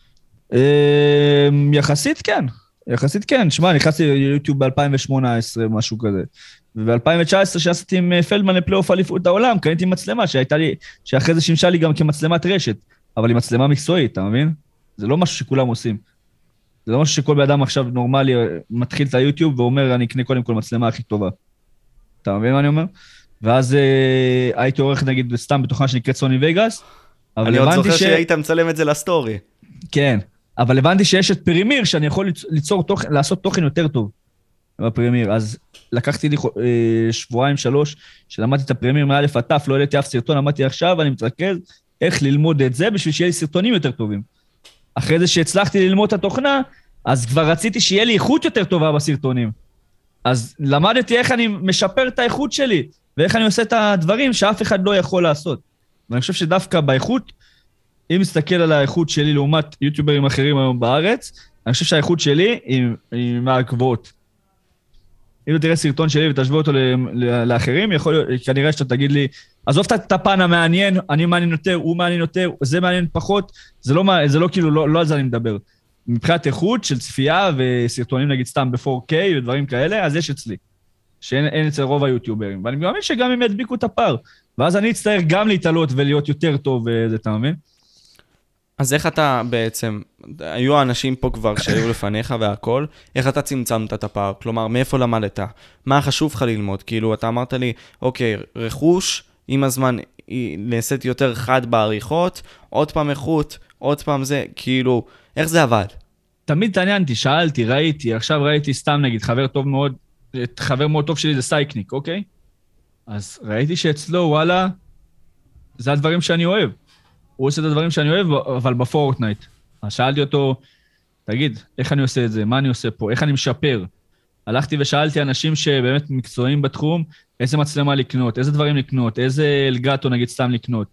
יחסית כן. יחסית כן. שמע, נכנסתי ליוטיוב ב-אלפיים שמונה עשרה, משהו כזה. וב-אלפיים תשע עשרה שעשיתי עם פלדמן לפלייאוף אליפות העולם, קניתי מצלמה שהייתה לי, שאחרי זה שימשה לי גם כמצלמת רשת, אבל היא מצלמה מקצועית, אתה מבין? זה לא משהו שכולם עושים. זה לא משהו שכל באדם עכשיו נורמלי מתחיל את היוטיוב ואומר, אני אקנה קודם כל מצלמה הכי טובה. אתה מבין מה אני אומר? ואז אה, הייתי עורך נגיד סתם בתוכנה שנקראת סוני וגאס. אני עוד זוכר ש... שהיית מצלם את זה לסטורי. כן, אבל הבנתי שיש את פרימיר שאני יכול ליצור תוכן, לעשות תוכן יותר טוב בפרימיר. אז לקחתי לי אה, שבועיים, שלוש, שלמדתי את הפרימיר מאלף עד תף, לא העליתי אף סרטון, למדתי עכשיו, אני מתרכז איך ללמוד את זה בשביל שיהיה לי סרטונים יותר טובים. אחרי זה שהצלחתי ללמוד את התוכנה, אז כבר רציתי שיהיה לי איכות יותר טובה בסרטונים. אז למדתי איך אני משפר את האיכות שלי, ואיך אני עושה את הדברים שאף אחד לא יכול לעשות. ואני חושב שדווקא באיכות, אם מסתכל על האיכות שלי לעומת יוטיוברים אחרים היום בארץ, אני חושב שהאיכות שלי היא, היא מהגבוהות. אם תראה סרטון שלי ותשווה אותו לאחרים, יכול להיות, כנראה שאתה תגיד לי, עזוב את הפן המעניין, אני מעניין יותר, הוא מעניין יותר, זה מעניין פחות, זה לא, זה לא כאילו, לא, לא על זה אני מדבר. מבחינת איכות של צפייה וסרטונים נגיד סתם ב-פור קיי ודברים כאלה, אז יש אצלי, שאין אצל רוב היוטיוברים. ואני מאמין שגם הם ידביקו את הפער, ואז אני אצטרך גם להתעלות ולהיות יותר טוב, וזה אתה מבין? אז איך אתה בעצם, היו האנשים פה כבר שהיו לפניך והכל, איך אתה צמצמת את הפער? כלומר, מאיפה למדת? מה חשוב לך ללמוד? כאילו, אתה אמרת לי, אוקיי, רכוש, עם הזמן היא נעשית יותר חד בעריכות, עוד פעם איכות, עוד פעם זה, כאילו, איך זה עבד? תמיד תעניינתי, שאלתי, ראיתי, עכשיו ראיתי סתם נגיד, חבר טוב מאוד, חבר מאוד טוב שלי זה סייקניק, אוקיי? אז ראיתי שאצלו, וואלה, זה הדברים שאני אוהב. הוא עושה את הדברים שאני אוהב, אבל בפורטנייט. אז שאלתי אותו, תגיד, איך אני עושה את זה? מה אני עושה פה? איך אני משפר? הלכתי ושאלתי אנשים שבאמת מקצועיים בתחום, איזה מצלמה לקנות, איזה דברים לקנות, איזה אלגטו נגיד סתם לקנות.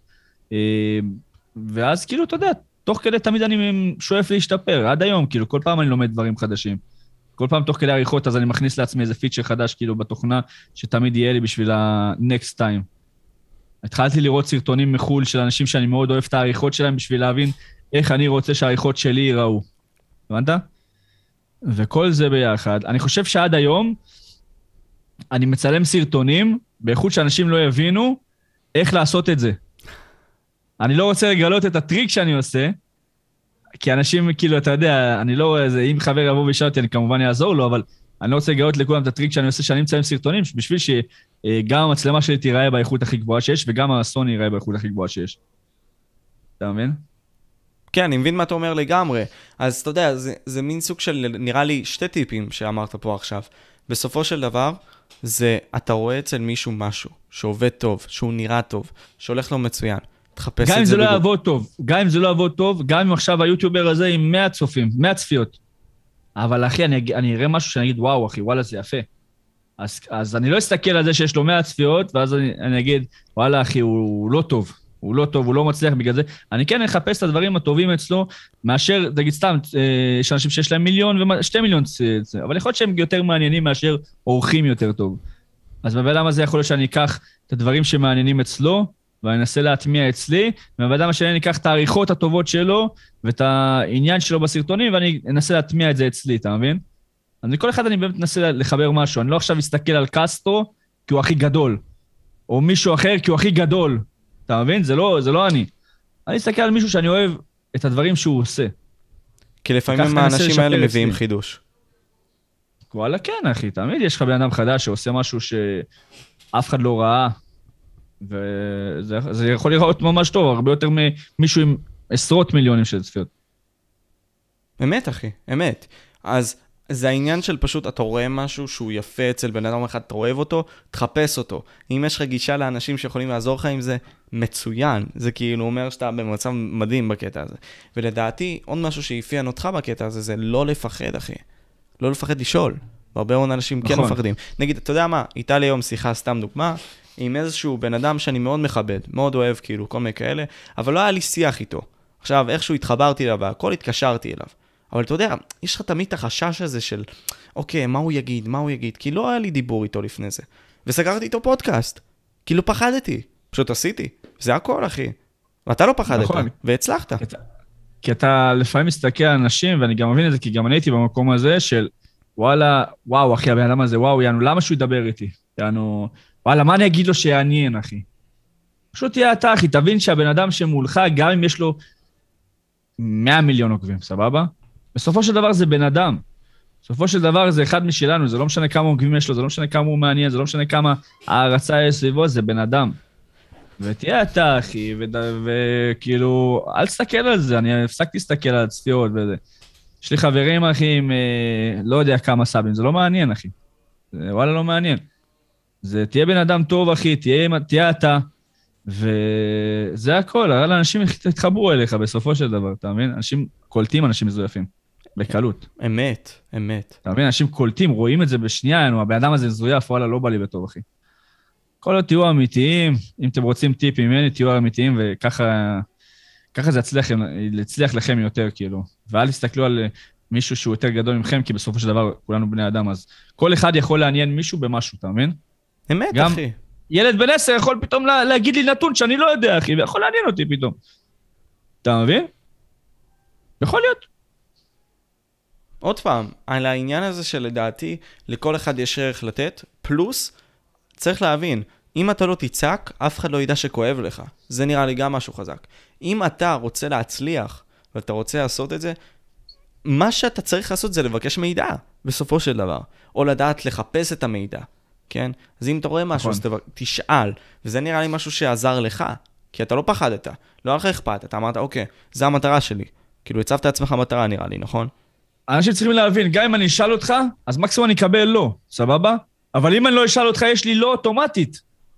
ואז כאילו, אתה יודע, תוך כדי תמיד אני שואף להשתפר, עד היום, כאילו, כל פעם אני לומד דברים חדשים. כל פעם תוך כדי עריכות, אז אני מכניס לעצמי איזה פיצ'ר חדש, כאילו, בתוכנה, שתמיד יהיה לי בשביל ה-next time. התחלתי לראות סרטונים מחול של אנשים שאני מאוד אוהב את העריכות שלהם, בשביל להבין איך אני רוצה שהעריכות שלי ייראו. הבנת? וכל זה ביחד. אני חושב שעד היום, אני מצלם סרטונים, באיכות שאנשים לא יבינו איך לעשות את זה. אני לא רוצה לגלות את הטריק שאני עושה, כי אנשים, כאילו, אתה יודע, אני לא, זה, אם חבר יבוא וישאל אותי, אני כמובן אעזור לו, אבל אני לא רוצה לגלות לכולם את הטריק שאני עושה, שאני מצלם סרטונים, בשביל שגם המצלמה שלי תיראה באיכות הכי גבוהה שיש, וגם הסוני ייראה באיכות הכי גבוהה שיש. אתה מבין? כן, אני מבין מה אתה אומר לגמרי. אז אתה יודע, זה, זה מין סוג של, נראה לי, שתי טיפים שאמרת פה עכשיו. בסופו של דבר, זה, אתה רואה אצל מישהו משהו, שעובד טוב, שהוא נראה טוב, שהולך לו מצוין. תחפש גם את אם זה זה לא בגו... יעבוד טוב, גם אם זה לא יעבוד טוב, גם אם עכשיו היוטיובר הזה עם מאה צופים, מאה צפיות. אבל אחי, אני, אני אראה משהו שאני אגיד, וואו, אחי, וואלה, זה יפה. אז, אז אני לא אסתכל על זה שיש לו מאה צפיות, ואז אני, אני אגיד, וואלה, אחי, הוא, הוא לא טוב. הוא לא טוב, הוא לא מצליח בגלל זה. אני כן אחפש את הדברים הטובים אצלו, מאשר, תגיד סתם, יש אנשים שיש להם מיליון ושתי מיליון, אבל יכול להיות שהם יותר מעניינים מאשר אורחים יותר טוב. אז בבאדם הזה יכול להיות שאני אקח את הדברים שמעניינים אצלו, ואני אנסה להטמיע אצלי, ובבאדם השני אני אקח את העריכות הטובות שלו, ואת העניין שלו בסרטונים, ואני אנסה להטמיע את זה אצלי, אתה מבין? אז מכל אחד אני באמת אנסה לחבר משהו. אני לא עכשיו אסתכל על קסטרו, כי הוא הכי גדול, או מישהו אחר, כי הוא הכי גדול. אתה מבין? זה לא, זה לא אני. אני אסתכל על מישהו שאני אוהב את הדברים שהוא עושה. כי לפעמים האנשים האלה מביאים חידוש. וואלה, כן, אחי. תמיד יש לך בן אדם חדש שעושה משהו שאף אחד לא ראה, וזה זה יכול לראות ממש טוב, הרבה יותר ממישהו עם עשרות מיליונים של צפיות. אמת, אחי, אמת. אז זה העניין של פשוט, אתה רואה משהו שהוא יפה אצל בן אדם אחד, אתה אוהב אותו, תחפש אותו. אם יש לך גישה לאנשים שיכולים לעזור לך עם זה, מצוין. זה כאילו אומר שאתה במצב מדהים בקטע הזה. ולדעתי, עוד משהו שיפיין אותך בקטע הזה, זה לא לפחד, אחי. לא לפחד לשאול. והרבה מאוד אנשים כן מפחדים. נגיד, אתה יודע מה? הייתה לי היום שיחה, סתם דוגמה, עם איזשהו בן אדם שאני מאוד מכבד, מאוד אוהב, כאילו, כל מיני כאלה, אבל לא היה לי שיח איתו. עכשיו, איכשהו התחברתי אליו, הכל התקשרתי אליו. אבל אתה יודע, יש לך תמיד את החשש הזה של, אוקיי, מה הוא יגיד, מה הוא יגיד, כי לא היה לי דיבור איתו לפני זה. וסגרתי איתו פודקאסט, כי לא פחדתי, פשוט עשיתי. זה הכל, אחי. ואתה לא פחדת, נכון. והצלחת. כי אתה, כי אתה לפעמים מסתכל על אנשים, ואני גם מבין את זה, כי גם אני הייתי במקום הזה של, וואלה, וואו, אחי, הבן אדם הזה, וואו, יענו, למה שהוא ידבר איתי? יענו, וואלה, מה אני אגיד לו שיעניין, אחי? פשוט תהיה אתה, אחי, תבין שהבן אדם שמולך, גם אם יש לו מאה מיליון עוקבים, סבבה? בסופו של דבר זה בן אדם. בסופו של דבר זה אחד משלנו, זה לא משנה כמה עוקבים יש לו, זה לא משנה כמה הוא מעניין, זה לא משנה כמה הערצה יש סביבו, זה בן אדם. ותהיה אתה, אחי, וכאילו, אל תסתכל על זה, אני הפסקתי להסתכל על הצפיות וזה. יש לי חברים, אחי, עם לא יודע כמה סאבים, זה לא מעניין, אחי. זה וואלה לא מעניין. זה תהיה בן אדם טוב, אחי, תהיה, תהיה אתה, וזה הכל, הרי אנשים יתחברו אליך בסופו של דבר, אתה מבין? אנשים קולטים אנשים מזויפים, בקלות. אמת, אמת. אתה מבין? אנשים קולטים, רואים את זה בשנייה, הבן אדם הזה מזויף, וואלה, לא בא לי בטוב, אחי. כל עוד תהיו אמיתיים, אם אתם רוצים טיפ ממני, תהיו אמיתיים, וככה ככה זה יצליח, יצליח לכם יותר, כאילו. ואל תסתכלו על מישהו שהוא יותר גדול ממכם, כי בסופו של דבר כולנו בני אדם, אז כל אחד יכול לעניין מישהו במשהו, אתה מבין? אמת, גם אחי. ילד בן עשר יכול פתאום לה, להגיד לי נתון שאני לא יודע, אחי, ויכול לעניין אותי פתאום. אתה מבין? יכול להיות. עוד פעם, על העניין הזה שלדעתי, לכל אחד יש ערך לתת, פלוס, צריך להבין, אם אתה לא תצעק, אף אחד לא ידע שכואב לך. זה נראה לי גם משהו חזק. אם אתה רוצה להצליח, ואתה רוצה לעשות את זה, מה שאתה צריך לעשות זה לבקש מידע, בסופו של דבר. או לדעת לחפש את המידע, כן? אז אם אתה רואה משהו, אז תשאל. וזה נראה לי משהו שעזר לך, כי אתה לא פחדת. לא היה לך אכפת, אתה אמרת, אוקיי, זה המטרה שלי. כאילו, הצבת לעצמך מטרה, נראה לי, נכון? אנשים צריכים להבין, גם אם אני אשאל אותך, אז מקסימום אני אקבל לא, סבבה? אבל אם אני לא אשאל אותך, יש לי לא אוטומטית.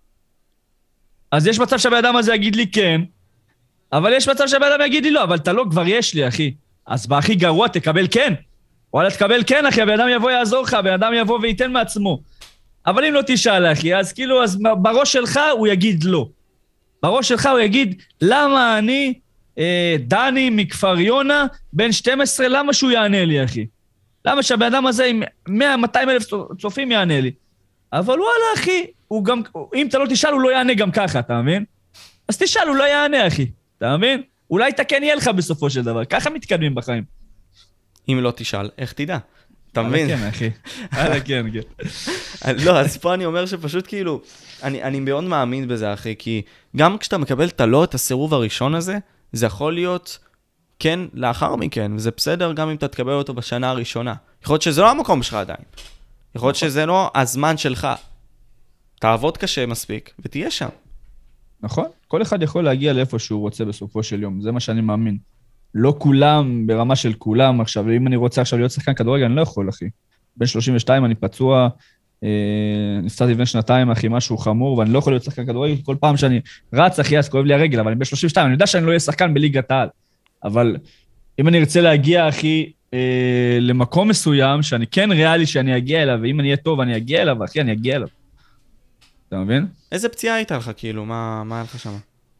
אז יש מצב שהבן אדם הזה יגיד לי כן, אבל יש מצב שהבן אדם יגיד לי לא, אבל אתה לא, כבר יש לי, אחי. אז בהכי גרוע, תקבל כן. וואלה, תקבל כן, אחי, הבן אדם יבוא יעזור לך, הבן אדם יבוא וייתן מעצמו. אבל אם לא תשאל, אחי, אז כאילו, אז בראש שלך הוא יגיד לא. בראש שלך הוא יגיד, למה אני, אה, דני מכפר יונה, בן שתים עשרה, למה שהוא יענה לי, אחי? למה שהבן אדם הזה עם מאה מאתיים אלף צופים יענה לי? אבל וואלה, אחי, הוא גם, אם אתה לא תשאל, הוא לא יענה גם ככה, אתה מבין? אז תשאל, הוא לא יענה, אחי. אתה מבין? אולי תקן יהיה לך בסופו של דבר. ככה מתקדמים בחיים. אם לא תשאל, איך תדע? אתה מבין? כן, אחי. כן, כן. לא, אז פה אני אומר שפשוט כאילו, אני, אני מאוד מאמין בזה, אחי, כי גם כשאתה מקבל את הלא, את הסירוב הראשון הזה, זה יכול להיות כן לאחר מכן, וזה בסדר גם אם אתה תקבל אותו בשנה הראשונה. יכול להיות שזה לא המקום שלך עדיין. יכול להיות שזה לא הזמן שלך. תעבוד קשה מספיק, ותהיה שם. נכון? כל אחד יכול להגיע לאיפה שהוא רוצה בסופו של יום, זה מה שאני מאמין. לא כולם ברמה של כולם עכשיו, אם אני רוצה עכשיו להיות שחקן כדורגל, אני לא יכול, אחי. בין שלושים ושתיים אני פצוע, אה, נפצעתי בין שנתיים, אחי, משהו חמור, ואני לא יכול להיות שחקן כדורגל, כל פעם שאני רץ, אחי, אז כואב לי הרגל, אבל אני בין שלושים ושתיים, אני יודע שאני לא אהיה שחקן בליגת העל. אבל אם אני ארצה להגיע, אחי, אה, למקום מסוים, שאני כן ריאלי שאני אגיע אליו, ואם אני אהיה טוב, אני אגיע אליו, אחי, אני אגיע אליו. אתה מבין? איזה פציעה הייתה לך, כאילו? מה, מה היה לך שם?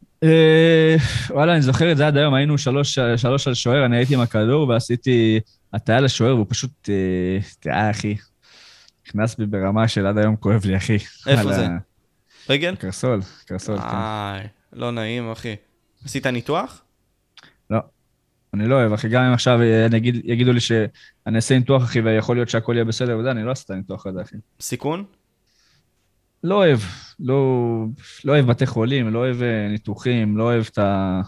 וואלה, אני זוכר את זה עד היום, היינו שלוש, שלוש על שוער, אני הייתי עם הכדור ועשיתי הטיה לשוער, והוא פשוט, תראה, אחי, נכנס בי ברמה של עד היום כואב לי, אחי. איפה זה? רגל? קרסול, קרסול, כן. איי, לא נעים, אחי. עשית ניתוח? לא, אני לא אוהב, אחי, גם אם עכשיו יגידו לי שאני אעשה ניתוח, אחי, ויכול להיות שהכל יהיה בסדר, וזה, אני לא אעשה ניתוח הזה, אחי. סיכון? לא אוהב, לא, לא אוהב בתי חולים, לא אוהב ניתוחים, לא אוהב את ה...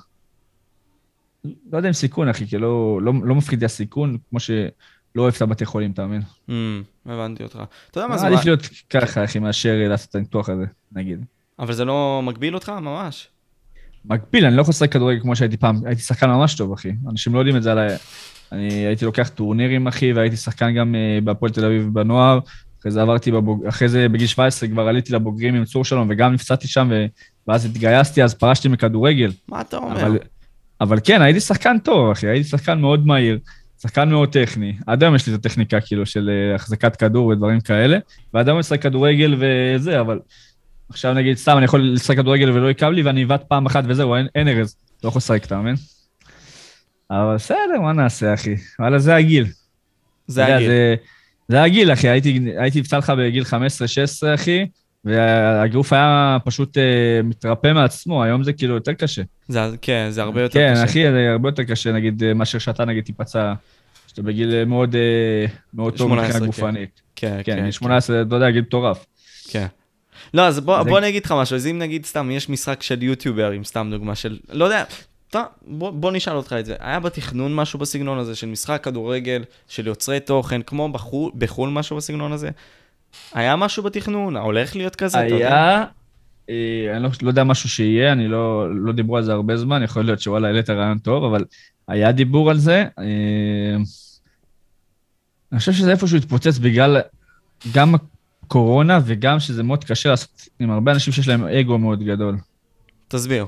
לא יודע אם סיכון, אחי, כי לא, לא, לא מפחיד לי הסיכון, כמו שלא אוהב את הבתי חולים, אתה מבין? Mm, הבנתי אותך. אתה יודע מה זה... עדיף להיות ככה, אחי, מאשר לעשות את הניתוח הזה, נגיד. אבל זה לא מגביל אותך, ממש? מגביל, אני לא יכול לשחק כדורגל כמו שהייתי פעם, הייתי שחקן ממש טוב, אחי. אנשים לא יודעים את זה עליי. אני הייתי לוקח טורנירים, אחי, והייתי שחקן גם uh, בהפועל תל אביב בנוער. אחרי זה עברתי, בבוג... אחרי זה בגיל שבע עשרה כבר עליתי לבוגרים עם צור שלום, וגם נפצעתי שם, ו... ואז התגייסתי, אז פרשתי מכדורגל. מה אתה אומר? אבל, אבל כן, הייתי שחקן טוב, אחי, הייתי שחקן מאוד מהיר, שחקן מאוד טכני. עד היום יש לי את הטכניקה, כאילו, של uh, החזקת כדור ודברים כאלה, ועד היום משחק כדורגל וזה, אבל עכשיו נגיד, סתם, אני יכול לשחק כדורגל ולא יקב לי, ואני עיוות פעם אחת וזהו, אין, אין ארז, לא יכול לשחק, אתה מבין? אבל בסדר, מה נעשה, אחי? וואלה, זה הגיל. זה הגיל. זה, זה הגיל, אחי. הייתי, הייתי נפצע לך בגיל חמש עשרה שש עשרה, אחי, והגוף היה פשוט uh, מתרפא מעצמו. היום זה כאילו יותר קשה. זה, כן, זה הרבה יותר כן, קשה. כן, אחי, זה הרבה יותר קשה, נגיד, מאשר שאתה, נגיד, תיפצע, שאתה בגיל מאוד, uh, מאוד טוב מבחינה גופנית. כן, כן, כן. שמונה עשרה, אתה יודע, גיל מטורף. כן. לא, אז בוא, זה... בוא נגיד לך משהו. אז אם נגיד סתם, יש משחק של יוטיוברים, סתם דוגמה של, לא יודע, טוב, בוא, בוא נשאל אותך את זה. היה בתכנון משהו בסגנון הזה של משחק כדורגל, של יוצרי תוכן, כמו בחול, בחול משהו בסגנון הזה? היה משהו בתכנון? הולך להיות כזה? היה, אה, אני לא, לא יודע משהו שיהיה, אני לא, לא דיברו על זה הרבה זמן, יכול להיות שוואלה, העלית רעיון טוב, אבל היה דיבור על זה. אה, אני חושב שזה איפשהו התפוצץ בגלל גם הקורונה, וגם שזה מאוד קשה לעשות עם הרבה אנשים שיש להם אגו מאוד גדול. תסביר.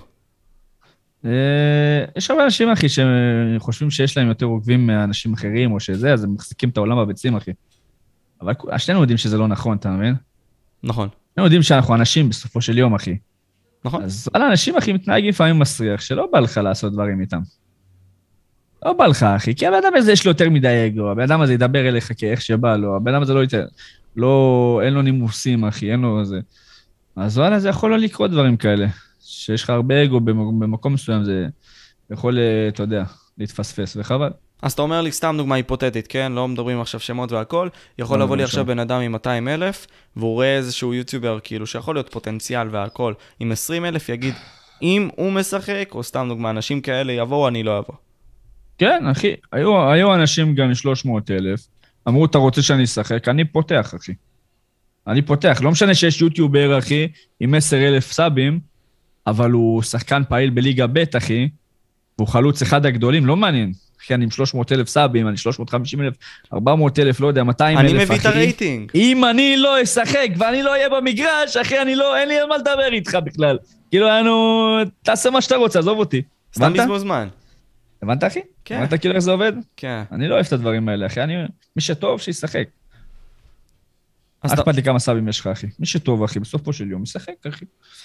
יש הרבה אנשים, אחי, שחושבים שיש להם יותר עוקבים מאנשים אחרים, או שזה, אז הם מחזיקים את העולם בביצים, אחי. אבל שנינו יודעים שזה לא נכון, אתה מבין? נכון. שנינו יודעים שאנחנו אנשים בסופו של יום, אחי. נכון. אז על האנשים, אחי, מתנהגים לפעמים מסריח, שלא בא לך לעשות דברים איתם. לא בא לך, אחי, כי הבן אדם הזה יש לו יותר מדי אגו, הבן אדם הזה ידבר אליך כאיך שבא לו, הבן אדם הזה לא ייתן, לא, אין לו נימוסים, אחי, אין לו זה. אז וואלה, זה יכול לא לקרות דברים כאלה. שיש לך הרבה אגו במקום מסוים, זה יכול, אתה יודע, להתפספס, וחבל. אז אתה אומר לי, סתם דוגמה היפותטית, כן? לא מדברים עכשיו שמות והכל, יכול לבוא לי עכשיו בן אדם עם מאתיים אלף, והוא רואה איזשהו יוטיובר, כאילו, שיכול להיות פוטנציאל והכל, עם עשרים אלף יגיד, אם הוא משחק, או סתם דוגמה, אנשים כאלה יבואו, אני לא אבוא. כן, אחי, היו, היו אנשים גם שלוש מאות אלף, אמרו, אתה רוצה שאני אשחק? אני פותח, אחי. אני פותח, לא משנה שיש יוטיובר, אחי, עם עשרת אלפים סאבים, אבל הוא שחקן פעיל בליגה ב', אחי, והוא חלוץ אחד הגדולים, לא מעניין. אחי, אני עם שלוש מאות אלף סאבים, אני שלוש מאות וחמישים אלף, ארבע מאות אלף, לא יודע, מאתיים אלף, אחי. אני מביא את הרייטינג. אם אני לא אשחק ואני לא אהיה במגרש, אחי, אני לא, אין לי על מה לדבר איתך בכלל. כאילו, אנו, תעשה מה שאתה רוצה, עזוב אותי. סתם בזבוז זמן. הבנת, אחי? כן. הבנת כאילו איך זה עובד? כן. אני לא אוהב את הדברים האלה, אחי. אני, מי שטוב, שישחק. אז אכפת לי כמה סאבים יש לך, אחי. מי שטוב, אחי, בסופו של יום, ישחק, אחי.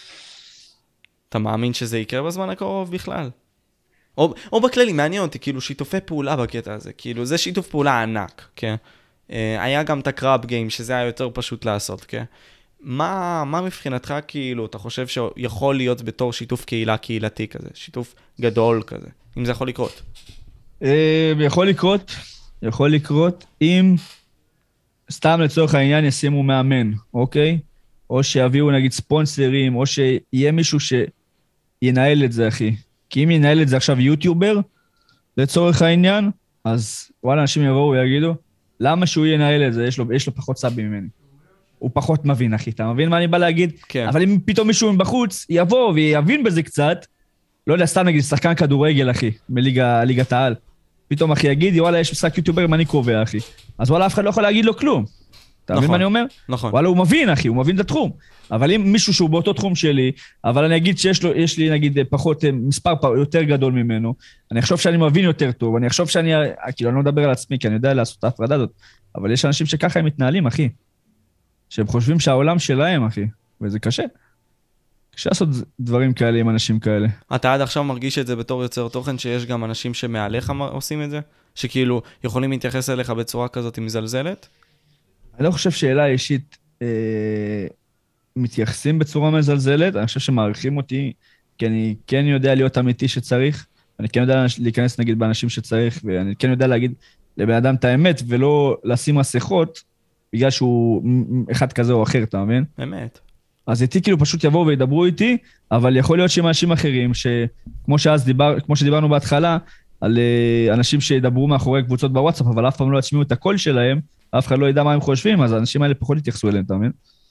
אתה מאמין שזה יקרה בזמן הקרוב בכלל? או, או בכללי, מעניין אותי, כאילו שיתופי פעולה בקטע הזה, כאילו זה שיתוף פעולה ענק, כן? אה, היה גם את הקראב גיים, שזה היה יותר פשוט לעשות, כן? מה, מה מבחינתך, כאילו, אתה חושב שיכול להיות בתור שיתוף קהילה קהילתי כזה, שיתוף גדול כזה, אם זה יכול לקרות? אה, יכול לקרות, יכול לקרות, אם סתם לצורך העניין ישימו מאמן, אוקיי? או שיביאו נגיד ספונסרים, או שיהיה מישהו שינהל את זה, אחי. כי אם ינהל את זה עכשיו יוטיובר, לצורך העניין, אז וואלה, אנשים יבואו ויגידו, למה שהוא ינהל את זה? יש לו, יש לו פחות סאבים ממני. הוא פחות מבין, אחי. אתה מבין מה אני בא להגיד? כן. אבל אם פתאום מישהו מבחוץ יבוא ויבין בזה קצת, לא יודע, סתם נגיד, שחקן כדורגל, אחי, מליגת העל. פתאום, אחי, יגיד, וואלה, יש משחק יוטיובר, מה אני קובע, אחי? אז וואלה, אף אחד לא יכול להגיד לו כלום. אתה מבין מה אני אומר? נכון. וואלה, הוא מבין, אחי, הוא מבין את התחום. אבל אם מישהו שהוא באותו תחום שלי, אבל אני אגיד שיש לו, יש לי, נגיד, פחות, מספר יותר גדול ממנו, אני אחשוב שאני מבין יותר טוב, אני אחשוב שאני, כאילו, אני לא מדבר על עצמי, כי אני יודע לעשות את ההפרדה הזאת, אבל יש אנשים שככה הם מתנהלים, אחי. שהם חושבים שהעולם שלהם, אחי, וזה קשה. קשה לעשות דברים כאלה עם אנשים כאלה. אתה עד עכשיו מרגיש את זה בתור יוצר תוכן, שיש גם אנשים שמעליך עושים את זה? שכאילו יכולים להתייחס אליך בצורה כזאת מזלזלת? אני לא חושב שאלה אישית אה, מתייחסים בצורה מזלזלת, אני חושב שמעריכים אותי, כי אני כן יודע להיות אמיתי שצריך, אני כן יודע להיכנס נגיד באנשים שצריך, ואני כן יודע להגיד לבן אדם את האמת, ולא לשים מסכות, בגלל שהוא אחד כזה או אחר, אתה מבין? אמת. אז איתי כאילו פשוט יבואו וידברו איתי, אבל יכול להיות שהם אנשים אחרים, שכמו שאז דיבר, כמו שדיברנו בהתחלה, על אנשים שידברו מאחורי קבוצות בוואטסאפ, אבל אף פעם לא ישמיעו את הקול שלהם, אף אחד לא ידע מה הם חושבים, אז האנשים האלה פחות יתייחסו אליהם, אתה מבין?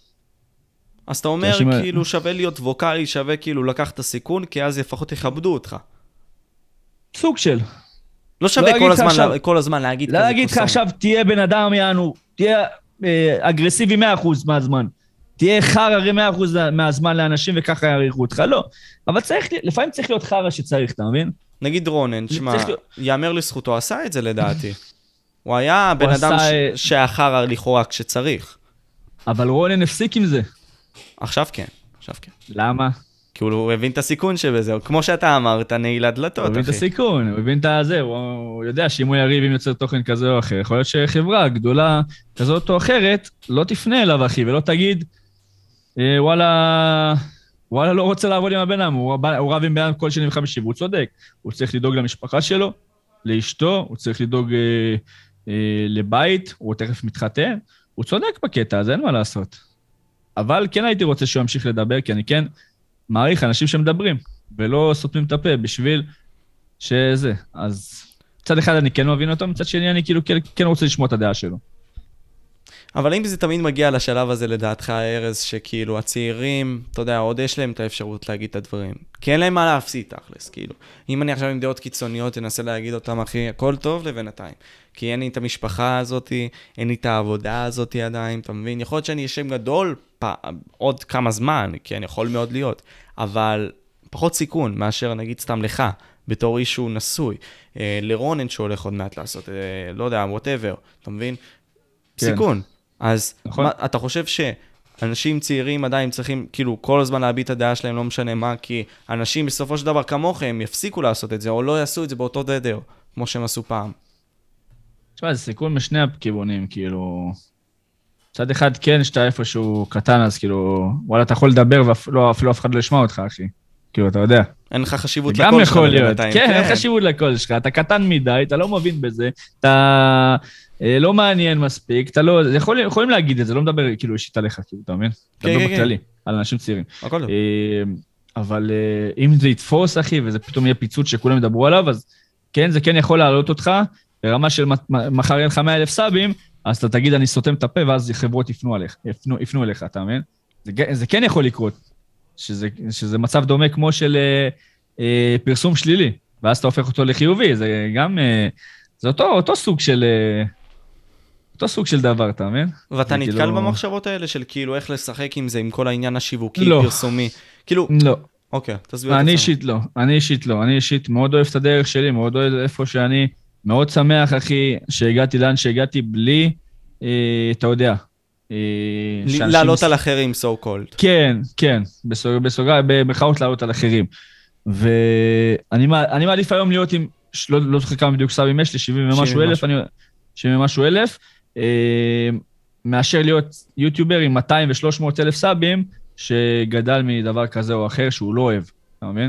אז אתה אומר כאילו שווה להיות ווקלי, שווה כאילו לקח את הסיכון, כי אז לפחות יכבדו אותך. סוג של. לא שווה כל הזמן להגיד כזה. לא להגיד לך עכשיו, תהיה בן אדם יענו, תהיה אגרסיבי מאה אחוז מהזמן. תהיה חרא מאה אחוז מהזמן לאנשים וככה יעריכו אותך, לא. אבל צריך, לפעמים צריך להיות חרא שצריך, אתה מבין? נגיד רונן, שמה, יאמר לזכותו, עשה את זה לדעתי. הוא היה בן אדם שהחרא לכאורה כשצריך. אבל רונן הפסיק עם זה. עכשיו כן, עכשיו כן. למה? כי הוא הבין את הסיכון שבזה, כמו שאתה אמרת, נעילת דלתות, אחי. הוא הבין את הסיכון, הוא הבין את זה, הוא יודע שאם הוא יריב עם יוצר תוכן כזה או אחר, יכול להיות שחברה גדולה כזאת או אחרת, לא תפנה אליו, אחי, ולא תגיד, וואלה, וואלה לא רוצה לעבוד עם הבן אדם, הוא רב עם בן אדם כל שני וחמישי, והוא צודק. הוא צריך לדאוג למשפחה שלו, לאשתו, הוא צריך לדאוג אה, אה, לבית, הוא תכף מתחתן, הוא צודק בקטע, אז אין מה לעשות. אבל כן הייתי רוצה שהוא ימשיך לדבר, כי אני כן מעריך אנשים שמדברים, ולא סותמים את הפה בשביל שזה. אז מצד אחד אני כן מבין אותו, מצד שני אני כאילו כן, כן רוצה לשמוע את הדעה שלו. אבל אם זה תמיד מגיע לשלב הזה לדעתך, ארז, שכאילו הצעירים, אתה יודע, עוד יש להם את האפשרות להגיד את הדברים. כי אין להם מה להפסיד, תכלס, כאילו. אם אני עכשיו עם דעות קיצוניות, אנסה להגיד אותם, אחי, הכל טוב לבינתיים. כי אין לי את המשפחה הזאת, אין לי את העבודה הזאת עדיין, אתה מבין? יכול להיות שאני אשם גדול פ... עוד כמה זמן, כי אני יכול מאוד להיות. אבל פחות סיכון מאשר, נגיד, סתם לך, בתור איש שהוא נשוי. אה, לרונן שהולך עוד מעט לעשות, אה, לא יודע, whatever, אתה מבין? כן. סיכון. אז נכון. מה, אתה חושב שאנשים צעירים עדיין צריכים כאילו כל הזמן להביט את הדעה שלהם, לא משנה מה, כי אנשים בסופו של דבר כמוכם יפסיקו לעשות את זה, או לא יעשו את זה באותו דדר, כמו שהם עשו פעם. תשמע, זה סיכון משני הכיוונים, כאילו... צד אחד כן, שאתה איפשהו קטן, אז כאילו, וואלה, אתה יכול לדבר ואפילו אף אחד לא ישמע אותך, אחי. כאילו, אתה יודע. אין לך חשיבות לקול שלך. כן, אין חשיבות לקול שלך, אתה קטן מדי, אתה לא מבין בזה, אתה... לא מעניין מספיק, אתה לא, יכול, יכולים להגיד את זה, לא מדבר כאילו אישית עליך, כאילו, אתה מבין? אתה מדבר בכללי, על אנשים צעירים. הכל טוב. אבל אם זה יתפוס, אחי, וזה פתאום יהיה פיצוץ שכולם ידברו עליו, אז כן, זה כן יכול לעלות אותך, ברמה של מחר יהיה לך מאה אלף סאבים, אז אתה תגיד, אני סותם את הפה, ואז חברות יפנו עליך, יפנו, יפנו אליך, אתה מבין? זה, זה כן יכול לקרות, שזה, שזה מצב דומה כמו של אה, פרסום שלילי, ואז אתה הופך אותו לחיובי, זה גם, אה, זה אותו, אותו סוג של... אה, אותו סוג של דבר, אתה מבין? ואתה נתקל כאילו... במחשבות האלה של כאילו איך לשחק עם זה, עם כל העניין השיווקי, לא. פרסומי. כאילו... לא. אוקיי, תסביר את זה. אני אישית לא, אני אישית לא. אני אישית מאוד אוהב את הדרך שלי, מאוד אוהב איפה שאני, מאוד שמח, אחי, שהגעתי לאן שהגעתי בלי, אה, אתה יודע. אה, לעלות על אחרים, so called. כן, כן, בסוג, בסוגה, במחאות לעלות על אחרים. ואני אני מעדיף היום להיות עם, לא, לא זוכר כמה בדיוק סאבים יש לי, שבעים ומשהו אלף, אני... שבעים ומשהו אלף, מאשר להיות יוטיובר עם מאתיים ו-שלוש מאות אלף סאבים, שגדל מדבר כזה או אחר שהוא לא אוהב, אתה מבין?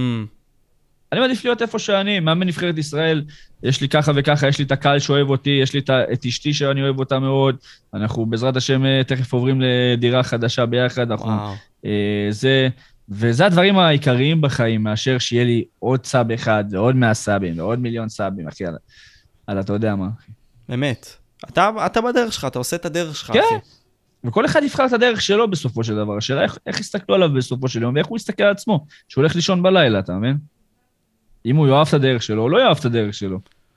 אני מעדיף להיות איפה שאני, מאמן נבחרת ישראל, יש לי ככה וככה, יש לי את הקהל שאוהב אותי, יש לי את אשתי שאני אוהב אותה מאוד, אנחנו בעזרת השם תכף עוברים לדירה חדשה ביחד, אנחנו, זה, וזה הדברים העיקריים בחיים, מאשר שיהיה לי עוד סאב אחד, ועוד מאה סאבים, ועוד מיליון סאבים, אחי, על אתה יודע מה, אחי. באמת. אתה, אתה בדרך שלך, אתה עושה את הדרך שלך, כן. אחי. וכל אחד יבחר את הדרך שלו בסופו של דבר. השאלה איך, איך יסתכלו עליו בסופו של יום, ואיך הוא יסתכל על עצמו, שהוא הולך לישון בלילה, אתה מבין? אם הוא יאהב את הדרך שלו, או לא יאהב את הדרך שלו.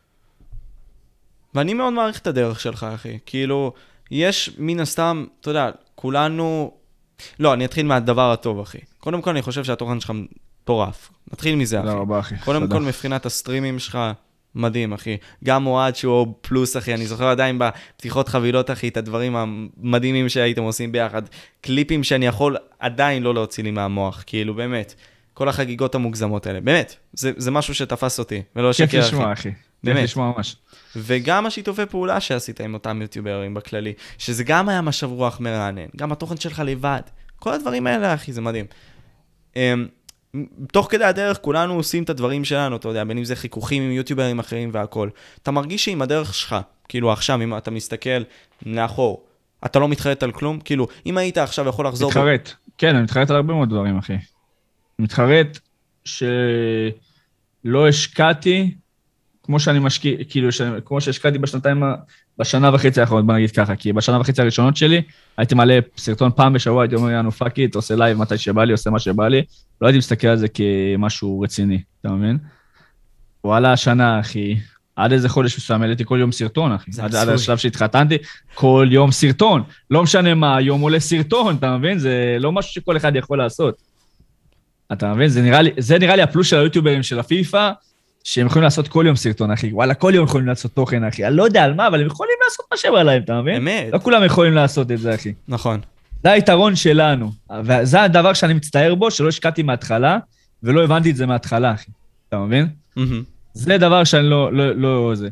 ואני מאוד מעריך את הדרך שלך, אחי. כאילו, יש מן הסתם, אתה יודע, כולנו... לא, אני אתחיל מהדבר הטוב, אחי. קודם כל, אני חושב שהתוכן שלך מטורף. נתחיל מזה, אחי. רבה, אחי. קודם כל, מבחינת הסטרימים שלך, מדהים, אחי. גם אוהד שהוא פלוס, אחי. אני זוכר עדיין בפתיחות חבילות, אחי, את הדברים המדהימים שהייתם עושים ביחד. קליפים שאני יכול עדיין לא להוציא לי מהמוח. כאילו, באמת. כל החגיגות המוגזמות האלה. באמת. זה, זה משהו שתפס אותי. ולא שקר, אחי. כיף לשמוע, אחי. כיף לשמוע ממש. וגם השיתופי פעולה שעשית עם אותם יוטיוברים בכללי. שזה גם היה משב רוח מרענן. גם התוכן שלך לבד. כל הדברים האלה, אחי, זה מדהים. תוך כדי הדרך כולנו עושים את הדברים שלנו, אתה יודע, בין אם זה חיכוכים עם יוטיוברים אחרים והכל. אתה מרגיש שעם הדרך שלך, כאילו עכשיו, אם אתה מסתכל לאחור, אתה לא מתחרט על כלום? כאילו, אם היית עכשיו יכול לחזור... מתחרט. ב... כן, אני מתחרט על הרבה מאוד דברים, אחי. מתחרט שלא השקעתי, כמו שאני משקיע, כאילו, ש... כמו שהשקעתי בשנתיים, בשנה וחצי האחרונות, בוא נגיד ככה, כי בשנה וחצי הראשונות שלי, הייתי מעלה סרטון פעם בשבוע, הייתי אומר, יאנו פאקית, עושה לייב מתי שבא לי, עושה מה שבא לי, לא הייתי מסתכל על זה כמשהו רציני, אתה מבין? וואלה, השנה, אחי, עד איזה חודש מסוים, העליתי כל יום סרטון, אחי. עד, עד השלב שהתחתנתי, כל יום סרטון. לא משנה מה, היום עולה סרטון, אתה מבין? זה לא משהו שכל אחד יכול לעשות. אתה מבין? זה נראה לי, זה נראה לי הפלוס של היוטיוברים של הפיפה, שהם יכולים לעשות כל יום סרטון, אחי. וואלה, כל יום יכולים לעשות תוכן, אחי. אני לא יודע על מה, אבל הם יכולים לעשות מה שבא להם, אתה מבין? אמת. לא כולם יכולים לעשות את זה, אחי. נכון. זה היתרון שלנו. וזה הדבר שאני מצטער בו, שלא השקעתי מההתחלה, ולא הבנתי את זה מההתחלה, אחי. אתה מבין? זה דבר שאני לא, לא, לא, זה.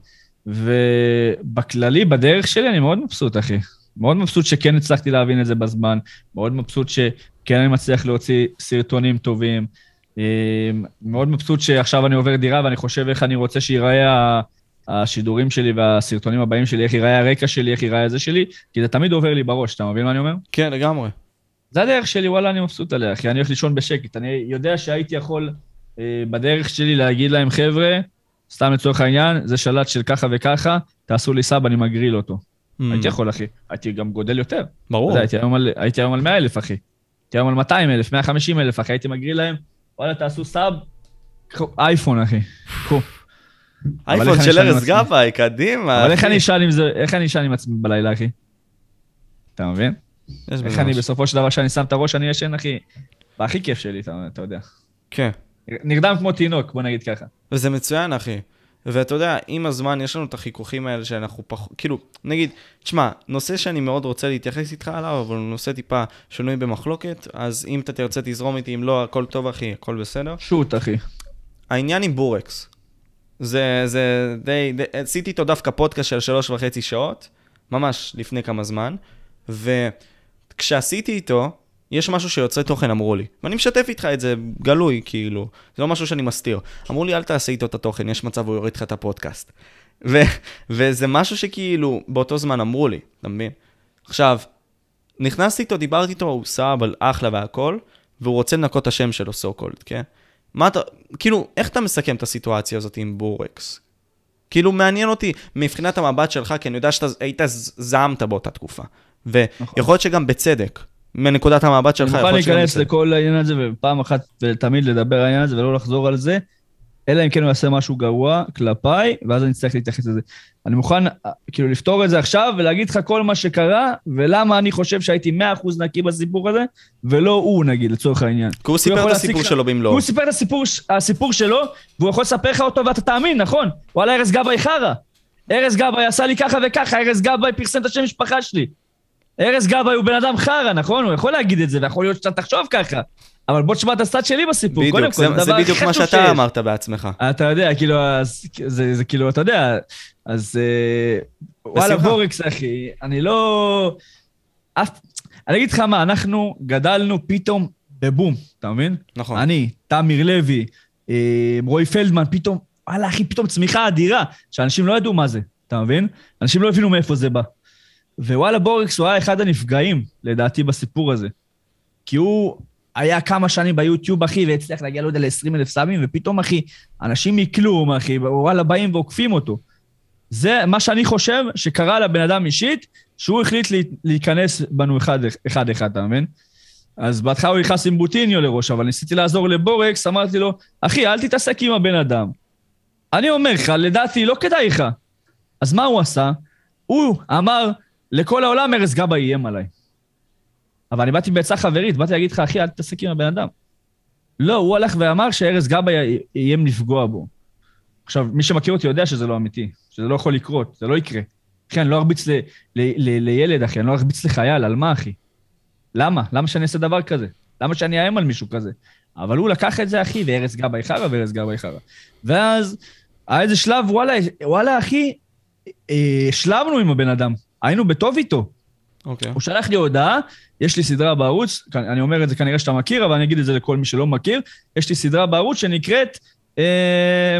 ובכללי, בדרך שלי, אני מאוד מבסוט, אחי. מאוד מבסוט שכן הצלחתי להבין את זה בזמן, מאוד מבסוט שכן אני מצליח להוציא סרטונים טובים, מאוד מבסוט שעכשיו אני עובר דירה, ואני חושב איך אני רוצה שיראה השידורים שלי והסרטונים הבאים שלי, איך יראה הרקע שלי, איך יראה זה שלי, כי זה תמיד עובר לי בראש, אתה מבין מה אני אומר? כן, לגמרי. זה הדרך שלי, וואלה, אני מבסוט עליה, כי אני הולך לישון בשקט. אני יודע שהייתי יכול בדרך שלי להגיד להם, חבר'ה, סתם לצורך העניין, זה שלט של ככה וככה, תעשו לי סאב, אני מגריל אותו. הייתי יכול, אחי. הייתי גם גודל יותר. ברור. הייתי היום על מאה אלף, אחי. הייתי היום על מאתיים אלף, מאה וחמישים אלף, אחי. הייתי מגריל להם, וואלה, תעשו סאב, אייפון, אחי. קחו. אייפון של ארז גבאי, קדימה. אבל איך אני אשן עם עצמי בלילה, אחי? אתה מבין? איך אני בסופו של דבר שאני שם את הראש, אני ישן, אחי. והכי כיף שלי, אתה יודע. כן. נרדם כמו תינוק, בוא נגיד ככה. וזה מצוין, אחי. ואתה יודע, עם הזמן יש לנו את החיכוכים האלה שאנחנו פחות, כאילו, נגיד, תשמע, נושא שאני מאוד רוצה להתייחס איתך עליו, אבל הוא נושא טיפה שונוי במחלוקת, אז אם אתה תרצה תזרום איתי, אם לא, הכל טוב, אחי, הכל בסדר. שוט, אחי. העניין עם בורקס, זה, זה די, די, עשיתי איתו דווקא פודקאסט של שלוש וחצי שעות, ממש לפני כמה זמן, וכשעשיתי איתו, יש משהו שיוצרי תוכן אמרו לי, ואני משתף איתך את זה גלוי, כאילו, זה לא משהו שאני מסתיר. אמרו לי, אל תעשה איתו את התוכן, יש מצב הוא יוריד לך את הפודקאסט. ו- וזה משהו שכאילו, באותו זמן אמרו לי, אתה מבין? עכשיו, נכנסתי איתו, דיברתי איתו, הוא סאב על אחלה והכל, והוא רוצה לנקות את השם שלו, so called, כן? מה אתה, כאילו, איך אתה מסכם את הסיטואציה הזאת עם בורקס? כאילו, מעניין אותי, מבחינת המבט שלך, כי אני יודע שאתה היית זעמת באותה תקופה. ויכול להיות שגם בצדק. מנקודת המבט שלך. אני מוכן להיכנס לכל העניין הזה, ופעם אחת ותמיד לדבר על העניין הזה, ולא לחזור על זה, אלא אם כן הוא יעשה משהו גרוע כלפיי, ואז אני צריך להתייחס לזה. אני מוכן, כאילו, לפתור את זה עכשיו, ולהגיד לך כל מה שקרה, ולמה אני חושב שהייתי מאה אחוז נקי בסיפור הזה, ולא הוא, נגיד, לצורך העניין. כי הוא סיפר את הסיפור שלו במלואו. הוא סיפר את הסיפור שלו, והוא יכול לספר לך אותו, ואתה תאמין, נכון? וואלה, ארז גבאי חרא. ארז גבאי עשה לי ככה וככה, ארז גבאי פרסם את השם משפחה שלי. ארז גבאי הוא בן אדם חרא, נכון? הוא יכול להגיד את זה, ויכול להיות שאתה תחשוב ככה. אבל בוא תשמע את הסטאט שלי בסיפור. בדיוק, זה, זה בדיוק מה שאתה אמרת בעצמך. אתה יודע, כאילו, זה, זה כאילו, אתה יודע, אז וואלה, בורקס, אחי, אני לא... אני אגיד לך מה, אנחנו גדלנו פתאום בבום, אתה מבין? נכון. אני, תמיר לוי, רועי פלדמן, פתאום, וואלה, אחי, פתאום צמיחה אדירה, שאנשים לא ידעו מה זה, אתה מבין? אנשים לא הבינו מאיפה זה בא. ווואלה, בורקס הוא היה אחד הנפגעים, לדעתי, בסיפור הזה. כי הוא היה כמה שנים ביוטיוב, אחי, והצליח להגיע, לא יודע, ל-עשרים אלף סאבים, ופתאום, אחי, אנשים מכלום, אחי, וואלה, באים ועוקפים אותו. זה מה שאני חושב שקרה לבן אדם אישית, שהוא החליט להיכנס בנו אחד-אחד, אתה מבין? אז בהתחלה הוא נכנס עם בוטיניו לראש, אבל ניסיתי לעזור לבורקס, אמרתי לו, אחי, אל תתעסק עם הבן אדם. אני אומר לך, לדעתי, לא כדאי לך. אז מה הוא עשה? הוא אמר, לכל העולם ארז גבאי איים עליי. אבל אני באתי בעצה חברית, באתי להגיד לך, אחי, אל תתעסק עם הבן אדם. לא, הוא הלך ואמר שארז גבאי איים לפגוע בו. עכשיו, מי שמכיר אותי יודע שזה לא אמיתי, שזה לא יכול לקרות, זה לא יקרה. אחי, אני לא ארביץ ל- ל- ל- לילד, אחי, אני לא ארביץ לחייל, על מה, אחי? למה? למה שאני אעשה דבר כזה? למה שאני איים על מישהו כזה? אבל הוא לקח את זה, אחי, וארז גבאי חרא, וארז גבאי חרא. ואז, היה איזה שלב, וואלה, וואלה, אחי, שלבנו עם הבן אדם. היינו בטוב איתו. Okay. הוא שלח לי הודעה, יש לי סדרה בערוץ, אני אומר את זה כנראה שאתה מכיר, אבל אני אגיד את זה לכל מי שלא מכיר, יש לי סדרה בערוץ שנקראת, אה,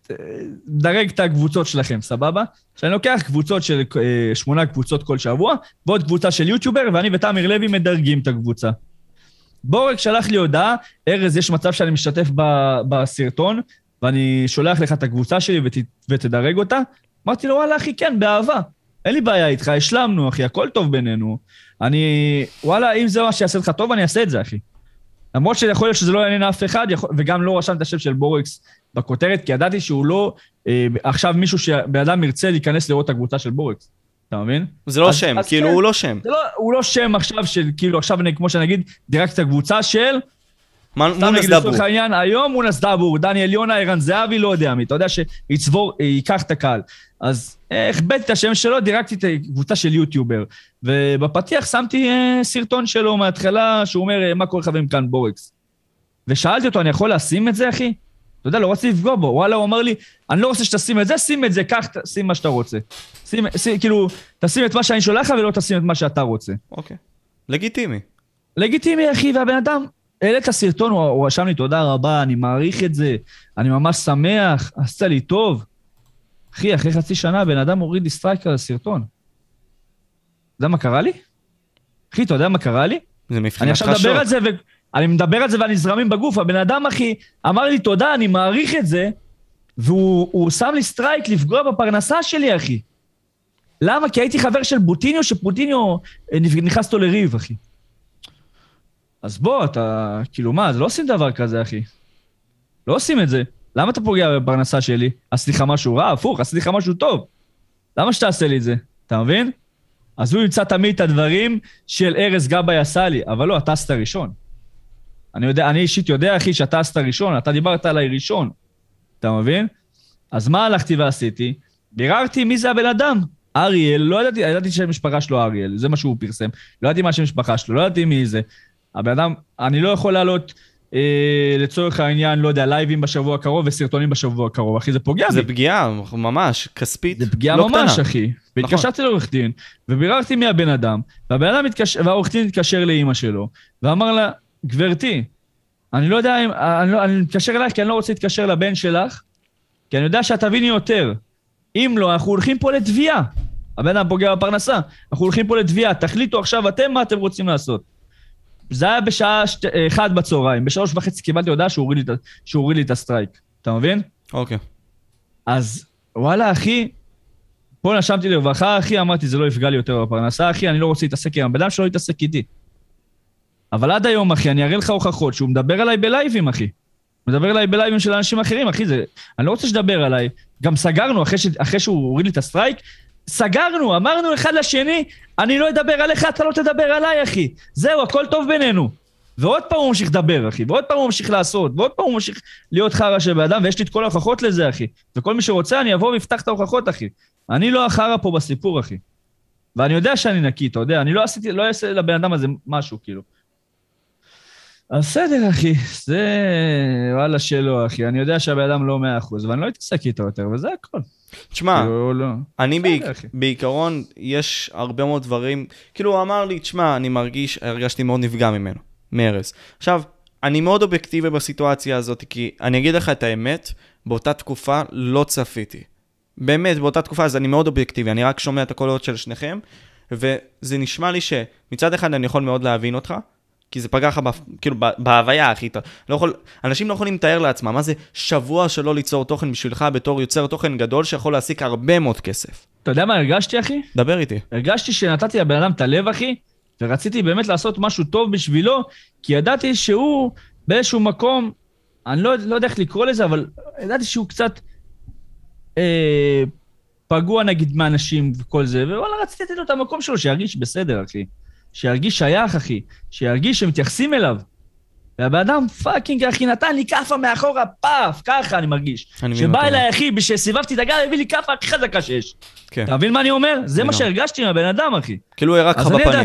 דרג את הקבוצות שלכם, סבבה? שאני לוקח קבוצות של אה, שמונה קבוצות כל שבוע, ועוד קבוצה של יוטיובר, ואני ותמיר לוי מדרגים את הקבוצה. בורק שלח לי הודעה, ארז, יש מצב שאני משתתף ב, בסרטון, ואני שולח לך את הקבוצה שלי ות, ותדרג אותה, אמרתי לו, וואלה, אחי, כן, באהבה. אין לי בעיה איתך, השלמנו, אחי, הכל טוב בינינו. אני, וואלה, אם זה מה שיעשה לך טוב, אני אעשה את זה, אחי. למרות שיכול להיות שזה לא יעניין אף אחד, יכול, וגם לא רשם את השם של בורקס בכותרת, כי ידעתי שהוא לא, אה, עכשיו מישהו שבאדם ירצה להיכנס לראות את הקבוצה של בורקס. אתה מבין? זה לא אז, שם, אז כאילו כן, הוא לא שם. לא, הוא לא שם עכשיו של, כאילו עכשיו אני, כמו שנגיד, דירקט את הקבוצה של... מונס דאבור. העניין, היום מונס דאבור, דניאל יונה, ערן זהבי, לא יודע מי, אתה יודע שיצבור, ייקח את הקהל. אז הכבדתי את השם שלו, דירקתי את הקבוצה של יוטיובר, ובפתיח שמתי אה, סרטון שלו מההתחלה, שהוא אומר, מה קורה חברים כאן בורקס. ושאלתי אותו, אני יכול לשים את זה, אחי? אתה יודע, לא רציתי לפגוע בו. וואלה, הוא אמר לי, אני לא רוצה שתשים את זה, שים את זה, קח, שים מה שאתה רוצה. שים, שים, כאילו, תשים את מה שאני שולח ולא תשים את מה שאתה רוצה. אוקיי. לגיטימי. לגיטימי, אחי, והבן אדם, העלה את הסרטון, הוא, הוא רשם לי, תודה רבה, אני מעריך את זה, אני ממש שמח, עשתה לי טוב. אחי, אחרי חצי שנה, בן אדם הוריד לי סטרייק על הסרטון. אתה יודע מה קרה לי? אחי, אתה יודע מה קרה לי? זה מבחינת אני עכשיו מדבר על זה, ו... אני מדבר על זה ואני זרמים בגוף. הבן אדם, אחי, אמר לי, תודה, אני מעריך את זה, והוא שם לי סטרייק לפגוע בפרנסה שלי, אחי. למה? כי הייתי חבר של בוטיניו, שפוטיניו נכנס אותו לריב, אחי. אז בוא, אתה, כאילו מה, אז לא עושים דבר כזה, אחי. לא עושים את זה. למה אתה פוגע בפרנסה שלי? עשיתי לך משהו רע, הפוך, עשיתי לך משהו טוב. למה שתעשה לי את זה? אתה מבין? אז הוא ימצא תמיד את הדברים של ארז גבאי עשה לי, אבל לא, אתה עשת ראשון. אני יודע, אני אישית יודע, אחי, שאתה עשת ראשון, אתה דיברת עליי ראשון. אתה מבין? אז מה הלכתי ועשיתי? ביררתי מי זה הבן אדם. אריאל, לא ידעתי, ידעתי שהמשפחה שלו אריאל, זה מה שהוא פרסם. לא ידעתי מה שהמשפחה שלו, לא ידעתי מי זה. הבן אדם, אני לא יכול לעלות אה, לצורך העניין, לא יודע, לייבים בשבוע הקרוב וסרטונים בשבוע הקרוב, אחי, זה פוגע בי. זה פגיעה, ממש, כספית, זה פגיעה לא ממש, קטנה. אחי. והתקשרתי לעורך דין, וביררתי מי הבן אדם, והבן אדם התקשר, והעורך דין התקשר לאמא שלו, ואמר לה, גברתי, אני לא יודע אם, אני, לא, אני מתקשר אלייך כי אני לא רוצה להתקשר לבן שלך, כי אני יודע שאת תביני יותר. אם לא, אנחנו הולכים פה לתביעה. הבן אדם פוגע בפרנסה. אנחנו הולכים פה לתביעה. תחליטו עכשיו אתם מה אתם רוצים לעשות. זה היה בשעה שת... אחד בצהריים. בשלוש וחצי קיבלתי הודעה שהוא הוריד לי, שהוא הוריד לי את הסטרייק. אתה מבין? אוקיי. אז וואלה, אחי, פה נשמתי לרווחה, אחי, אמרתי, זה לא יפגע לי יותר בפרנסה, אחי, אני לא רוצה להתעסק עם הבן אדם שלא יתעסק איתי. אבל עד היום, אחי, אני אראה לך הוכחות שהוא מדבר עליי בלייבים, אחי. מדבר עליי בלייבים של אנשים אחרים, אחי, זה... אני לא רוצה שתדבר עליי. גם סגרנו, אחרי, ש... אחרי שהוא הוריד לי את הסטרייק, סגרנו, אמרנו אחד לשני, אני לא אדבר עליך, אתה לא תדבר עליי, אחי. זהו, הכל טוב בינינו. ועוד פעם הוא ממשיך לדבר, אחי, ועוד פעם הוא ממשיך לעשות, ועוד פעם הוא ממשיך להיות חרא של באדם, ויש לי את כל ההוכחות לזה, אחי. וכל מי שרוצה, אני אבוא ויפתח את ההוכחות, אחי. אני לא החרא פה בסיפור, אחי. ואני יודע שאני נקי, אתה יודע, אני לא עשיתי, לא אעשה לבן אדם הזה משהו, כאילו. אז בסדר, אחי, זה וואלה שלו, אחי. אני יודע שהבן אדם לא מאה אחוז, ואני לא אתעסק איתו יותר, וזה הכל. תשמע, לא. אני בעיק, בעיקרון, יש הרבה מאוד דברים, כאילו הוא אמר לי, תשמע, אני מרגיש, הרגשתי מאוד נפגע ממנו, מארז. עכשיו, אני מאוד אובייקטיבי בסיטואציה הזאת, כי אני אגיד לך את האמת, באותה תקופה לא צפיתי. באמת, באותה תקופה, אז אני מאוד אובייקטיבי, אני רק שומע את הקולות של שניכם, וזה נשמע לי שמצד אחד אני יכול מאוד להבין אותך, כי זה פגע לך, כאילו, בהוויה, אחי. לא יכול, אנשים לא יכולים לתאר לעצמם, מה זה שבוע שלא ליצור תוכן בשבילך בתור יוצר תוכן גדול שיכול להשיג הרבה מאוד כסף. אתה יודע מה הרגשתי, אחי? דבר איתי. הרגשתי שנתתי לבן אדם את הלב, אחי, ורציתי באמת לעשות משהו טוב בשבילו, כי ידעתי שהוא באיזשהו מקום, אני לא, לא יודע איך לקרוא לזה, אבל ידעתי שהוא קצת אה, פגוע נגיד מאנשים וכל זה, ווואלה, רציתי לתת לו את המקום שלו, שירגיש בסדר, אחי. שירגיש שייך, אחי. שירגיש שמתייחסים אליו. והבן אדם פאקינג, אחי, נתן לי כפה מאחורה, פאף, ככה אני מרגיש. שבא אליי, אחי, בשסביבתי את הגל, הביא לי כפה הכי חזקה שיש. כן. אתה מבין מה אני אומר? זה מה שהרגשתי מהבן אדם, אחי. כאילו הוא הרק לך בפנים.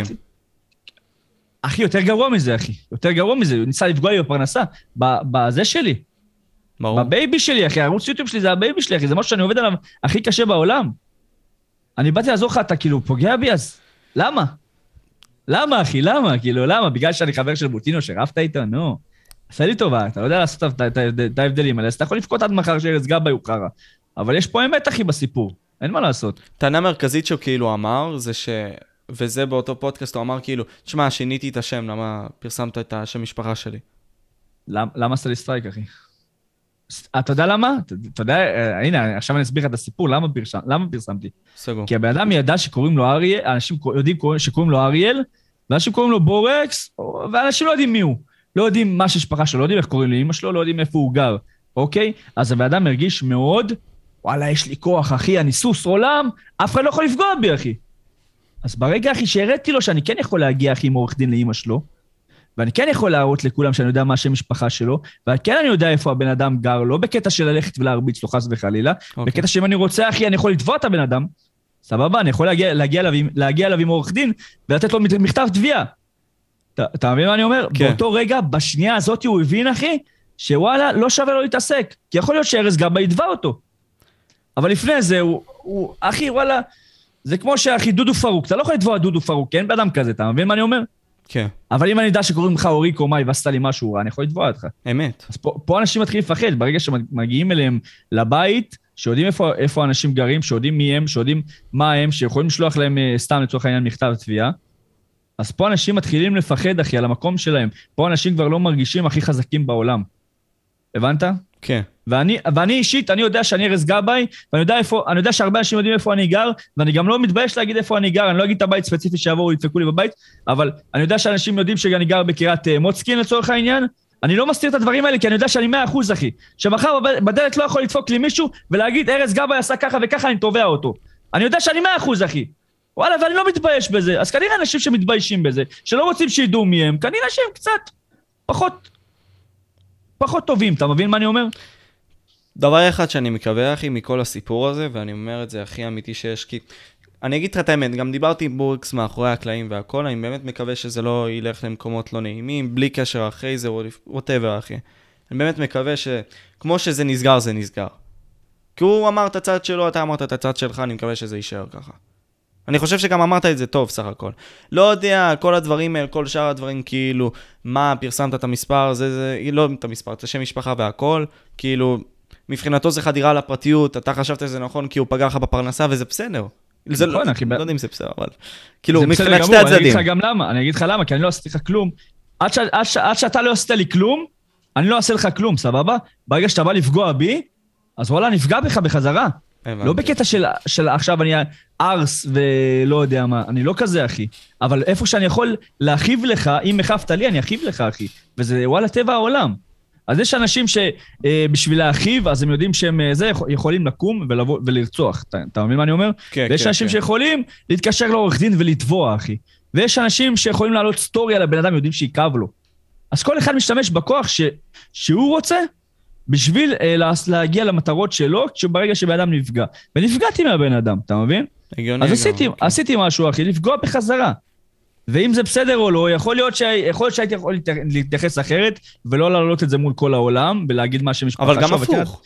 אחי, יותר גרוע מזה, אחי. יותר גרוע מזה. הוא ניסה לפגוע לי בפרנסה. בזה שלי. בבייבי שלי, אחי. הערוץ יוטיוב שלי זה הבייבי שלי, אחי. זה משהו שאני עובד עליו הכי קשה בעולם. אני באתי לעזור לך, אתה כאילו פוגע בי, אז למה? למה, אחי? למה? כאילו, למה? בגלל שאני חבר של בוטינו שרפת איתו? נו. עשה לי טובה, אתה לא יודע לעשות את ההבדלים האלה, אז אתה יכול לפקוט עד מחר שארז גבאי הוא חרא. אבל יש פה אמת, אחי, בסיפור. אין מה לעשות. טענה מרכזית שהוא כאילו אמר, זה ש... וזה באותו פודקאסט, הוא אמר כאילו, תשמע, שיניתי את השם, למה פרסמת את השם משפחה שלי? למה עשתה לי סטרייק, אחי? אתה יודע למה? אתה יודע, הנה, עכשיו אני אסביר לך את הסיפור, למה פרסמתי? סגור. כי הבן אדם ידע שקוראים לו אריאל, אנשים יודעים שקוראים לו אריאל, ואנשים קוראים לו בורקס, ואנשים לא יודעים מי הוא. לא יודעים מה שהמשפחה שלו, לא יודעים איך קוראים לאמא שלו, לא יודעים איפה הוא גר. אוקיי? אז הבן אדם מרגיש מאוד, וואלה, יש לי כוח, אחי, אני סוס עולם, אף אחד לא יכול לפגוע בי, אחי. אז ברגע, אחי, שהראיתי לו שאני כן יכול להגיע, אחי, עם עורך דין לאמא שלו, ואני כן יכול להראות לכולם שאני יודע מה השם משפחה שלו, וכן אני יודע איפה הבן אדם גר, לא בקטע של ללכת ולהרביץ לו חס וחלילה, okay. בקטע שאם אני רוצה, אחי, אני יכול לתבוע את הבן אדם, סבבה, אני יכול להגיע, להגיע אליו, להגיע אליו עם עורך דין, ולתת לו מכתב תביעה. אתה, אתה מבין מה אני אומר? Okay. באותו רגע, בשנייה הזאת הוא הבין, אחי, שוואלה, לא שווה לו להתעסק, כי יכול להיות שארז גבאי יתבע אותו. אבל לפני זה, הוא, הוא, אחי, וואלה, זה כמו שאחי דודו פרוק, אתה לא יכול לתבוע דודו פרוק, כי אין באדם כזה, אתה מבין מה אני אומר? כן. אבל אם אני יודע שקוראים לך אורי קומאי ועשתה לי משהו, אני יכול לתבוע אותך. אמת. אז פה, פה אנשים מתחילים לפחד, ברגע שמגיעים אליהם לבית, שיודעים איפה, איפה אנשים גרים, שיודעים מי הם, שיודעים מה הם, שיכולים לשלוח להם סתם לצורך העניין מכתב תביעה, אז פה אנשים מתחילים לפחד, אחי, על המקום שלהם. פה אנשים כבר לא מרגישים הכי חזקים בעולם. הבנת? כן. ואני, ואני אישית, אני יודע שאני ארז גבאי, ואני יודע איפה, אני יודע שהרבה אנשים יודעים איפה אני גר, ואני גם לא מתבייש להגיד איפה אני גר, אני לא אגיד את הבית ספציפי שיבואו, ידפקו לי בבית, אבל אני יודע שאנשים יודעים שאני גר בקריית מוצקין לצורך העניין, אני לא מסתיר את הדברים האלה, כי אני יודע שאני מאה אחוז, אחי. שמחר בדלת לא יכול לדפוק לי מישהו, ולהגיד, ארז גבאי עשה ככה וככה, אני תובע אותו. אני יודע שאני מאה אחוז, אחי. וואלה, ואני לא מתבייש בזה. אז כנראה אנשים שמתביישים בזה, שלא רוצים שידעו מי הם, כנראה שהם קצת פחות, פחות טובים. אתה מבין מה אני אומר? דבר אחד שאני מקווה, אחי, מכל הסיפור הזה, ואני אומר את זה הכי אמיתי שיש, כי אני אגיד לך את האמת, גם דיברתי עם בורקס מאחורי הקלעים והכל, אני באמת מקווה שזה לא ילך למקומות לא נעימים, בלי קשר אחרי זה, whatever, אחי. אני באמת מקווה שכמו שזה נסגר, זה נסגר. כי הוא אמר את הצד שלו, אתה אמרת את הצד שלך, אני מקווה שזה יישאר ככה. אני חושב שגם אמרת את זה טוב, סך הכל. לא יודע, כל הדברים, כל שאר הדברים, כאילו, מה, פרסמת את המספר, זה, זה, לא את המספר, את השם משפחה והכל, כאילו, מבחינתו זה חדירה לפרטיות, אתה חשבת שזה נכון כי הוא פגע לך בפרנסה, וזה בסדר. זה לא, לא יודע אם זה בסדר, אבל... כאילו, מבחינת שתי הצדדים. אני אגיד לך גם למה, אני אגיד לך למה, כי אני לא עשיתי לך כלום. עד שאתה לא עשית לי כלום, אני לא אעשה לך כלום, סבבה? ברגע שאתה בא לפגוע בי, אז וואלה, נפגע בך בחזרה. לא בקטע של עכשיו אני ארס ולא יודע מה, אני לא כזה, אחי. אבל איפה שאני יכול להכיב לך, אם מחפת לי, אני אכיב לך, אחי. וזה וואלה טבע העולם. אז יש אנשים שבשביל להכיב, אז הם יודעים שהם זה, יכולים לקום ולרצוח. אתה מבין מה אני אומר? ויש אנשים שיכולים להתקשר לעורך דין ולתבוע, אחי. ויש אנשים שיכולים לעלות סטוריה לבן אדם, יודעים שיקב לו. אז כל אחד משתמש בכוח שהוא רוצה, בשביל להגיע למטרות שלו, כשברגע שבן אדם נפגע. ונפגעתי מהבן אדם, אתה מבין? אז עשיתי משהו, אחי, לפגוע בחזרה. ואם זה בסדר או לא, יכול להיות שהייתי יכול להתייחס אחרת, ולא לעלות את זה מול כל העולם, ולהגיד מה שמשפחה... אבל גם הפוך.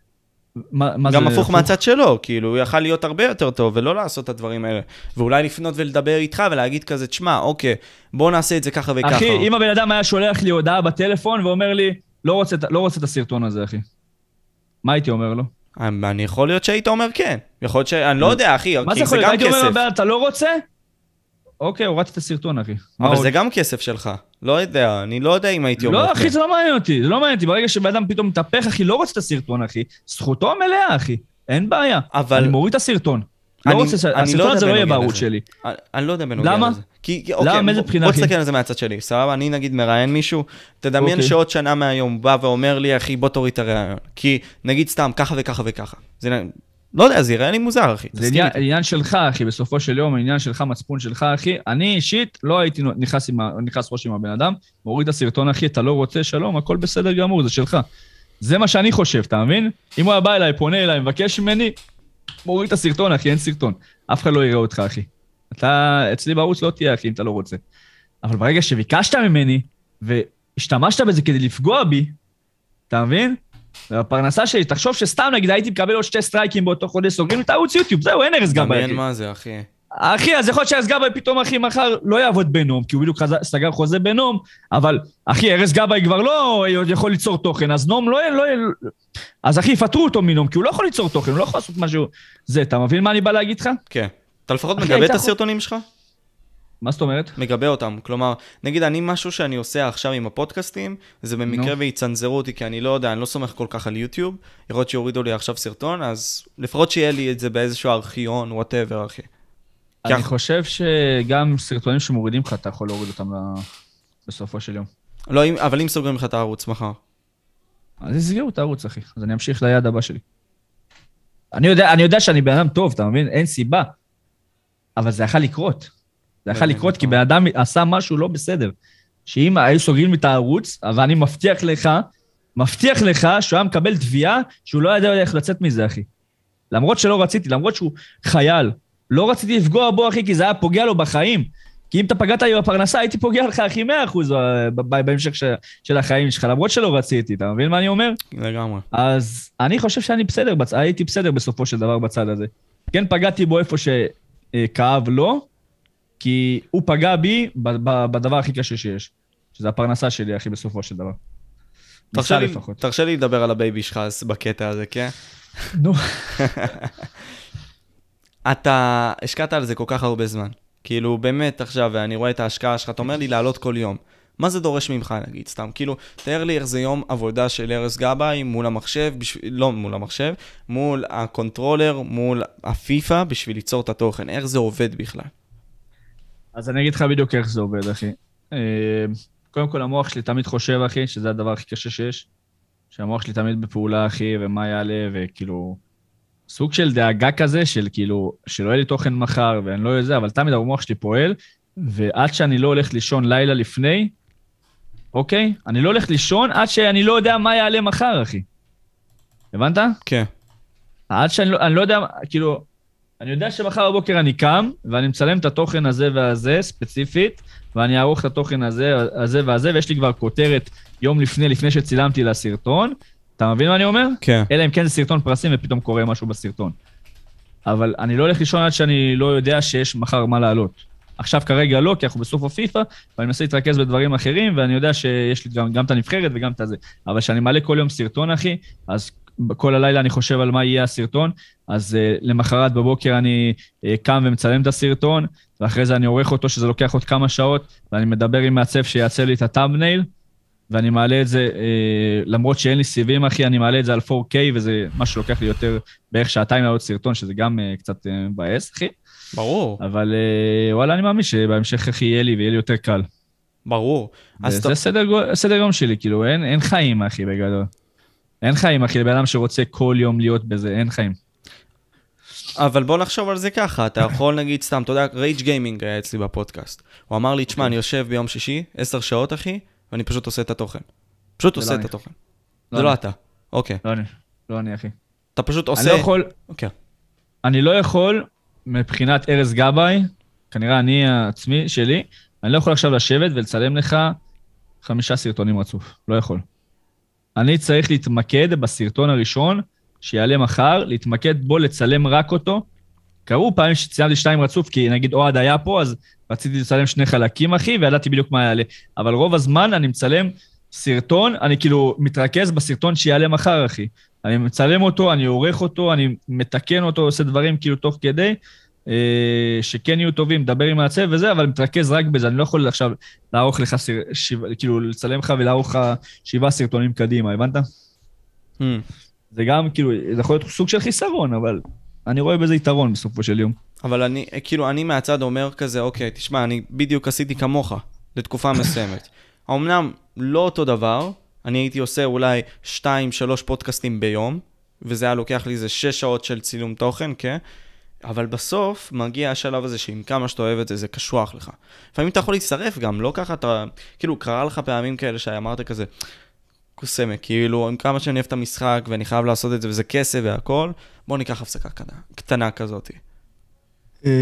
גם הפוך מהצד שלו, כאילו, הוא יכל להיות הרבה יותר טוב, ולא לעשות את הדברים האלה. ואולי לפנות ולדבר איתך, ולהגיד כזה, תשמע, אוקיי, בוא נעשה את זה ככה וככה. אחי, אם הבן אדם היה שולח לי הודעה בטלפון, ואומר לי, לא רוצה, לא רוצה את הסרטון הזה, אחי. מה הייתי אומר לו? אני יכול להיות שהיית אומר כן. יכול להיות ש... אני לא יודע, אחי, מה זה יכול להיות? הייתי אומר לו, אתה לא רוצה? אוקיי, הורדתי את הסרטון, אחי. אבל זה גם כסף שלך. לא יודע, אני לא יודע אם הייתי אומר כן. לא, אחי, זה לא מעניין אותי. זה לא מעניין אותי. ברגע שבן אדם פתאום מתהפך, אחי, לא רוצה את הסרטון, אחי. זכותו המלאה, אחי. אין בעיה. אבל... אני מוריד את הסרטון. לא רוצה, הסרטון הזה לא יהיה בערוץ שלי. אני לא יודע בנוגע לזה. למה? למה? איזה בחינה, אחי? בוא תסתכל על זה מהצד שלי, סבבה? אני נגיד מראיין מישהו, תדמיין שעוד שנה מהיום בא ואומר לי, אחי, בוא תוריד את הרעיון. כי נגיד סתם ככה וככה וככה. זה לא יודע, זה יראה לי מוזר, אחי. זה עניין שלך, אחי, בסופו של יום, העניין שלך, מצפון שלך, אחי. אני אישית לא הייתי נכנס ראש עם הבן אדם, מוריד את הסרטון, אחי, אתה לא רוצה, שלום, הכל בסדר גמור, זה שלך. זה מה שאני חושב, אתה מבין? אם הוא בא אליי, פונה אליי, מבקש ממני, מוריד את הסרטון, אחי, אין סרטון. אף אחד לא יראה אותך, אחי. אתה, אצלי בערוץ לא תהיה, אחי, אם אתה לא רוצה. אבל ברגע שביקשת ממני, והשתמשת בזה כדי לפגוע בי, אתה מבין? והפרנסה שלי, תחשוב שסתם נגיד, הייתי מקבל עוד שתי סטרייקים באותו חודש, סוגרים את הערוץ יוטיוב, זהו, אין ארז גבאי, אחי. דמיין מה זה, אחי. אחי, אז יכול להיות שארז גבאי פתאום, אחי, מחר לא יעבוד בנום, כי הוא בדיוק סגר חוזה בנום, אבל, אחי, ארז גבאי כבר לא יכול ליצור תוכן, אז נום לא... לא אז, אחי, יפטרו אותו מנום, כי הוא לא יכול ליצור תוכן, הוא לא יכול לעשות משהו... זה, אתה מבין מה אני בא להגיד לך? כן. אתה לפחות מגבה את הסרטונים שלך? מה זאת אומרת? מגבה אותם, כלומר, נגיד, אני משהו שאני עושה עכשיו עם הפודקאסטים, זה במקרה ויצנזרו אותי, כי אני לא יודע, אני לא סומך כל כך על יוטיוב, יכול להיות שיורידו לי עכשיו סרטון, אז לפחות שיהיה לי את זה באיזשהו ארכיון, whatever, אחי. אני חושב שגם סרטונים שמורידים לך, אתה יכול להוריד אותם בסופו של יום. לא, אבל אם סוגרים לך את הערוץ מחר. אז יסגרו את הערוץ, אחי. אז אני אמשיך ליד הבא שלי. אני יודע, אני יודע שאני בן אדם טוב, אתה מבין? אין סיבה. אבל זה יכול לקרות. זה יכול לקרות כי בן אדם עשה משהו לא בסדר. שאם היו סוגרים את הערוץ, אבל אני מבטיח לך, מבטיח לך שהוא היה מקבל תביעה שהוא לא ידע איך לצאת מזה, אחי. למרות שלא רציתי, למרות שהוא חייל. לא רציתי לפגוע בו, אחי, כי זה היה פוגע לו בחיים. כי אם אתה פגעת לי בפרנסה, הייתי פוגע לך, אחי, מאה אחוז בהמשך של החיים שלך, למרות שלא רציתי, אתה מבין מה אני אומר? לגמרי. אז אני חושב שאני בסדר, הייתי בסדר בסופו של דבר בצד הזה. כן, פגעתי בו איפה שכאב לו, כי הוא פגע בי בדבר הכי קשה שיש, שזה הפרנסה שלי, אחי, בסופו של דבר. תרשה לי לדבר על הבייבי שלך בקטע הזה, כן? נו. אתה השקעת על זה כל כך הרבה זמן. כאילו, באמת עכשיו, ואני רואה את ההשקעה שלך, אתה אומר לי לעלות כל יום. מה זה דורש ממך, נגיד, סתם? כאילו, תאר לי איך זה יום עבודה של ארז גבאי מול המחשב, בשביל, לא מול המחשב, מול הקונטרולר, מול הפיפה, בשביל ליצור את התוכן. איך זה עובד בכלל? אז אני אגיד לך בדיוק איך זה עובד, אחי. קודם כל, המוח שלי תמיד חושב, אחי, שזה הדבר הכי קשה שיש. שהמוח שלי תמיד בפעולה, אחי, ומה יעלה, וכאילו... סוג של דאגה כזה, של כאילו, שלא יהיה לי תוכן מחר, ואני לא יודע זה, אבל תמיד המוח שלי פועל, ועד שאני לא הולך לישון לילה לפני, אוקיי? אני לא הולך לישון עד שאני לא יודע מה יעלה מחר, אחי. הבנת? כן. עד שאני לא, אני לא יודע, כאילו, אני יודע שמחר בבוקר אני קם, ואני מצלם את התוכן הזה והזה, ספציפית, ואני אערוך את התוכן הזה, הזה והזה, ויש לי כבר כותרת יום לפני, לפני שצילמתי לסרטון, אתה מבין מה אני אומר? כן. אלא אם כן זה סרטון פרסים ופתאום קורה משהו בסרטון. אבל אני לא הולך לישון עד שאני לא יודע שיש מחר מה לעלות. עכשיו כרגע לא, כי אנחנו בסוף הפיפה, ואני מנסה להתרכז בדברים אחרים, ואני יודע שיש לי גם, גם את הנבחרת וגם את הזה. אבל כשאני מעלה כל יום סרטון, אחי, אז כל הלילה אני חושב על מה יהיה הסרטון, אז uh, למחרת בבוקר אני uh, קם ומצלם את הסרטון, ואחרי זה אני עורך אותו, שזה לוקח עוד כמה שעות, ואני מדבר עם מעצב שיעצב לי את הטאמבנייל, ואני מעלה את זה, אה, למרות שאין לי סיבים, אחי, אני מעלה את זה על פור קיי, וזה מה שלוקח לי יותר בערך שעתיים לעלות סרטון, שזה גם אה, קצת אה, מבאס, אחי. ברור. אבל אה, וואלה, אני מאמין שבהמשך אחי יהיה לי, ויהיה לי יותר קל. ברור. זה ת... סדר, סדר יום שלי, כאילו, אין, אין חיים, אחי, בגדול. אין חיים, אחי, לבן אדם שרוצה כל יום להיות בזה, אין חיים. אבל בוא נחשוב על זה ככה, אתה יכול נגיד סתם, אתה יודע, רייג' גיימינג היה אצלי בפודקאסט. הוא אמר לי, תשמע, אני יושב ביום שישי, עשר שעות, אחי, ואני פשוט עושה את התוכן. פשוט עושה את התוכן. זה לא אתה. אוקיי. לא אני, לא אני, אחי. אתה פשוט עושה... אני לא יכול... אוקיי. אני לא יכול, מבחינת ארז גבאי, כנראה אני העצמי שלי, אני לא יכול עכשיו לשבת ולצלם לך חמישה סרטונים רצוף. לא יכול. אני צריך להתמקד בסרטון הראשון, שיעלה מחר, להתמקד בו, לצלם רק אותו. קראו פעמים שציימתי שתיים רצוף, כי נגיד אוהד היה פה, אז רציתי לצלם שני חלקים, אחי, וידעתי בדיוק מה יעלה. אבל רוב הזמן אני מצלם סרטון, אני כאילו מתרכז בסרטון שיעלה מחר, אחי. אני מצלם אותו, אני עורך אותו, אני מתקן אותו, עושה דברים כאילו תוך כדי, אה, שכן יהיו טובים, מדבר עם העצב וזה, אבל מתרכז רק בזה. אני לא יכול עכשיו לערוך לך, סר... שבע, כאילו לצלם לך ולערוך לך שבעה סרטונים קדימה, הבנת? Hmm. זה גם כאילו, זה יכול להיות סוג של חיסרון, אבל אני רואה בזה יתרון בסופו של יום. אבל אני, כאילו, אני מהצד אומר כזה, אוקיי, תשמע, אני בדיוק עשיתי כמוך, לתקופה מסוימת. אמנם לא אותו דבר, אני הייתי עושה אולי שתיים, שלוש פודקאסטים ביום, וזה היה לוקח לי איזה שש שעות של צילום תוכן, כן? אבל בסוף מגיע השלב הזה שעם כמה שאתה אוהב את זה, זה קשוח לך. לפעמים אתה יכול להצטרף גם, לא ככה אתה, כאילו, קרה לך פעמים כאלה שאמרת כזה, קוסמק, כאילו, עם כמה שאני אוהב את המשחק, ואני חייב לעשות את זה, וזה כסף והכל, בוא ניקח הפסקה קטנה כזאת. אני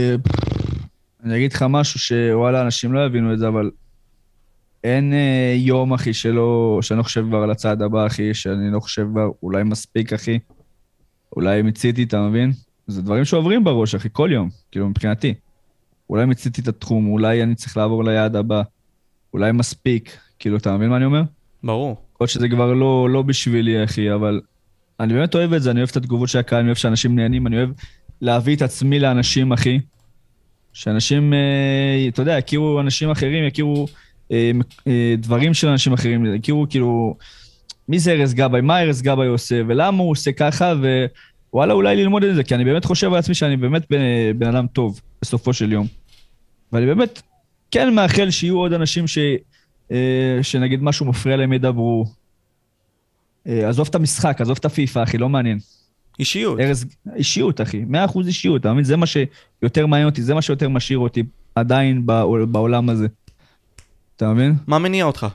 אגיד לך משהו שוואלה, אנשים לא יבינו את זה, אבל אין יום, אחי, שלא, שאני לא חושב כבר על הצעד הבא, אחי, שאני לא חושב כבר, אולי מספיק, אחי, אולי מציתי, אתה מבין? זה דברים שעוברים בראש, אחי, כל יום, כאילו, מבחינתי. אולי מציתי את התחום, אולי אני צריך לעבור ליעד הבא, אולי מספיק, כאילו, אתה מבין מה אני אומר? ברור. כל שזה כבר לא, לא בשבילי, אחי, אבל אני באמת אוהב את זה, אני אוהב את התגובות של הקהל, אני אוהב שאנשים נהנים, אני אוהב להביא את עצמי לאנשים, אחי. שאנשים, אה, אתה יודע, יכירו אנשים אחרים, יכירו אה, אה, דברים של אנשים אחרים, יכירו כאילו, מי זה ארז גבאי, מה ארז גבאי עושה, ולמה הוא עושה ככה, ווואלה, אולי ללמוד את זה, כי אני באמת חושב על עצמי שאני באמת בן, בן אדם טוב, בסופו של יום. ואני באמת כן מאחל שיהיו עוד אנשים ש... שנגיד משהו מפריע להם ידברו, אה, עזוב את המשחק, עזוב את הפיפה, אחי, לא מעניין. אישיות. ארז, אישיות, אחי, מאה אחוז אישיות, אתה מבין? זה מה שיותר מעניין אותי, זה מה שיותר משאיר אותי עדיין בעולם הזה. אתה מבין? מה מניע אותך?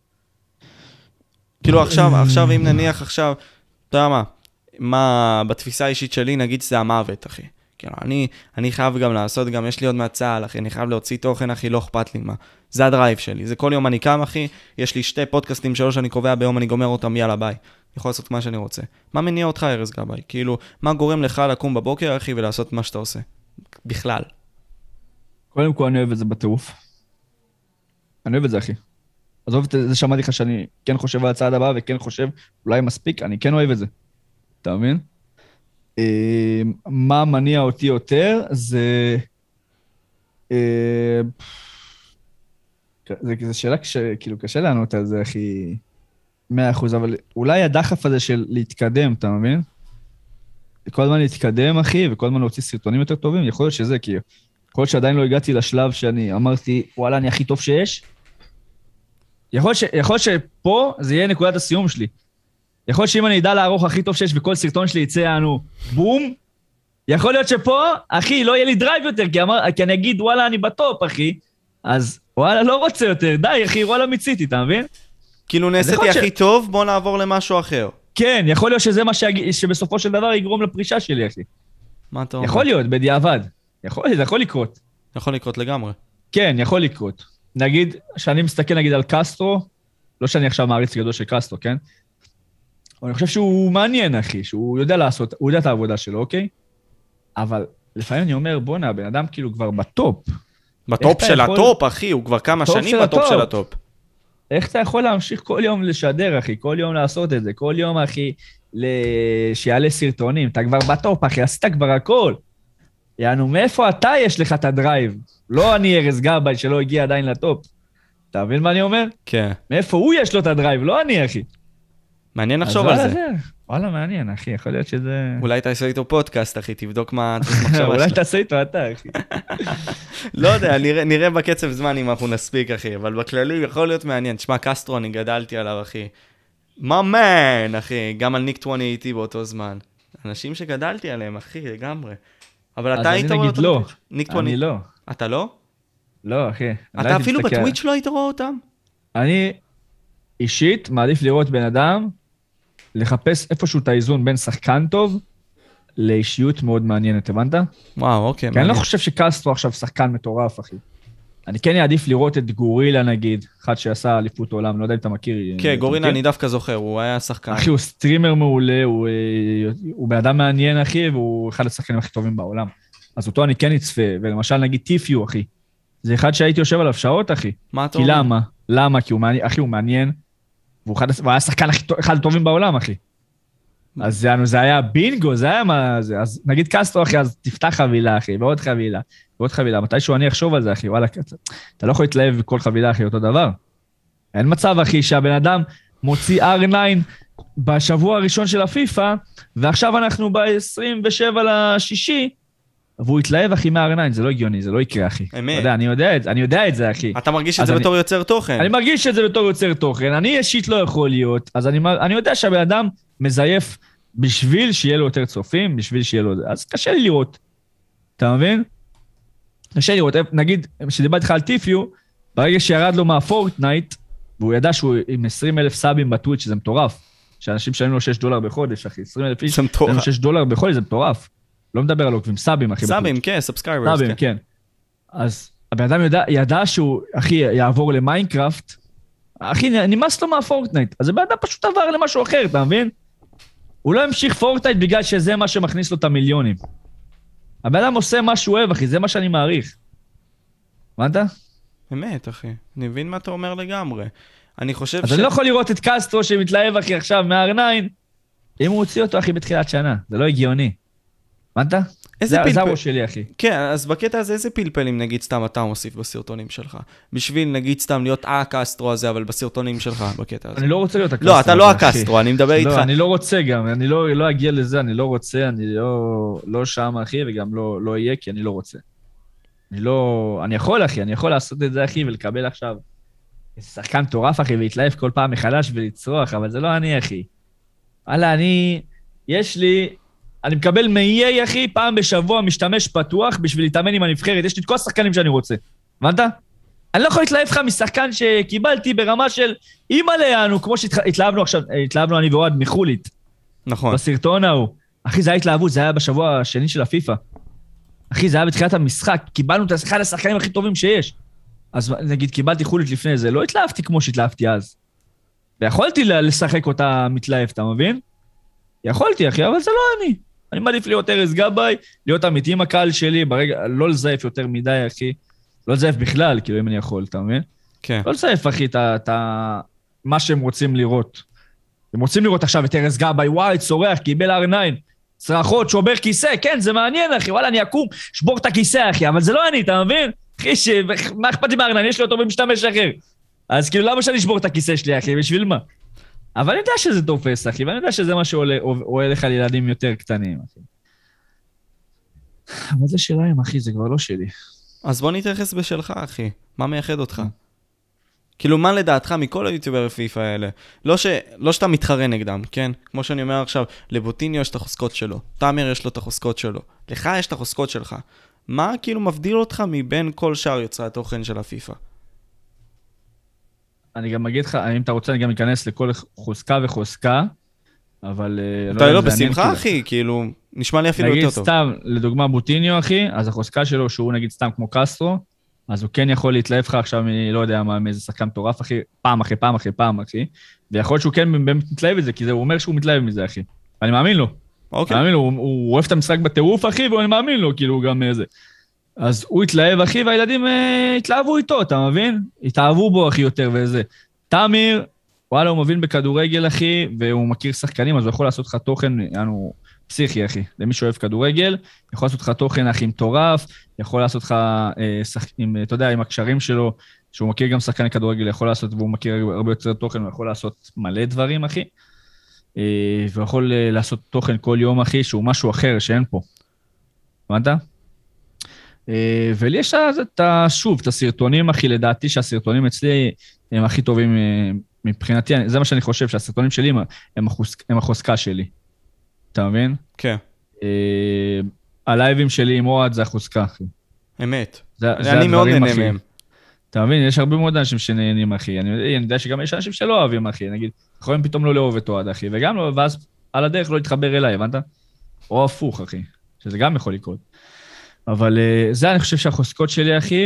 כאילו עכשיו, עכשיו אם נניח עכשיו, אתה יודע מה, מה בתפיסה האישית שלי נגיד זה המוות, אחי. כאילו, אני, אני חייב גם לעשות, גם יש לי עוד מהצהל, אחי, אני חייב להוציא תוכן, אחי, לא אכפת לי מה. זה הדרייב שלי, זה כל יום אני קם, אחי, יש לי שתי פודקאסטים שלוש אני קובע ביום, אני גומר אותם, יאללה, ביי. אני יכול לעשות מה שאני רוצה. מה מניע אותך, ארז גבאי? כאילו, מה גורם לך לקום בבוקר, אחי, ולעשות מה שאתה עושה? בכלל. קודם כל, אני אוהב את זה בטירוף. אני אוהב את זה, אחי. עזוב את זה, שמעתי לך שאני כן חושב על הצעד הבא, וכן חושב, אולי מספיק, אני כן אוהב את זה. אתה מבין? מה מניע אותי יותר, זה... זה שאלה כאילו קשה לענות על זה, אחי, מאה אחוז, אבל אולי הדחף הזה של להתקדם, אתה מבין? כל הזמן להתקדם, אחי, וכל הזמן להוציא סרטונים יותר טובים, יכול להיות שזה, כי יכול להיות שעדיין לא הגעתי לשלב שאני אמרתי, וואלה, אני הכי טוב שיש. יכול להיות שפה זה יהיה נקודת הסיום שלי. יכול להיות שאם אני אדע לערוך הכי טוב שיש וכל סרטון שלי יצא לנו בום, יכול להיות שפה, אחי, לא יהיה לי דרייב יותר, כי, אמר, כי אני אגיד, וואלה, אני בטופ, אחי. אז וואלה, לא רוצה יותר, די, אחי, וואלה, מיציתי, אתה מבין? כאילו נעשיתי הכי ש... טוב, בוא נעבור למשהו אחר. כן, יכול להיות שזה מה שיג... שבסופו של דבר יגרום לפרישה שלי, אחי. מה אתה אומר? יכול להיות, בדיעבד. יכול, זה יכול לקרות. יכול לקרות לגמרי. כן, יכול לקרות. נגיד, שאני מסתכל, נגיד, על קסטרו, לא שאני עכשיו מעריץ גדול של קסטרו, כן? אבל אני חושב שהוא מעניין, אחי, שהוא יודע לעשות, הוא יודע את העבודה שלו, אוקיי? אבל לפעמים אני אומר, בונה, הבן אדם כאילו כבר בטופ. בטופ של יכול... הטופ, אחי, הוא כבר כמה שנים בטופ של הטופ. איך אתה יכול להמשיך כל יום לשדר, אחי? כל יום לעשות את זה, כל יום, אחי, שיעלה סרטונים. אתה כבר בטופ, אחי, עשית כבר הכל. יענו, מאיפה אתה יש לך את הדרייב? לא אני ארז גבאי שלא הגיע עדיין לטופ. אתה מבין מה אני אומר? כן. מאיפה הוא יש לו את הדרייב? לא אני, אחי. מעניין לחשוב על זה. וואלה, מעניין, אחי, יכול להיות שזה... אולי תעשה איתו פודקאסט, אחי, תבדוק מה מחשבה שלו. אולי תעשה איתו אתה, אחי. לא יודע, נראה בקצב זמן אם אנחנו נספיק, אחי, אבל בכללי יכול להיות מעניין. תשמע, קסטרו, אני גדלתי עליו, אחי. מה מן, אחי, גם על ניק עשרים איתי באותו זמן. אנשים שגדלתי עליהם, אחי, לגמרי. אבל אתה היית רואה אותם? לא, אני לא. אתה לא? לא, אחי. אתה אפילו בטוויץ' לא היית רואה אותם? אני אישית מעדיף לראות בן אדם, לחפש איפשהו את האיזון בין שחקן טוב לאישיות מאוד מעניינת, הבנת? וואו, אוקיי. כי אני לא חושב שקסטרו עכשיו שחקן מטורף, אחי. אני כן אעדיף לראות את גורילה, נגיד, אחד שעשה אליפות עולם, לא יודע אם אתה מכיר. כן, גורילה אני דווקא זוכר, הוא היה שחקן. אחי, הוא סטרימר מעולה, הוא באדם מעניין, אחי, והוא אחד השחקנים הכי טובים בעולם. אז אותו אני כן אצפה, ולמשל נגיד טיפיו, אחי. זה אחד שהייתי יושב עליו שעות, אחי. מה אתה אומר? כי למה? למה? כי הוא מעניין, אחי, הוא מעניין, והוא היה שחקן אחד הטובים בעולם, אחי. אז זה היה בינגו, זה היה מה זה. אז נגיד קסטרו, אחי, אז תפתח חבילה, אחי, ועוד חבילה, ועוד חבילה. מתישהו אני אחשוב על זה, אחי, וואלה, אתה לא יכול להתלהב בכל חבילה, אחי, אותו דבר. אין מצב, אחי, שהבן אדם מוציא אר ניין בשבוע הראשון של הפיפה, ועכשיו אנחנו ב-עשרים ושבעה לשישי, והוא התלהב, אחי, מה-אר ניין, זה לא הגיוני, זה לא יקרה, אחי. אמת. אתה יודע, אני יודע את זה, אני יודע את זה, אחי. אתה מרגיש את זה בתור יוצר תוכן. אני מרגיש את זה בתור יוצר תוכן, אני אישית לא יכול להיות, אז אני, אני יודע שהבן אדם מזייף בשביל שיהיה לו יותר צופים, בשביל שיהיה לו... אז קשה לי לראות. אתה מבין? קשה לי לראות. נגיד, כשדיברתי לך על טיפיו, ברגע שירד לו מהפורטנייט, והוא ידע שהוא עם עשרים אלף סאבים בטוויץ', שזה מטורף. שאנשים שלמים לו שש דולר בחודש, אחי. עשרים אלף איש, שלמים לו שש דולר בחודש, זה מטורף. לא מדבר על עוקבים, סאבים, אחי. סאבים, כן, סאבסקרייברס. סאבים, כן. אז הבן אדם ידע, ידע שהוא, אחי, יעבור למיינקראפט. אחי, נמאס לו מהפורטנייט. אז הבן אדם פשוט עבר למשהו אחר, אתה מבין? הוא לא המשיך פורטנייט בגלל שזה מה שמכניס לו את המיליונים. הבן אדם עושה מה שהוא אוהב, אחי, זה מה שאני מעריך. הבנת? באמת, אחי. אני מבין מה אתה אומר לגמרי. אני חושב אז ש... אני לא יכול לראות את קסטרו שמתלהב, אחי, עכשיו מה-אר ניין, אם הוא הוציא אותו, אחי, בתחילת שנה. זה לא הגיוני. הבנת? איזה זה, פלפל... זה הראש שלי, אחי. כן, אז בקטע הזה, איזה פלפלים, נגיד, סתם אתה מוסיף בסרטונים שלך? בשביל, נגיד, סתם להיות הקסטרו הזה, אבל בסרטונים שלך, בקטע הזה. אני לא רוצה להיות הקסטרו. לא, אתה לא הקסטרו, אני מדבר איתך. לא, אני לא רוצה גם, אני לא, לא אגיע לזה, אני לא רוצה, אני לא, לא שם, אחי, וגם לא, לא אהיה, כי אני לא רוצה. אני לא... אני יכול, אחי, אני יכול לעשות את זה, אחי, ולקבל עכשיו איזה שחקן מטורף, אחי, ולהתלהב כל פעם מחדש ולצרוח, אבל זה לא אני, אחי. וואלה, אני, יש לי, אני מקבל מאיי, אחי, פעם בשבוע משתמש פתוח בשביל להתאמן עם הנבחרת. יש לי את כל השחקנים שאני רוצה. הבנת? אני לא יכול להתלהב לך משחקן שקיבלתי ברמה של אימא ליאנו, כמו שהתלהבנו עכשיו, התלהבנו אני ואוהד מחולית. נכון. בסרטון ההוא. אחי, זה היה התלהבות, זה היה בשבוע השני של הפיפה. אחי, זה היה בתחילת המשחק, קיבלנו את אחד השחקנים הכי טובים שיש. אז נגיד, קיבלתי חולית לפני זה, לא התלהבתי כמו שהתלהבתי אז. ויכולתי לשחק אותה מתלהב, אתה מבין? יכולתי, אחי, אבל זה לא אני. אני מעדיף להיות ארז גבאי, להיות אמיתי עם הקהל שלי, ברגע, לא לזייף יותר מדי, אחי. לא לזייף בכלל, כאילו, אם אני יכול, אתה מבין? כן. לא לזייף, אחי, את מה שהם רוצים לראות. הם רוצים לראות עכשיו את ארז גבאי, וואי, צורח, קיבל אר תשע, צרחות, שובר כיסא, כן, זה מעניין, אחי, וואלה, אני אקום, שבור את הכיסא, אחי, אבל זה לא אני, אתה מבין? אחי, ש... מה אכפת לי מאר תשע? יש לי אותו במשתמש אחר. אז כאילו, למה שאני אשבור את הכיסא שלי, אחי? בשביל מה? אבל אני יודע שזה תופס, אחי, ואני יודע שזה מה שעולה לך לילדים יותר קטנים, אחי. אבל זה שלהם, אחי, זה כבר לא שלי. אז בוא נתייחס בשלך, אחי. מה מייחד אותך? כאילו, מה לדעתך מכל היוטיובר פיפה האלה? לא, ש... לא שאתה מתחרה נגדם, כן? כמו שאני אומר עכשיו, לבוטיניו יש את החוזקות שלו, תאמר יש לו את החוזקות שלו, לך יש את החוזקות שלך. מה כאילו מבדיל אותך מבין כל שאר יוצרי התוכן של הפיפה? אני גם אגיד לך, אם אתה רוצה, אני גם אכנס לכל חוזקה וחוזקה, אבל... אתה לא בשמחה, אחי, כאילו, נשמע לי אפילו יותר טוב. נגיד סתם, לדוגמה בוטיניו, אחי, אז החוזקה שלו, שהוא נגיד סתם כמו קסטרו, אז הוא כן יכול להתלהב לך עכשיו, אני לא יודע מה, מאיזה שחקן מטורף, אחי, פעם אחרי פעם אחרי פעם, אחי, ויכול להיות שהוא כן באמת מתלהב את זה, כי הוא אומר שהוא מתלהב מזה, אחי. אני מאמין לו. אוקיי. אני מאמין לו, הוא אוהב את המשחק בטירוף, אחי, ואני מאמין לו, כאילו, גם איזה. אז הוא התלהב, אחי, והילדים אה, התלהבו איתו, אתה מבין? התאהבו בו, אחי, יותר וזה. תאמיר, וואלה, הוא מבין בכדורגל, אחי, והוא מכיר שחקנים, אז הוא יכול לעשות לך תוכן, יענו, פסיכי, אחי. למי שאוהב כדורגל, יכול לעשות לך תוכן, אחי, מטורף, יכול לעשות לך, אה, שח... עם, אתה יודע, עם הקשרים שלו, שהוא מכיר גם שחקני כדורגל, יכול לעשות, והוא מכיר הרבה יותר תוכן, הוא יכול לעשות מלא דברים, אחי. אה, והוא יכול אה, לעשות תוכן כל יום, אחי, שהוא משהו אחר שאין פה. הבנת? אה, ולי יש את, שוב, את הסרטונים, אחי, לדעתי שהסרטונים אצלי הם הכי טובים אה, מבחינתי, זה מה שאני חושב, שהסרטונים שלי הם, החוס... הם החוזקה שלי. אתה מבין? כן. אה, הלייבים שלי עם אוהד זה החוזקה, אחי. אמת. זה, אני זה מאוד הדברים, נהנה אחי. מהם. אתה מבין? יש הרבה מאוד אנשים שנהנים, אחי. אני, אני יודע שגם יש אנשים שלא אוהבים, אחי. נגיד, יכולים פתאום לא לאהוב את אוהד, אחי. וגם לא, ואז על הדרך לא להתחבר אליי, הבנת? או הפוך, אחי. שזה גם יכול לקרות. אבל uh, זה אני חושב שהחוזקות שלי, אחי,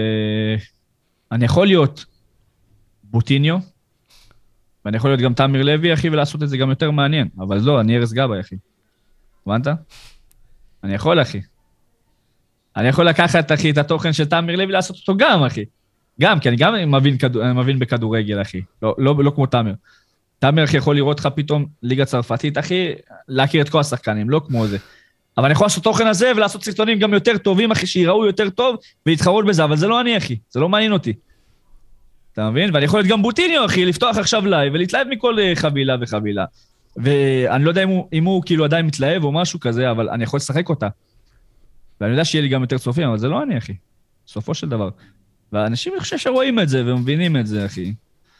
ואני יכול להיות בוטיניו, ואני יכול להיות גם תאמיר לוי, אחי, ולעשות את זה גם יותר מעניין. אבל לא, אני ארז גבאי, אחי. הבנת? אני יכול, אחי. אני יכול לקחת, אחי, את התוכן של תאמיר לוי, לעשות אותו גם, אחי. גם, כי אני גם מבין, כדור, מבין בכדורגל, אחי. לא, לא, לא כמו תאמיר. תאמיר, אחי, יכול לראות לך פתאום ליגה צרפתית, אחי, להכיר את כל השחקנים, לא כמו זה. אבל אני יכול לעשות תוכן הזה, ולעשות סרטונים גם יותר טובים, אחי, שיראו יותר טוב, ולהתחרות בזה, אבל זה לא אני, אחי. זה לא מעניין אותי. אתה מבין? ואני יכול להיות גם בוטיניו, אחי, לפתוח עכשיו לייב, ולהתלהב מכל חבילה וחבילה. ואני לא יודע אם הוא, אם הוא כאילו עדיין מתלהב או משהו כזה, אבל אני יכול לשחק אותה. ואני יודע שיהיה לי גם יותר צופים, אבל זה לא אני, אחי. סופו של דבר. ואנשים, אני חושב שרואים את זה, ומבינים את זה, אחי.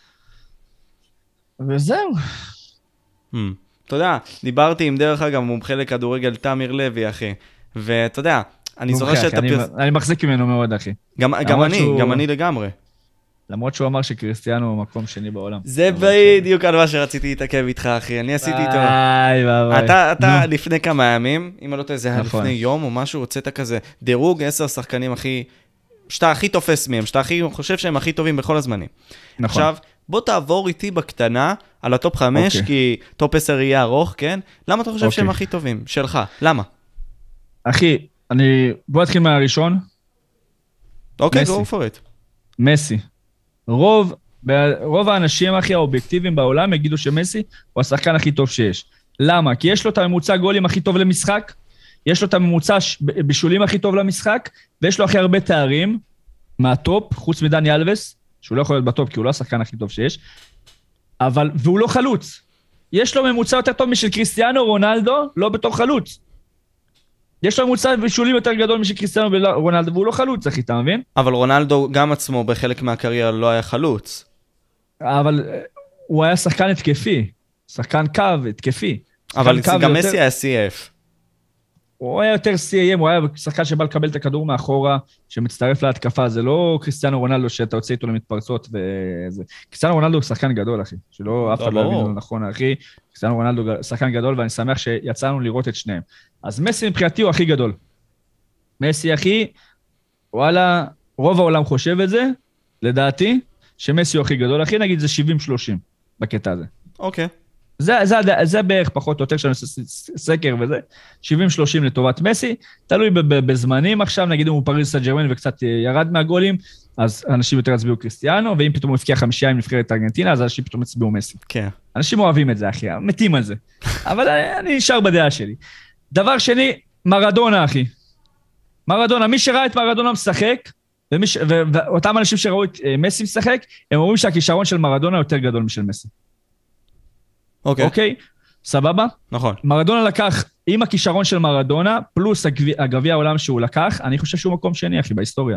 וזהו. אתה יודע, דיברתי עם דרך אגב מומחה לכדורגל תאמיר לוי, אחי. ואתה יודע, אני זוכר שאתה... אני מחזיק ממנו מאוד, אחי. גם אני, גם אני לגמרי. למרות שהוא אמר שקריסטיאנו הוא מקום שני בעולם. זה בדיוק על מה שרציתי להתעכב איתך, אחי. אני עשיתי איתו. איי, ביי. אתה לפני כמה ימים, אם לא יודע, זה היה לפני יום או משהו, הוצאת כזה דירוג עשר שחקנים הכי... שאתה הכי תופס מהם, שאתה הכי חושב שהם הכי טובים בכל הזמנים. עכשיו, בוא תעבור איתי בקטנה על הטופ חמש, כי טופ עשר יהיה ארוך, כן? למה אתה חושב שהם הכי טובים? שלך. למה? אחי, אני... בוא נתחיל מהראשון. אוקיי, go for it. מסי. רוב, רוב האנשים הכי האובייקטיביים בעולם יגידו שמסי הוא השחקן הכי טוב שיש. למה? כי יש לו את הממוצע גולים הכי טוב למשחק, יש לו את הממוצע בישולים הכי טוב למשחק, ויש לו הכי הרבה תארים מהטופ, חוץ מדני אלבס, שהוא לא יכול להיות בטופ כי הוא לא השחקן הכי טוב שיש, אבל, והוא לא חלוץ. יש לו ממוצע יותר טוב משל קריסטיאנו רונלדו, לא בתור חלוץ. יש לו ממוצע בישולים יותר גדול משל קריסטיאנו רונלדו, והוא לא חלוץ, אחי, אתה מבין? אבל רונלדו גם עצמו בחלק מהקריירה לא היה חלוץ. אבל הוא היה שחקן התקפי. שחקן קו, התקפי. אבל גם מסי היה סי אף. הוא היה יותר סי אם, הוא היה שחקן שבא לקבל את הכדור מאחורה, שמצטרף להתקפה, זה לא קריסטיאנו רונלדו שאתה יוצא איתו למתפרצות וזה. קריסטיאנו רונלדו הוא שחקן גדול, אחי, שלא אף אחד לא יבין לו נכון, אחי. קריסטיאנו רונלדו שחקן גדול, ואני שמח שיצאנו לראות את שניהם. אז מסי מבחינתי הוא הכי גדול. מסי, אחי, וואלה, רוב העולם חושב את זה, לדעתי, שמסי הוא הכי גדול, אחי, נגיד זה שבעים שלושים בקטע הזה. אוקיי. זה, זה, זה בערך פחות או יותר שאני עושה סקר וזה, שבעים שלושים לטובת מסי, תלוי בזמנים עכשיו, נגיד אם הוא פריז סן ז'רמן וקצת ירד מהגולים, אז אנשים יותר הצביעו קריסטיאנו, ואם פתאום הוא הפקיע חמישייה עם נבחרת ארגנטינה, אז אנשים פתאום הצביעו מסי. כן. אנשים אוהבים את זה, אחי, מתים על זה. אבל אני נשאר בדעה שלי. דבר שני, מרדונה, אחי. מרדונה, מי שראה את מרדונה משחק, ומש, ו, ואותם אנשים שראו את מסי משחק, הם אומרים שהכישרון של מרדונה יותר גדול משל מסי. אוקיי. אוקיי, סבבה? נכון. מרדונה לקח, עם הכישרון של מרדונה, פלוס הגביע, הגביע העולם שהוא לקח, אני חושב שהוא מקום שני, אחי, בהיסטוריה.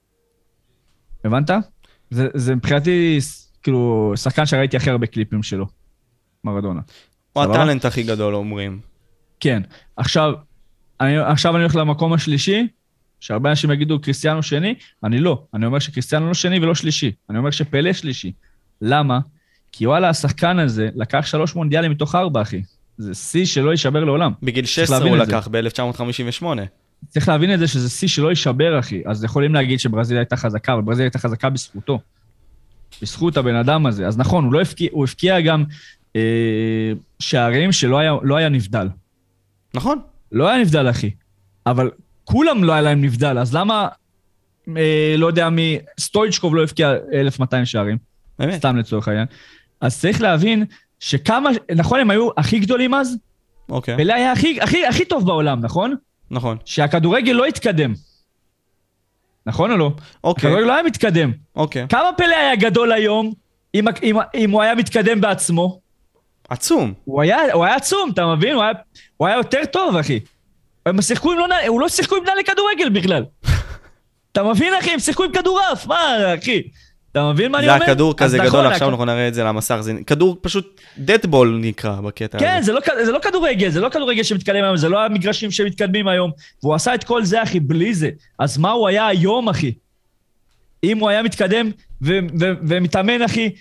הבנת? זה, זה מבחינתי, כאילו, שחקן שראיתי הכי הרבה קליפים שלו, מרדונה. הוא הטלנט הכי גדול, אומרים. כן. עכשיו, אני, עכשיו אני הולך למקום השלישי, שהרבה אנשים יגידו קריסטיאנו שני, אני לא. אני אומר שקריסטיאנו לא שני ולא שלישי. אני אומר שפלה שלישי. למה? כי וואלה, השחקן הזה לקח שלוש מונדיאלים מתוך ארבע, אחי. זה שיא שלא יישבר לעולם. בגיל שש עשרה הוא לקח, ב-אלף תשע מאות חמישים ושמונה. צריך להבין את זה שזה שיא שלא יישבר, אחי. אז יכולים להגיד שברזיל הייתה חזקה, אבל ברזיל הייתה חזקה בזכותו. בזכות הבן אדם הזה. אז נכון, הוא לא הפקיע, הוא הפקיע גם אה, שערים שלא היה, לא היה נבדל. נכון. לא היה נבדל, אחי. אבל כולם לא היה להם נבדל, אז למה, אה, לא יודע מי, סטויצ'קוב לא הפקיע אלף ומאתיים שערים? באמת. סתם לצורך העניין. אז צריך להבין שכמה, נכון, הם היו הכי גדולים אז? אוקיי. פלה היה הכי, הכי, הכי טוב בעולם, נכון? נכון. שהכדורגל לא התקדם. נכון או לא? אוקיי. הכדורגל לא היה מתקדם. אוקיי. כמה פלה היה גדול היום, אם, אם, אם הוא היה מתקדם בעצמו? עצום. הוא היה, הוא היה עצום, אתה מבין? הוא היה, הוא היה יותר טוב, אחי. הם שיחקו עם לא, הוא לא שיחקו עם נעלי כדורגל בכלל. אתה מבין, אחי? הם שיחקו עם כדורף, מה, אחי? אתה מבין מה אני אומר? זה הכדור כזה גדול, עכשיו אנחנו נראה את זה למסך, זה כדור פשוט דדבול נקרא בקטע הזה. כן, זה לא כדורגל, זה לא כדורגל שמתקדם היום, זה לא המגרשים שמתקדמים היום, והוא עשה את כל זה, אחי, בלי זה. אז מה הוא היה היום, אחי? אם הוא היה מתקדם ומתאמן, אחי,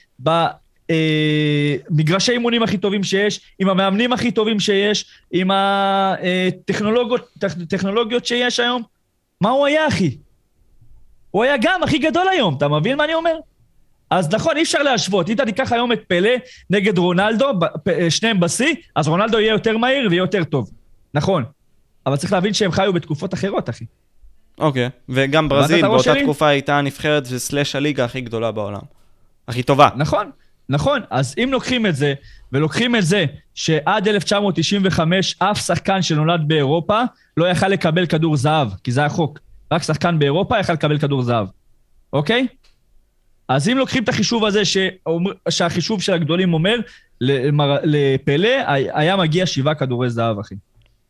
במגרשי אימונים הכי טובים שיש, עם המאמנים הכי טובים שיש, עם הטכנולוגיות שיש היום, מה הוא היה, אחי? הוא היה גם הכי גדול היום, אתה מבין מה אני אומר? אז נכון, אי אפשר להשוות, אם אתה תיקח היום את פלה נגד רונלדו, שניהם בסי, אז רונלדו יהיה יותר מהיר ויהיה יותר טוב. נכון. אבל צריך להבין שהם חיו בתקופות אחרות, אחי. אוקיי, וגם ברזיל באותה תקופה הייתה הנבחרת וסלש הליגה הכי גדולה בעולם. הכי טובה. נכון, נכון. אז אם לוקחים את זה, ולוקחים את זה שעד אלף תשע מאות תשעים וחמש אף שחקן שנולד באירופה לא יכל לקבל כדור זהב, כי זה החוק. רק שחקן באירופה יכל לקבל כדור זהב. אוקיי? אז אם לוקחים את החישוב הזה, שאומר, שהחישוב של הגדולים אומר, לפלה היה מגיע שבעה כדורי זהב, אחי.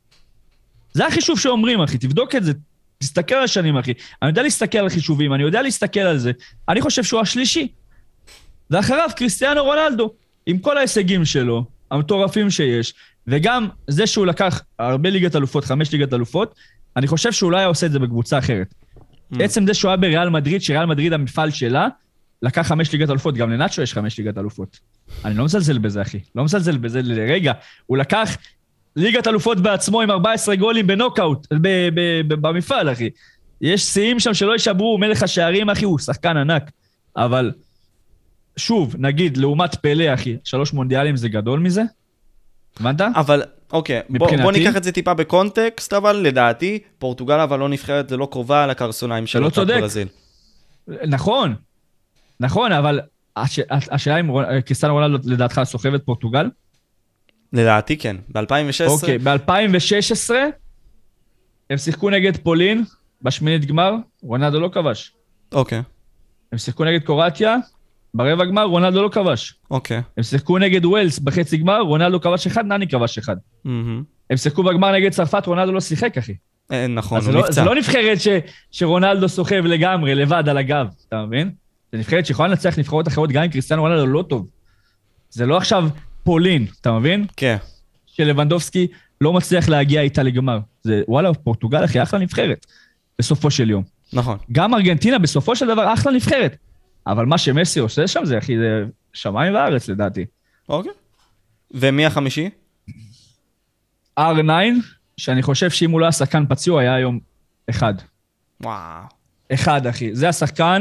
זה החישוב שאומרים, אחי. תבדוק את זה. תסתכל על השנים, אחי. אני יודע להסתכל על חישובים, אני יודע להסתכל על זה. אני חושב שהוא השלישי. ואחריו, קריסטיאנו רונלדו, עם כל ההישגים שלו, המטורפים שיש, וגם זה שהוא לקח הרבה ליגת אלופות, חמש ליגת אלופות, אני חושב שהוא לא היה עושה את זה בקבוצה אחרת. Mm. עצם זה שהוא היה בריאל מדריד, שריאל מדריד המפעל שלה, לקח חמש ליגת אלופות, גם לנאצ'ו יש חמש ליגת אלופות. אני לא מזלזל בזה, אחי. לא מזלזל בזה לרגע. הוא לקח ליגת אלופות בעצמו עם ארבעה עשר גולים בנוקאוט, ב- ב- ב- במפעל, אחי. יש שיאים שם שלא ישברו, מלך השערים, אחי, הוא שחקן ענק. אבל, שוב, נגיד, לעומת פלה, אחי, שלוש מונדיאלים זה גדול מזה? הבנת? אבל, אוקיי, בוא, בוא ניקח את זה טיפה בקונטקסט, אבל לדעתי, פורטוגל אבל לא נבחרת, זה לא קרובה על הקרסוניים של אותה ברזיל. נכון, נכון, אבל הש... השאלה אם קריסטיאנו רונלדו לדעתך סוחב את פורטוגל? לדעתי כן, ב-אלפיים ושש עשרה. אוקיי, ב-אלפיים ושש עשרה הם שיחקו נגד פולין, בשמינית גמר, רונלדו לא כבש. אוקיי. הם שיחקו נגד קרואטיה, ברבע גמר, רונלדו לא כבש. אוקיי. הם שיחקו נגד ווילס בחצי גמר, רונלדו כבש אחד, נני כבש אחד. הם שיחקו בגמר נגד צרפת, רונלדו לא שיחק, אחי. נכון, הוא נפצע. זה לא נבחרת שרונלדו סוחב לגמרי, לבד על הגב, אתה מבין? זה נבחרת שיכולה לנצח נבחרות אחרות, גם אם קריסטיאנו רונלדו לא טוב. זה לא עכשיו פולין, אתה מבין? כן. שלבנדובסקי לא מצליח להגיע איתה לגמר. זה, וואלה, פורטוגל, אחי, אחלה נבחרת, בסופו של יום. נכון. גם ארגנטינה, בסופו של דבר, אחלה נבחרת. אבל מה שמסי עושה שם זה, אחי, זה שמיים וארץ, לדעתי. אוקיי. ומי החמישי? אר תשע, שאני חושב שאם הוא לא השחקן פציע, היה היום אחד. וואו. אחד, אחי. זה השחקן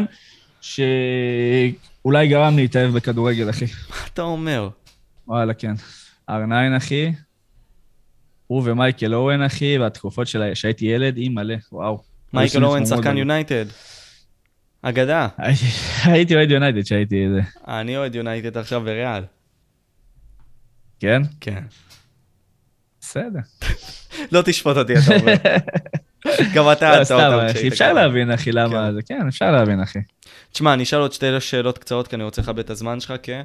שאולי גרם לי להתאהב בכדורגל, אחי. מה אתה אומר? וואלה, כן. אר תשע, אחי. הוא ומייקל אורן, אחי, והתקופות שלה, שהייתי ילד, היא מלא, וואו. מייקל אורן, שחקן יונייטד. אגדה. הייתי אוהד יונייטד שהייתי איזה. אני אוהד יונייטד עכשיו וריאל. כן? כן. בסדר. לא תשפוט אותי, אתה אומר. גם אתה עצרת אותי שהיית. אפשר להבין, אחי, למה זה. כן, אפשר להבין, אחי. תשמע, אני אשאל עוד שתי שאלות קצרות, כי אני רוצה לכבד את הזמן שלך, כן?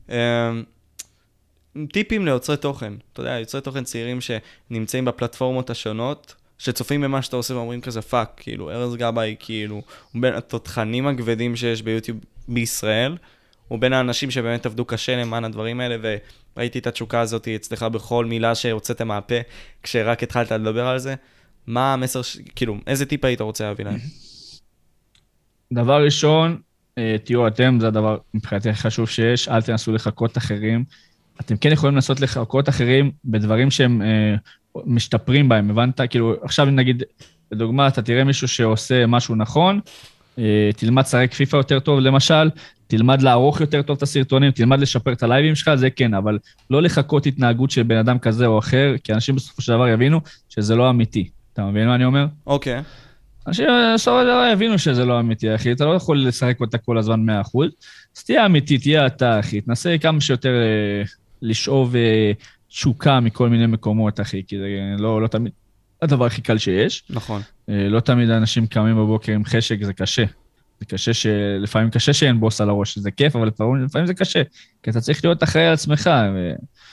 טיפים ליוצרי תוכן. אתה יודע, יוצרי תוכן צעירים שנמצאים בפלטפורמות השונות, שצופים במה שאתה עושה ואומרים כזה פאק, כאילו, ארז גבאי, כאילו, הוא בין התותחנים הכבדים שיש ביוטיוב בישראל, הוא בין האנשים שבאמת עבדו קשה למען הדברים האלה, וראיתי את התשוקה הזאת אצלך בכל מילה שהוצאת מהפה, כשרק התחלת לדבר על זה. מה המסר, ש... כאילו, איזה טיפ היית רוצה להביא להם? דבר ראשון, תהיו אתם, זה הדבר מבחינתי הכי חשוב שיש, אל תנסו לחכות אחרים. אתם כן יכולים לנסות לחכות אחרים בדברים שהם אה, משתפרים בהם, הבנת? כאילו, עכשיו נגיד, לדוגמה, אתה תראה מישהו שעושה משהו נכון, אה, תלמד לשחק פיפה יותר טוב, למשל, תלמד לערוך יותר טוב את הסרטונים, תלמד לשפר את הלייבים שלך, זה כן, אבל לא לחכות התנהגות של בן אדם כזה או אחר, כי אנשים בסופו של דבר יבינו שזה לא אמיתי. אתה מבין מה אני אומר? אוקיי. אנשים בסופו של דבר יבינו שזה לא אמיתי, אחי, אתה לא יכול לשחק אותה כל הזמן מאה אחוז, אז תהיה אמיתי, תהיה אתה, אחי, תנסה כמה שיותר לשאוב תשוקה מכל מיני מקומות, אחי, כי זה לא, לא תמיד הדבר הכי קל שיש. נכון. לא תמיד האנשים קמים בבוקר עם חשק, זה קשה. זה קשה שלפעמים קשה שאין בוס על הראש, זה כיף, אבל לפעמים, לפעמים זה קשה, כי אתה צריך להיות אחראי על עצמך. ו...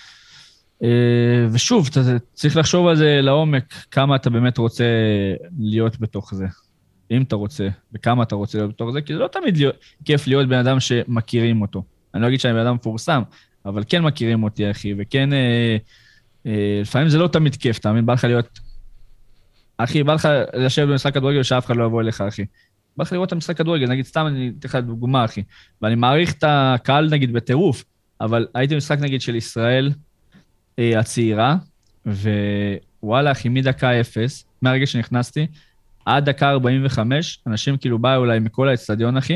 ושוב, אתה צריך לחשוב על זה לעומק, כמה אתה באמת רוצה להיות בתוך זה. אם אתה רוצה, וכמה אתה רוצה להיות בתוך זה, כי זה לא תמיד להיות, כיף להיות בן אדם שמכירים אותו. אני לא אגיד שאני בן אדם מפורסם, אבל כן מכירים אותי, אחי, וכן, אה, אה, לפעמים זה לא תמיד כיף, תאמין, בא לך להיות, אחי, בא לך לשבת במשחק כדורגל שאף אחד לא יבוא אליך, אחי. בא לך לראות את המשחק כדורגל, נגיד, סתם אני אתן לך דוגמה, אחי, ואני מעריך את הקהל, נגיד, בטירוף, אבל הייתי במשחק, נגיד, של ישראל אה, הצעירה, ווואלה, אחי, מדקה אפס, מהרגע שנכנסתי, עד דקה ארבעים וחמש, אנשים כאילו באו אולי מכל האצטדיון, אחי,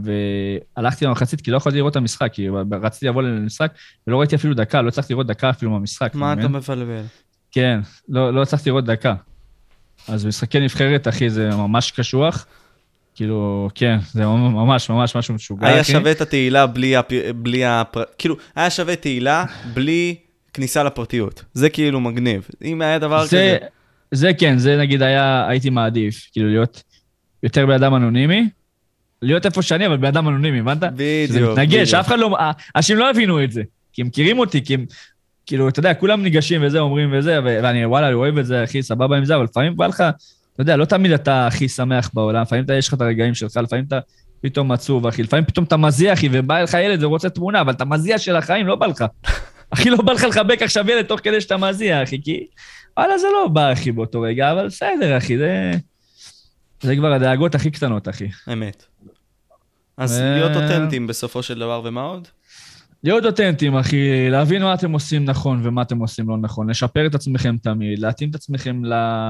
והלכתי למחצית, כי לא יכולתי לראות את המשחק, כי רציתי לבוא למשחק, ולא ראיתי אפילו דקה, לא צריכתי לראות דקה אפילו מהמשחק. מה אתה מבלבל? כן, לא, לא צריכתי לראות דקה. אז משחקי נבחרת, אחי, זה ממש קשוח. כאילו, כן, זה ממש ממש משהו משוגע, אחי. היה שווה את התהילה בלי, בלי הפר... כאילו, היה שווה תהילה בלי כניסה לפרטיות. זה כאילו מגניב. אם היה דבר זה, כזה... זה כן, זה נגיד היה, הייתי מעדיף, כאילו להיות יותר באדם אנונימי, להיות איפה שאני, אבל באדם אנונימי, הבנת? בדיוק. שזה מתנגש, שאף אחד לא, אנשים לא הבינו את זה, כי הם מכירים אותי, כי הם, כאילו, אתה יודע, כולם ניגשים וזה, אומרים וזה, ואני, וואלה, אני אוהב את זה, הכי סבבה עם זה, אבל לפעמים בא לך, אתה יודע, לא תמיד אתה הכי שמח בעולם, לפעמים אתה, יש לך את הרגעים שלך, לפעמים אתה פתאום עצוב, אחי, לפעמים פתאום אתה מזיע, אחי, ובא לך ילד ורוצה תמונה, אבל אתה מזיע של החיים, לא בא לך. אחי, לא בא לך לחבק עכשיו ילד תוך כדי שאתה מזיע, אחי, כי, וואלה, זה לא בא, אחי, באותו רגע, אבל בסדר, אחי, זה, זה כבר הדאגות הכי קטנות, אחי. אמת. אז להיות אותנטיים בסופו של דבר, ומה עוד? להיות אותנטיים, אחי, להבין מה אתם עושים נכון ומה אתם עושים לא נכון, לשפר את עצמכם תמיד, להתאים את עצמכם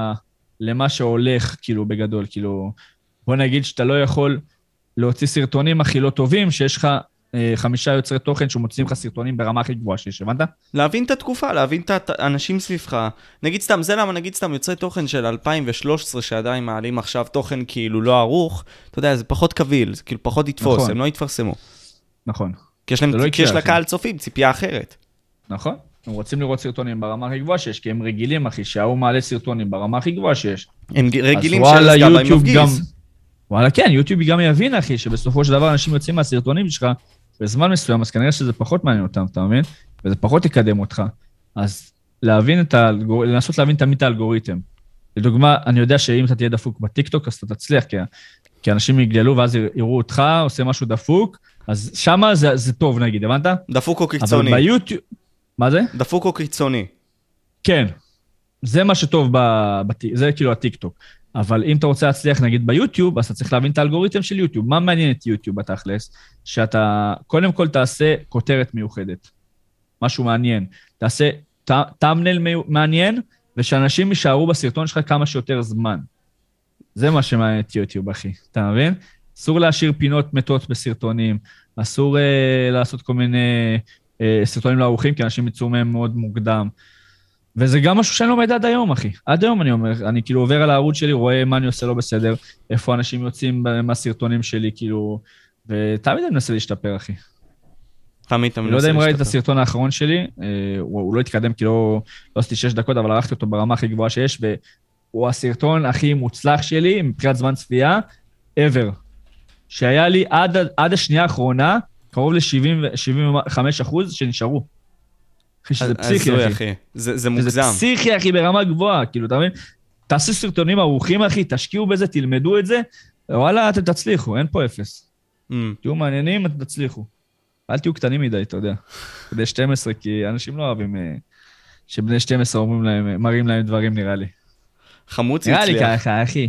למה שהולך, כאילו, בגדול, כאילו, בוא נגיד שאתה לא יכול להוציא סרטונים הכי לא טובים, שיש לך חמישה יוצרי תוכן שמוצאים לך סרטונים ברמה הכי גבוהה שיש, הבנת? להבין את התקופה, להבין את האנשים סביבך. נגיד סתם, זה למה נגיד סתם יוצרי תוכן של אלפיים ושלוש עשרה שעדיין מעלים עכשיו תוכן כאילו לא ערוך, אתה יודע, זה פחות קביל, זה כאילו פחות יתפוס, נכון. הם לא יתפרסמו. נכון. כי יש להם, לא כי יש לקהל צופים, ציפייה אחרת. נכון. הם רוצים לראות סרטונים ברמה הכי גבוהה שיש, כי הם רגילים, אחי, שהאו מעלה סרטונים ברמה הכי גבוהה שיש. הם רגילים שיש גם בהם מפגיז. וואלה, כן, יוטיוב גם יבין, אחי, שבסופו של דבר אנשים יוצאים מהסרטונים שלך בזמן מסוים, אז כנראה שזה פחות מעניין אותם, אתה מבין? וזה פחות יקדם אותך. אז להבין את האלגור... לנסות להבין תמיד את האלגוריתם. לדוגמה, אני יודע שאם אתה תהיה דפוק בטיקטוק, אז אתה תצליח, כי, כי אנשים יגדלו ואז יראו אותך, עושה משהו דפוק, אז שמה זה, זה טוב, נגיד, הבנת? דפוק או קיצוני. אבל ביוטיוב, מה זה? דפוק או קיצוני? כן. זה מה שטוב, ב... בת... זה כאילו הטיק-טוק. אבל אם אתה רוצה להצליח, נגיד ביוטיוב, אז אתה צריך להבין את האלגוריתם של יוטיוב. מה מעניין את יוטיוב בתכלס? שאתה, קודם כל תעשה כותרת מיוחדת. משהו מעניין. תעשה טאמנל מעניין, ושאנשים יישארו בסרטון שלך כמה שיותר זמן. זה מה שמעניין את יוטיוב, אחי. אתה מבין? אסור להשאיר פינות מתות בסרטונים, אסור אה, לעשות כל מיני אה, סרטונים לערוכים, כי אנשים יצאו מהם מאוד מוקדם. וזה גם משהו שאני לומד עד היום, אחי. עד היום אני אומר, אני כאילו עובר על הערוץ שלי, רואה מה אני עושה לא בסדר, איפה אנשים יוצאים מהסרטונים שלי, כאילו, ותמיד אני מנסה להשתפר, אחי. תמיד תמיד אני לא יודע אם ראית את הסרטון האחרון שלי, הוא, הוא לא התקדם, כי לא, לא עשיתי שש דקות, אבל ערכתי אותו ברמה הכי גבוהה שיש, והוא הסרטון הכי מוצלח שלי, מבחינת זמן צפייה, ever. שהיה לי עד, עד השנייה האחרונה, קרוב ל-שבעים וחמישה אחוז שנשארו. אחי, שזה פסיכי, אחי. זה, זה מוגזם. זה פסיכי, אחי, ברמה גבוהה, כאילו, אתה מבין? תעשי סרטונים ערוכים, אחי, תשקיעו בזה, תלמדו את זה, וואלה, אתם תצליחו, אין פה אפס. Mm. תהיו מעניינים, אתם תצליחו. אל תהיו קטנים מדי, אתה יודע. בני שתים עשרה, כי אנשים לא אוהבים שבני שתים עשרה אומרים להם, מראים להם דברים, נראה לי. חמוצי הצליח. נראה לי ככה, אחי.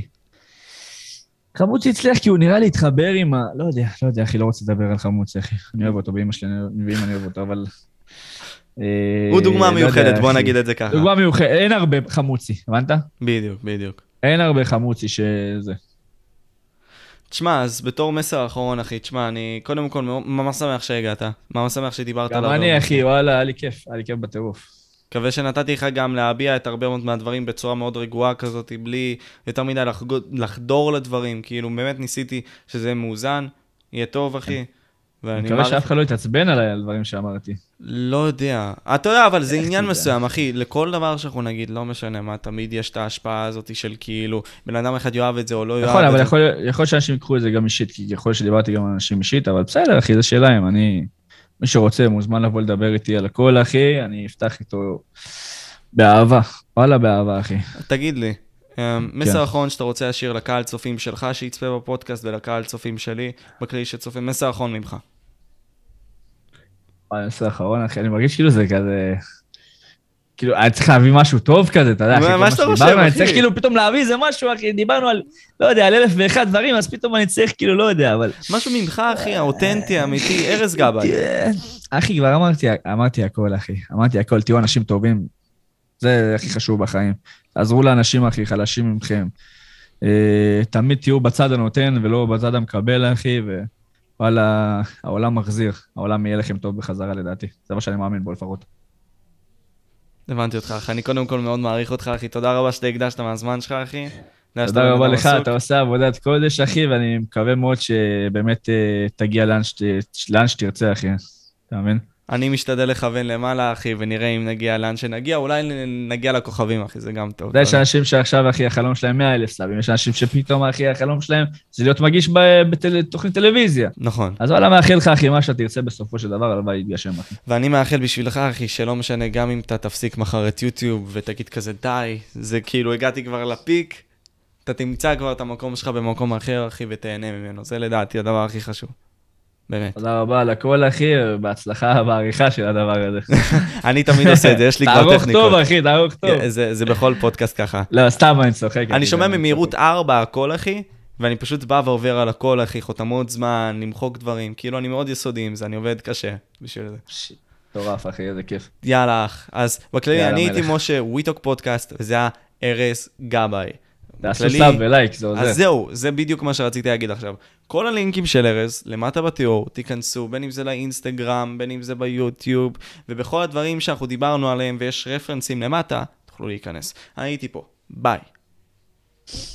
חמוצי הצליח, כי הוא נראה לי התחבר עם ה... לא יודע, לא יודע, אחי, לא רוצה לדבר על חמוצי, אחי. אני אוהב אותו, באמא שלי, ואמא אני אוהב אותו, אבל... הוא דוגמה מיוחדת, בוא נגיד את זה ככה. דוגמה מיוחדת, אין הרבה חמוצי, הבנת? בדיוק, בדיוק. אין הרבה חמוצי שזה. תשמע, אז בתור מסר אחרון, אחי, תשמע, אני קודם כל ממש שמח שהגעת, ממש שמח שדיברת עליו. גם אני, אחי, וואלה, היה לי כיף, היה לי כיף בטירוף. מקווה שנתתי לך גם להביע את הרבה מאוד מהדברים בצורה מאוד רגועה כזאת, בלי יותר מדי לחדור לדברים, כאילו באמת ניסיתי שזה יהיה מאוזן, יהיה טוב, אחי. אני מקווה שאף אחד לא יתעצבן עליי על דברים שאמרתי. לא יודע. אתה יודע, אבל זה עניין מסוים, אחי. לכל דבר שאנחנו נגיד, לא משנה מה, תמיד יש את ההשפעה הזאת של כאילו, בן אדם אחד יאהב את זה או לא יאהב את זה. נכון, אבל יכול שאנשים יקחו את זה גם אישית, כי יכול שדיברתי גם על אנשים אישית, אבל בסדר, אחי, זה שאלה, אני... מי שרוצה, מוזמן לבוא לדבר איתי על הכל, אחי, אני אפתח איתו באהבה. וואלה, באהבה, אחי. תגיד לי, מסר אחרון שאתה רוצה להשאיר לקהל צופים שלך שיצפה בפודקאסט ולקהל צופים שלי, בכלי שצופה, מסר אחרון ממך. מסר אחרון, אחי, אני מרגיש כאילו זה כזה... כאילו, אני צריך להביא משהו טוב כזה, אתה יודע, אחי, מה שאתה חושב, אחי? אני צריך כאילו פתאום להביא איזה משהו, אחי, דיברנו על, לא יודע, על אלף ואחד דברים, אז פתאום אני צריך, כאילו, לא יודע, אבל... משהו ממך, אחי, האותנטי, אמיתי, ארז גבאי. אחי, כבר אמרתי, אמרתי הכל, אחי, אמרתי הכל, תהיו אנשים טובים, זה הכי חשוב בחיים. תעזרו לאנשים, אחי, חלשים ממכם. תמיד תהיו בצד הנותן ולא בצד המקבל, אחי, ווואלה, העולם מחזיר, העולם יהיה לכם טוב בחזרה, לדעתי. זה מה שאני מאמין בו לפחות. הבנתי אותך, אחי. אני קודם כל מאוד מעריך אותך, אחי. תודה רבה שאתה הקדשת מהזמן שלך, אחי. תודה רבה לך, אתה עושה עבודת קודש, אחי, ואני מקווה מאוד שבאמת תגיע לאן שתרצה, אחי. אתה מבין? אני משתדל לכוון למעלה, אחי, ונראה אם נגיע לאן שנגיע. אולי נגיע לכוכבים, אחי, זה גם טוב. יש אנשים שעכשיו, אחי, החלום שלהם מאה אלף סלבים. יש אנשים שפתאום, אחי, החלום שלהם זה להיות מגיש בתוכנית טלוויזיה. נכון. אז וואלה, מאחל לך, אחי, מה שאתה תרצה בסופו של דבר, הלוואי יתגשם, אחי. ואני מאחל בשבילך, אחי, שלא משנה גם אם אתה תפסיק מחר את יוטיוב ותגיד כזה די, זה כאילו הגעתי כבר לפיק, אתה תמצא כבר את המקום שלך במקום אחר, אחי, ותהנה ממנו. זה לדעתי הדבר הכי חשוב. באמת. תודה רבה על הכל, אחי, ובהצלחה בעריכה של הדבר הזה. אני תמיד עושה את זה, יש לי כבר טכניקות. תערוך טוב, אחי, תערוך טוב. זה בכל פודקאסט ככה. לא, סתם אני צוחק. אני שומע ממהירות ארבע הכל, אחי, ואני פשוט בא ועובר על הכל, אחי, חותמות זמן, למחוק דברים, כאילו אני מאוד יסודי עם זה, אני עובד קשה בשביל זה. טורף, אחי, איזה כיף. יאללה, אח. אז בכללי, אני הייתי משה, וויטוק פודקאסט, וזה היה ארז גבאי. תעשו סאב ולייק, זה עוזר. אז זהו, זה בדיוק מה שרציתי להגיד עכשיו. כל הלינקים של ארז, למטה בתיאור, תיכנסו, בין אם זה לאינסטגרם, בין אם זה ביוטיוב, ובכל הדברים שאנחנו דיברנו עליהם, ויש רפרנסים למטה, תוכלו להיכנס. אני הייתי פה. ביי.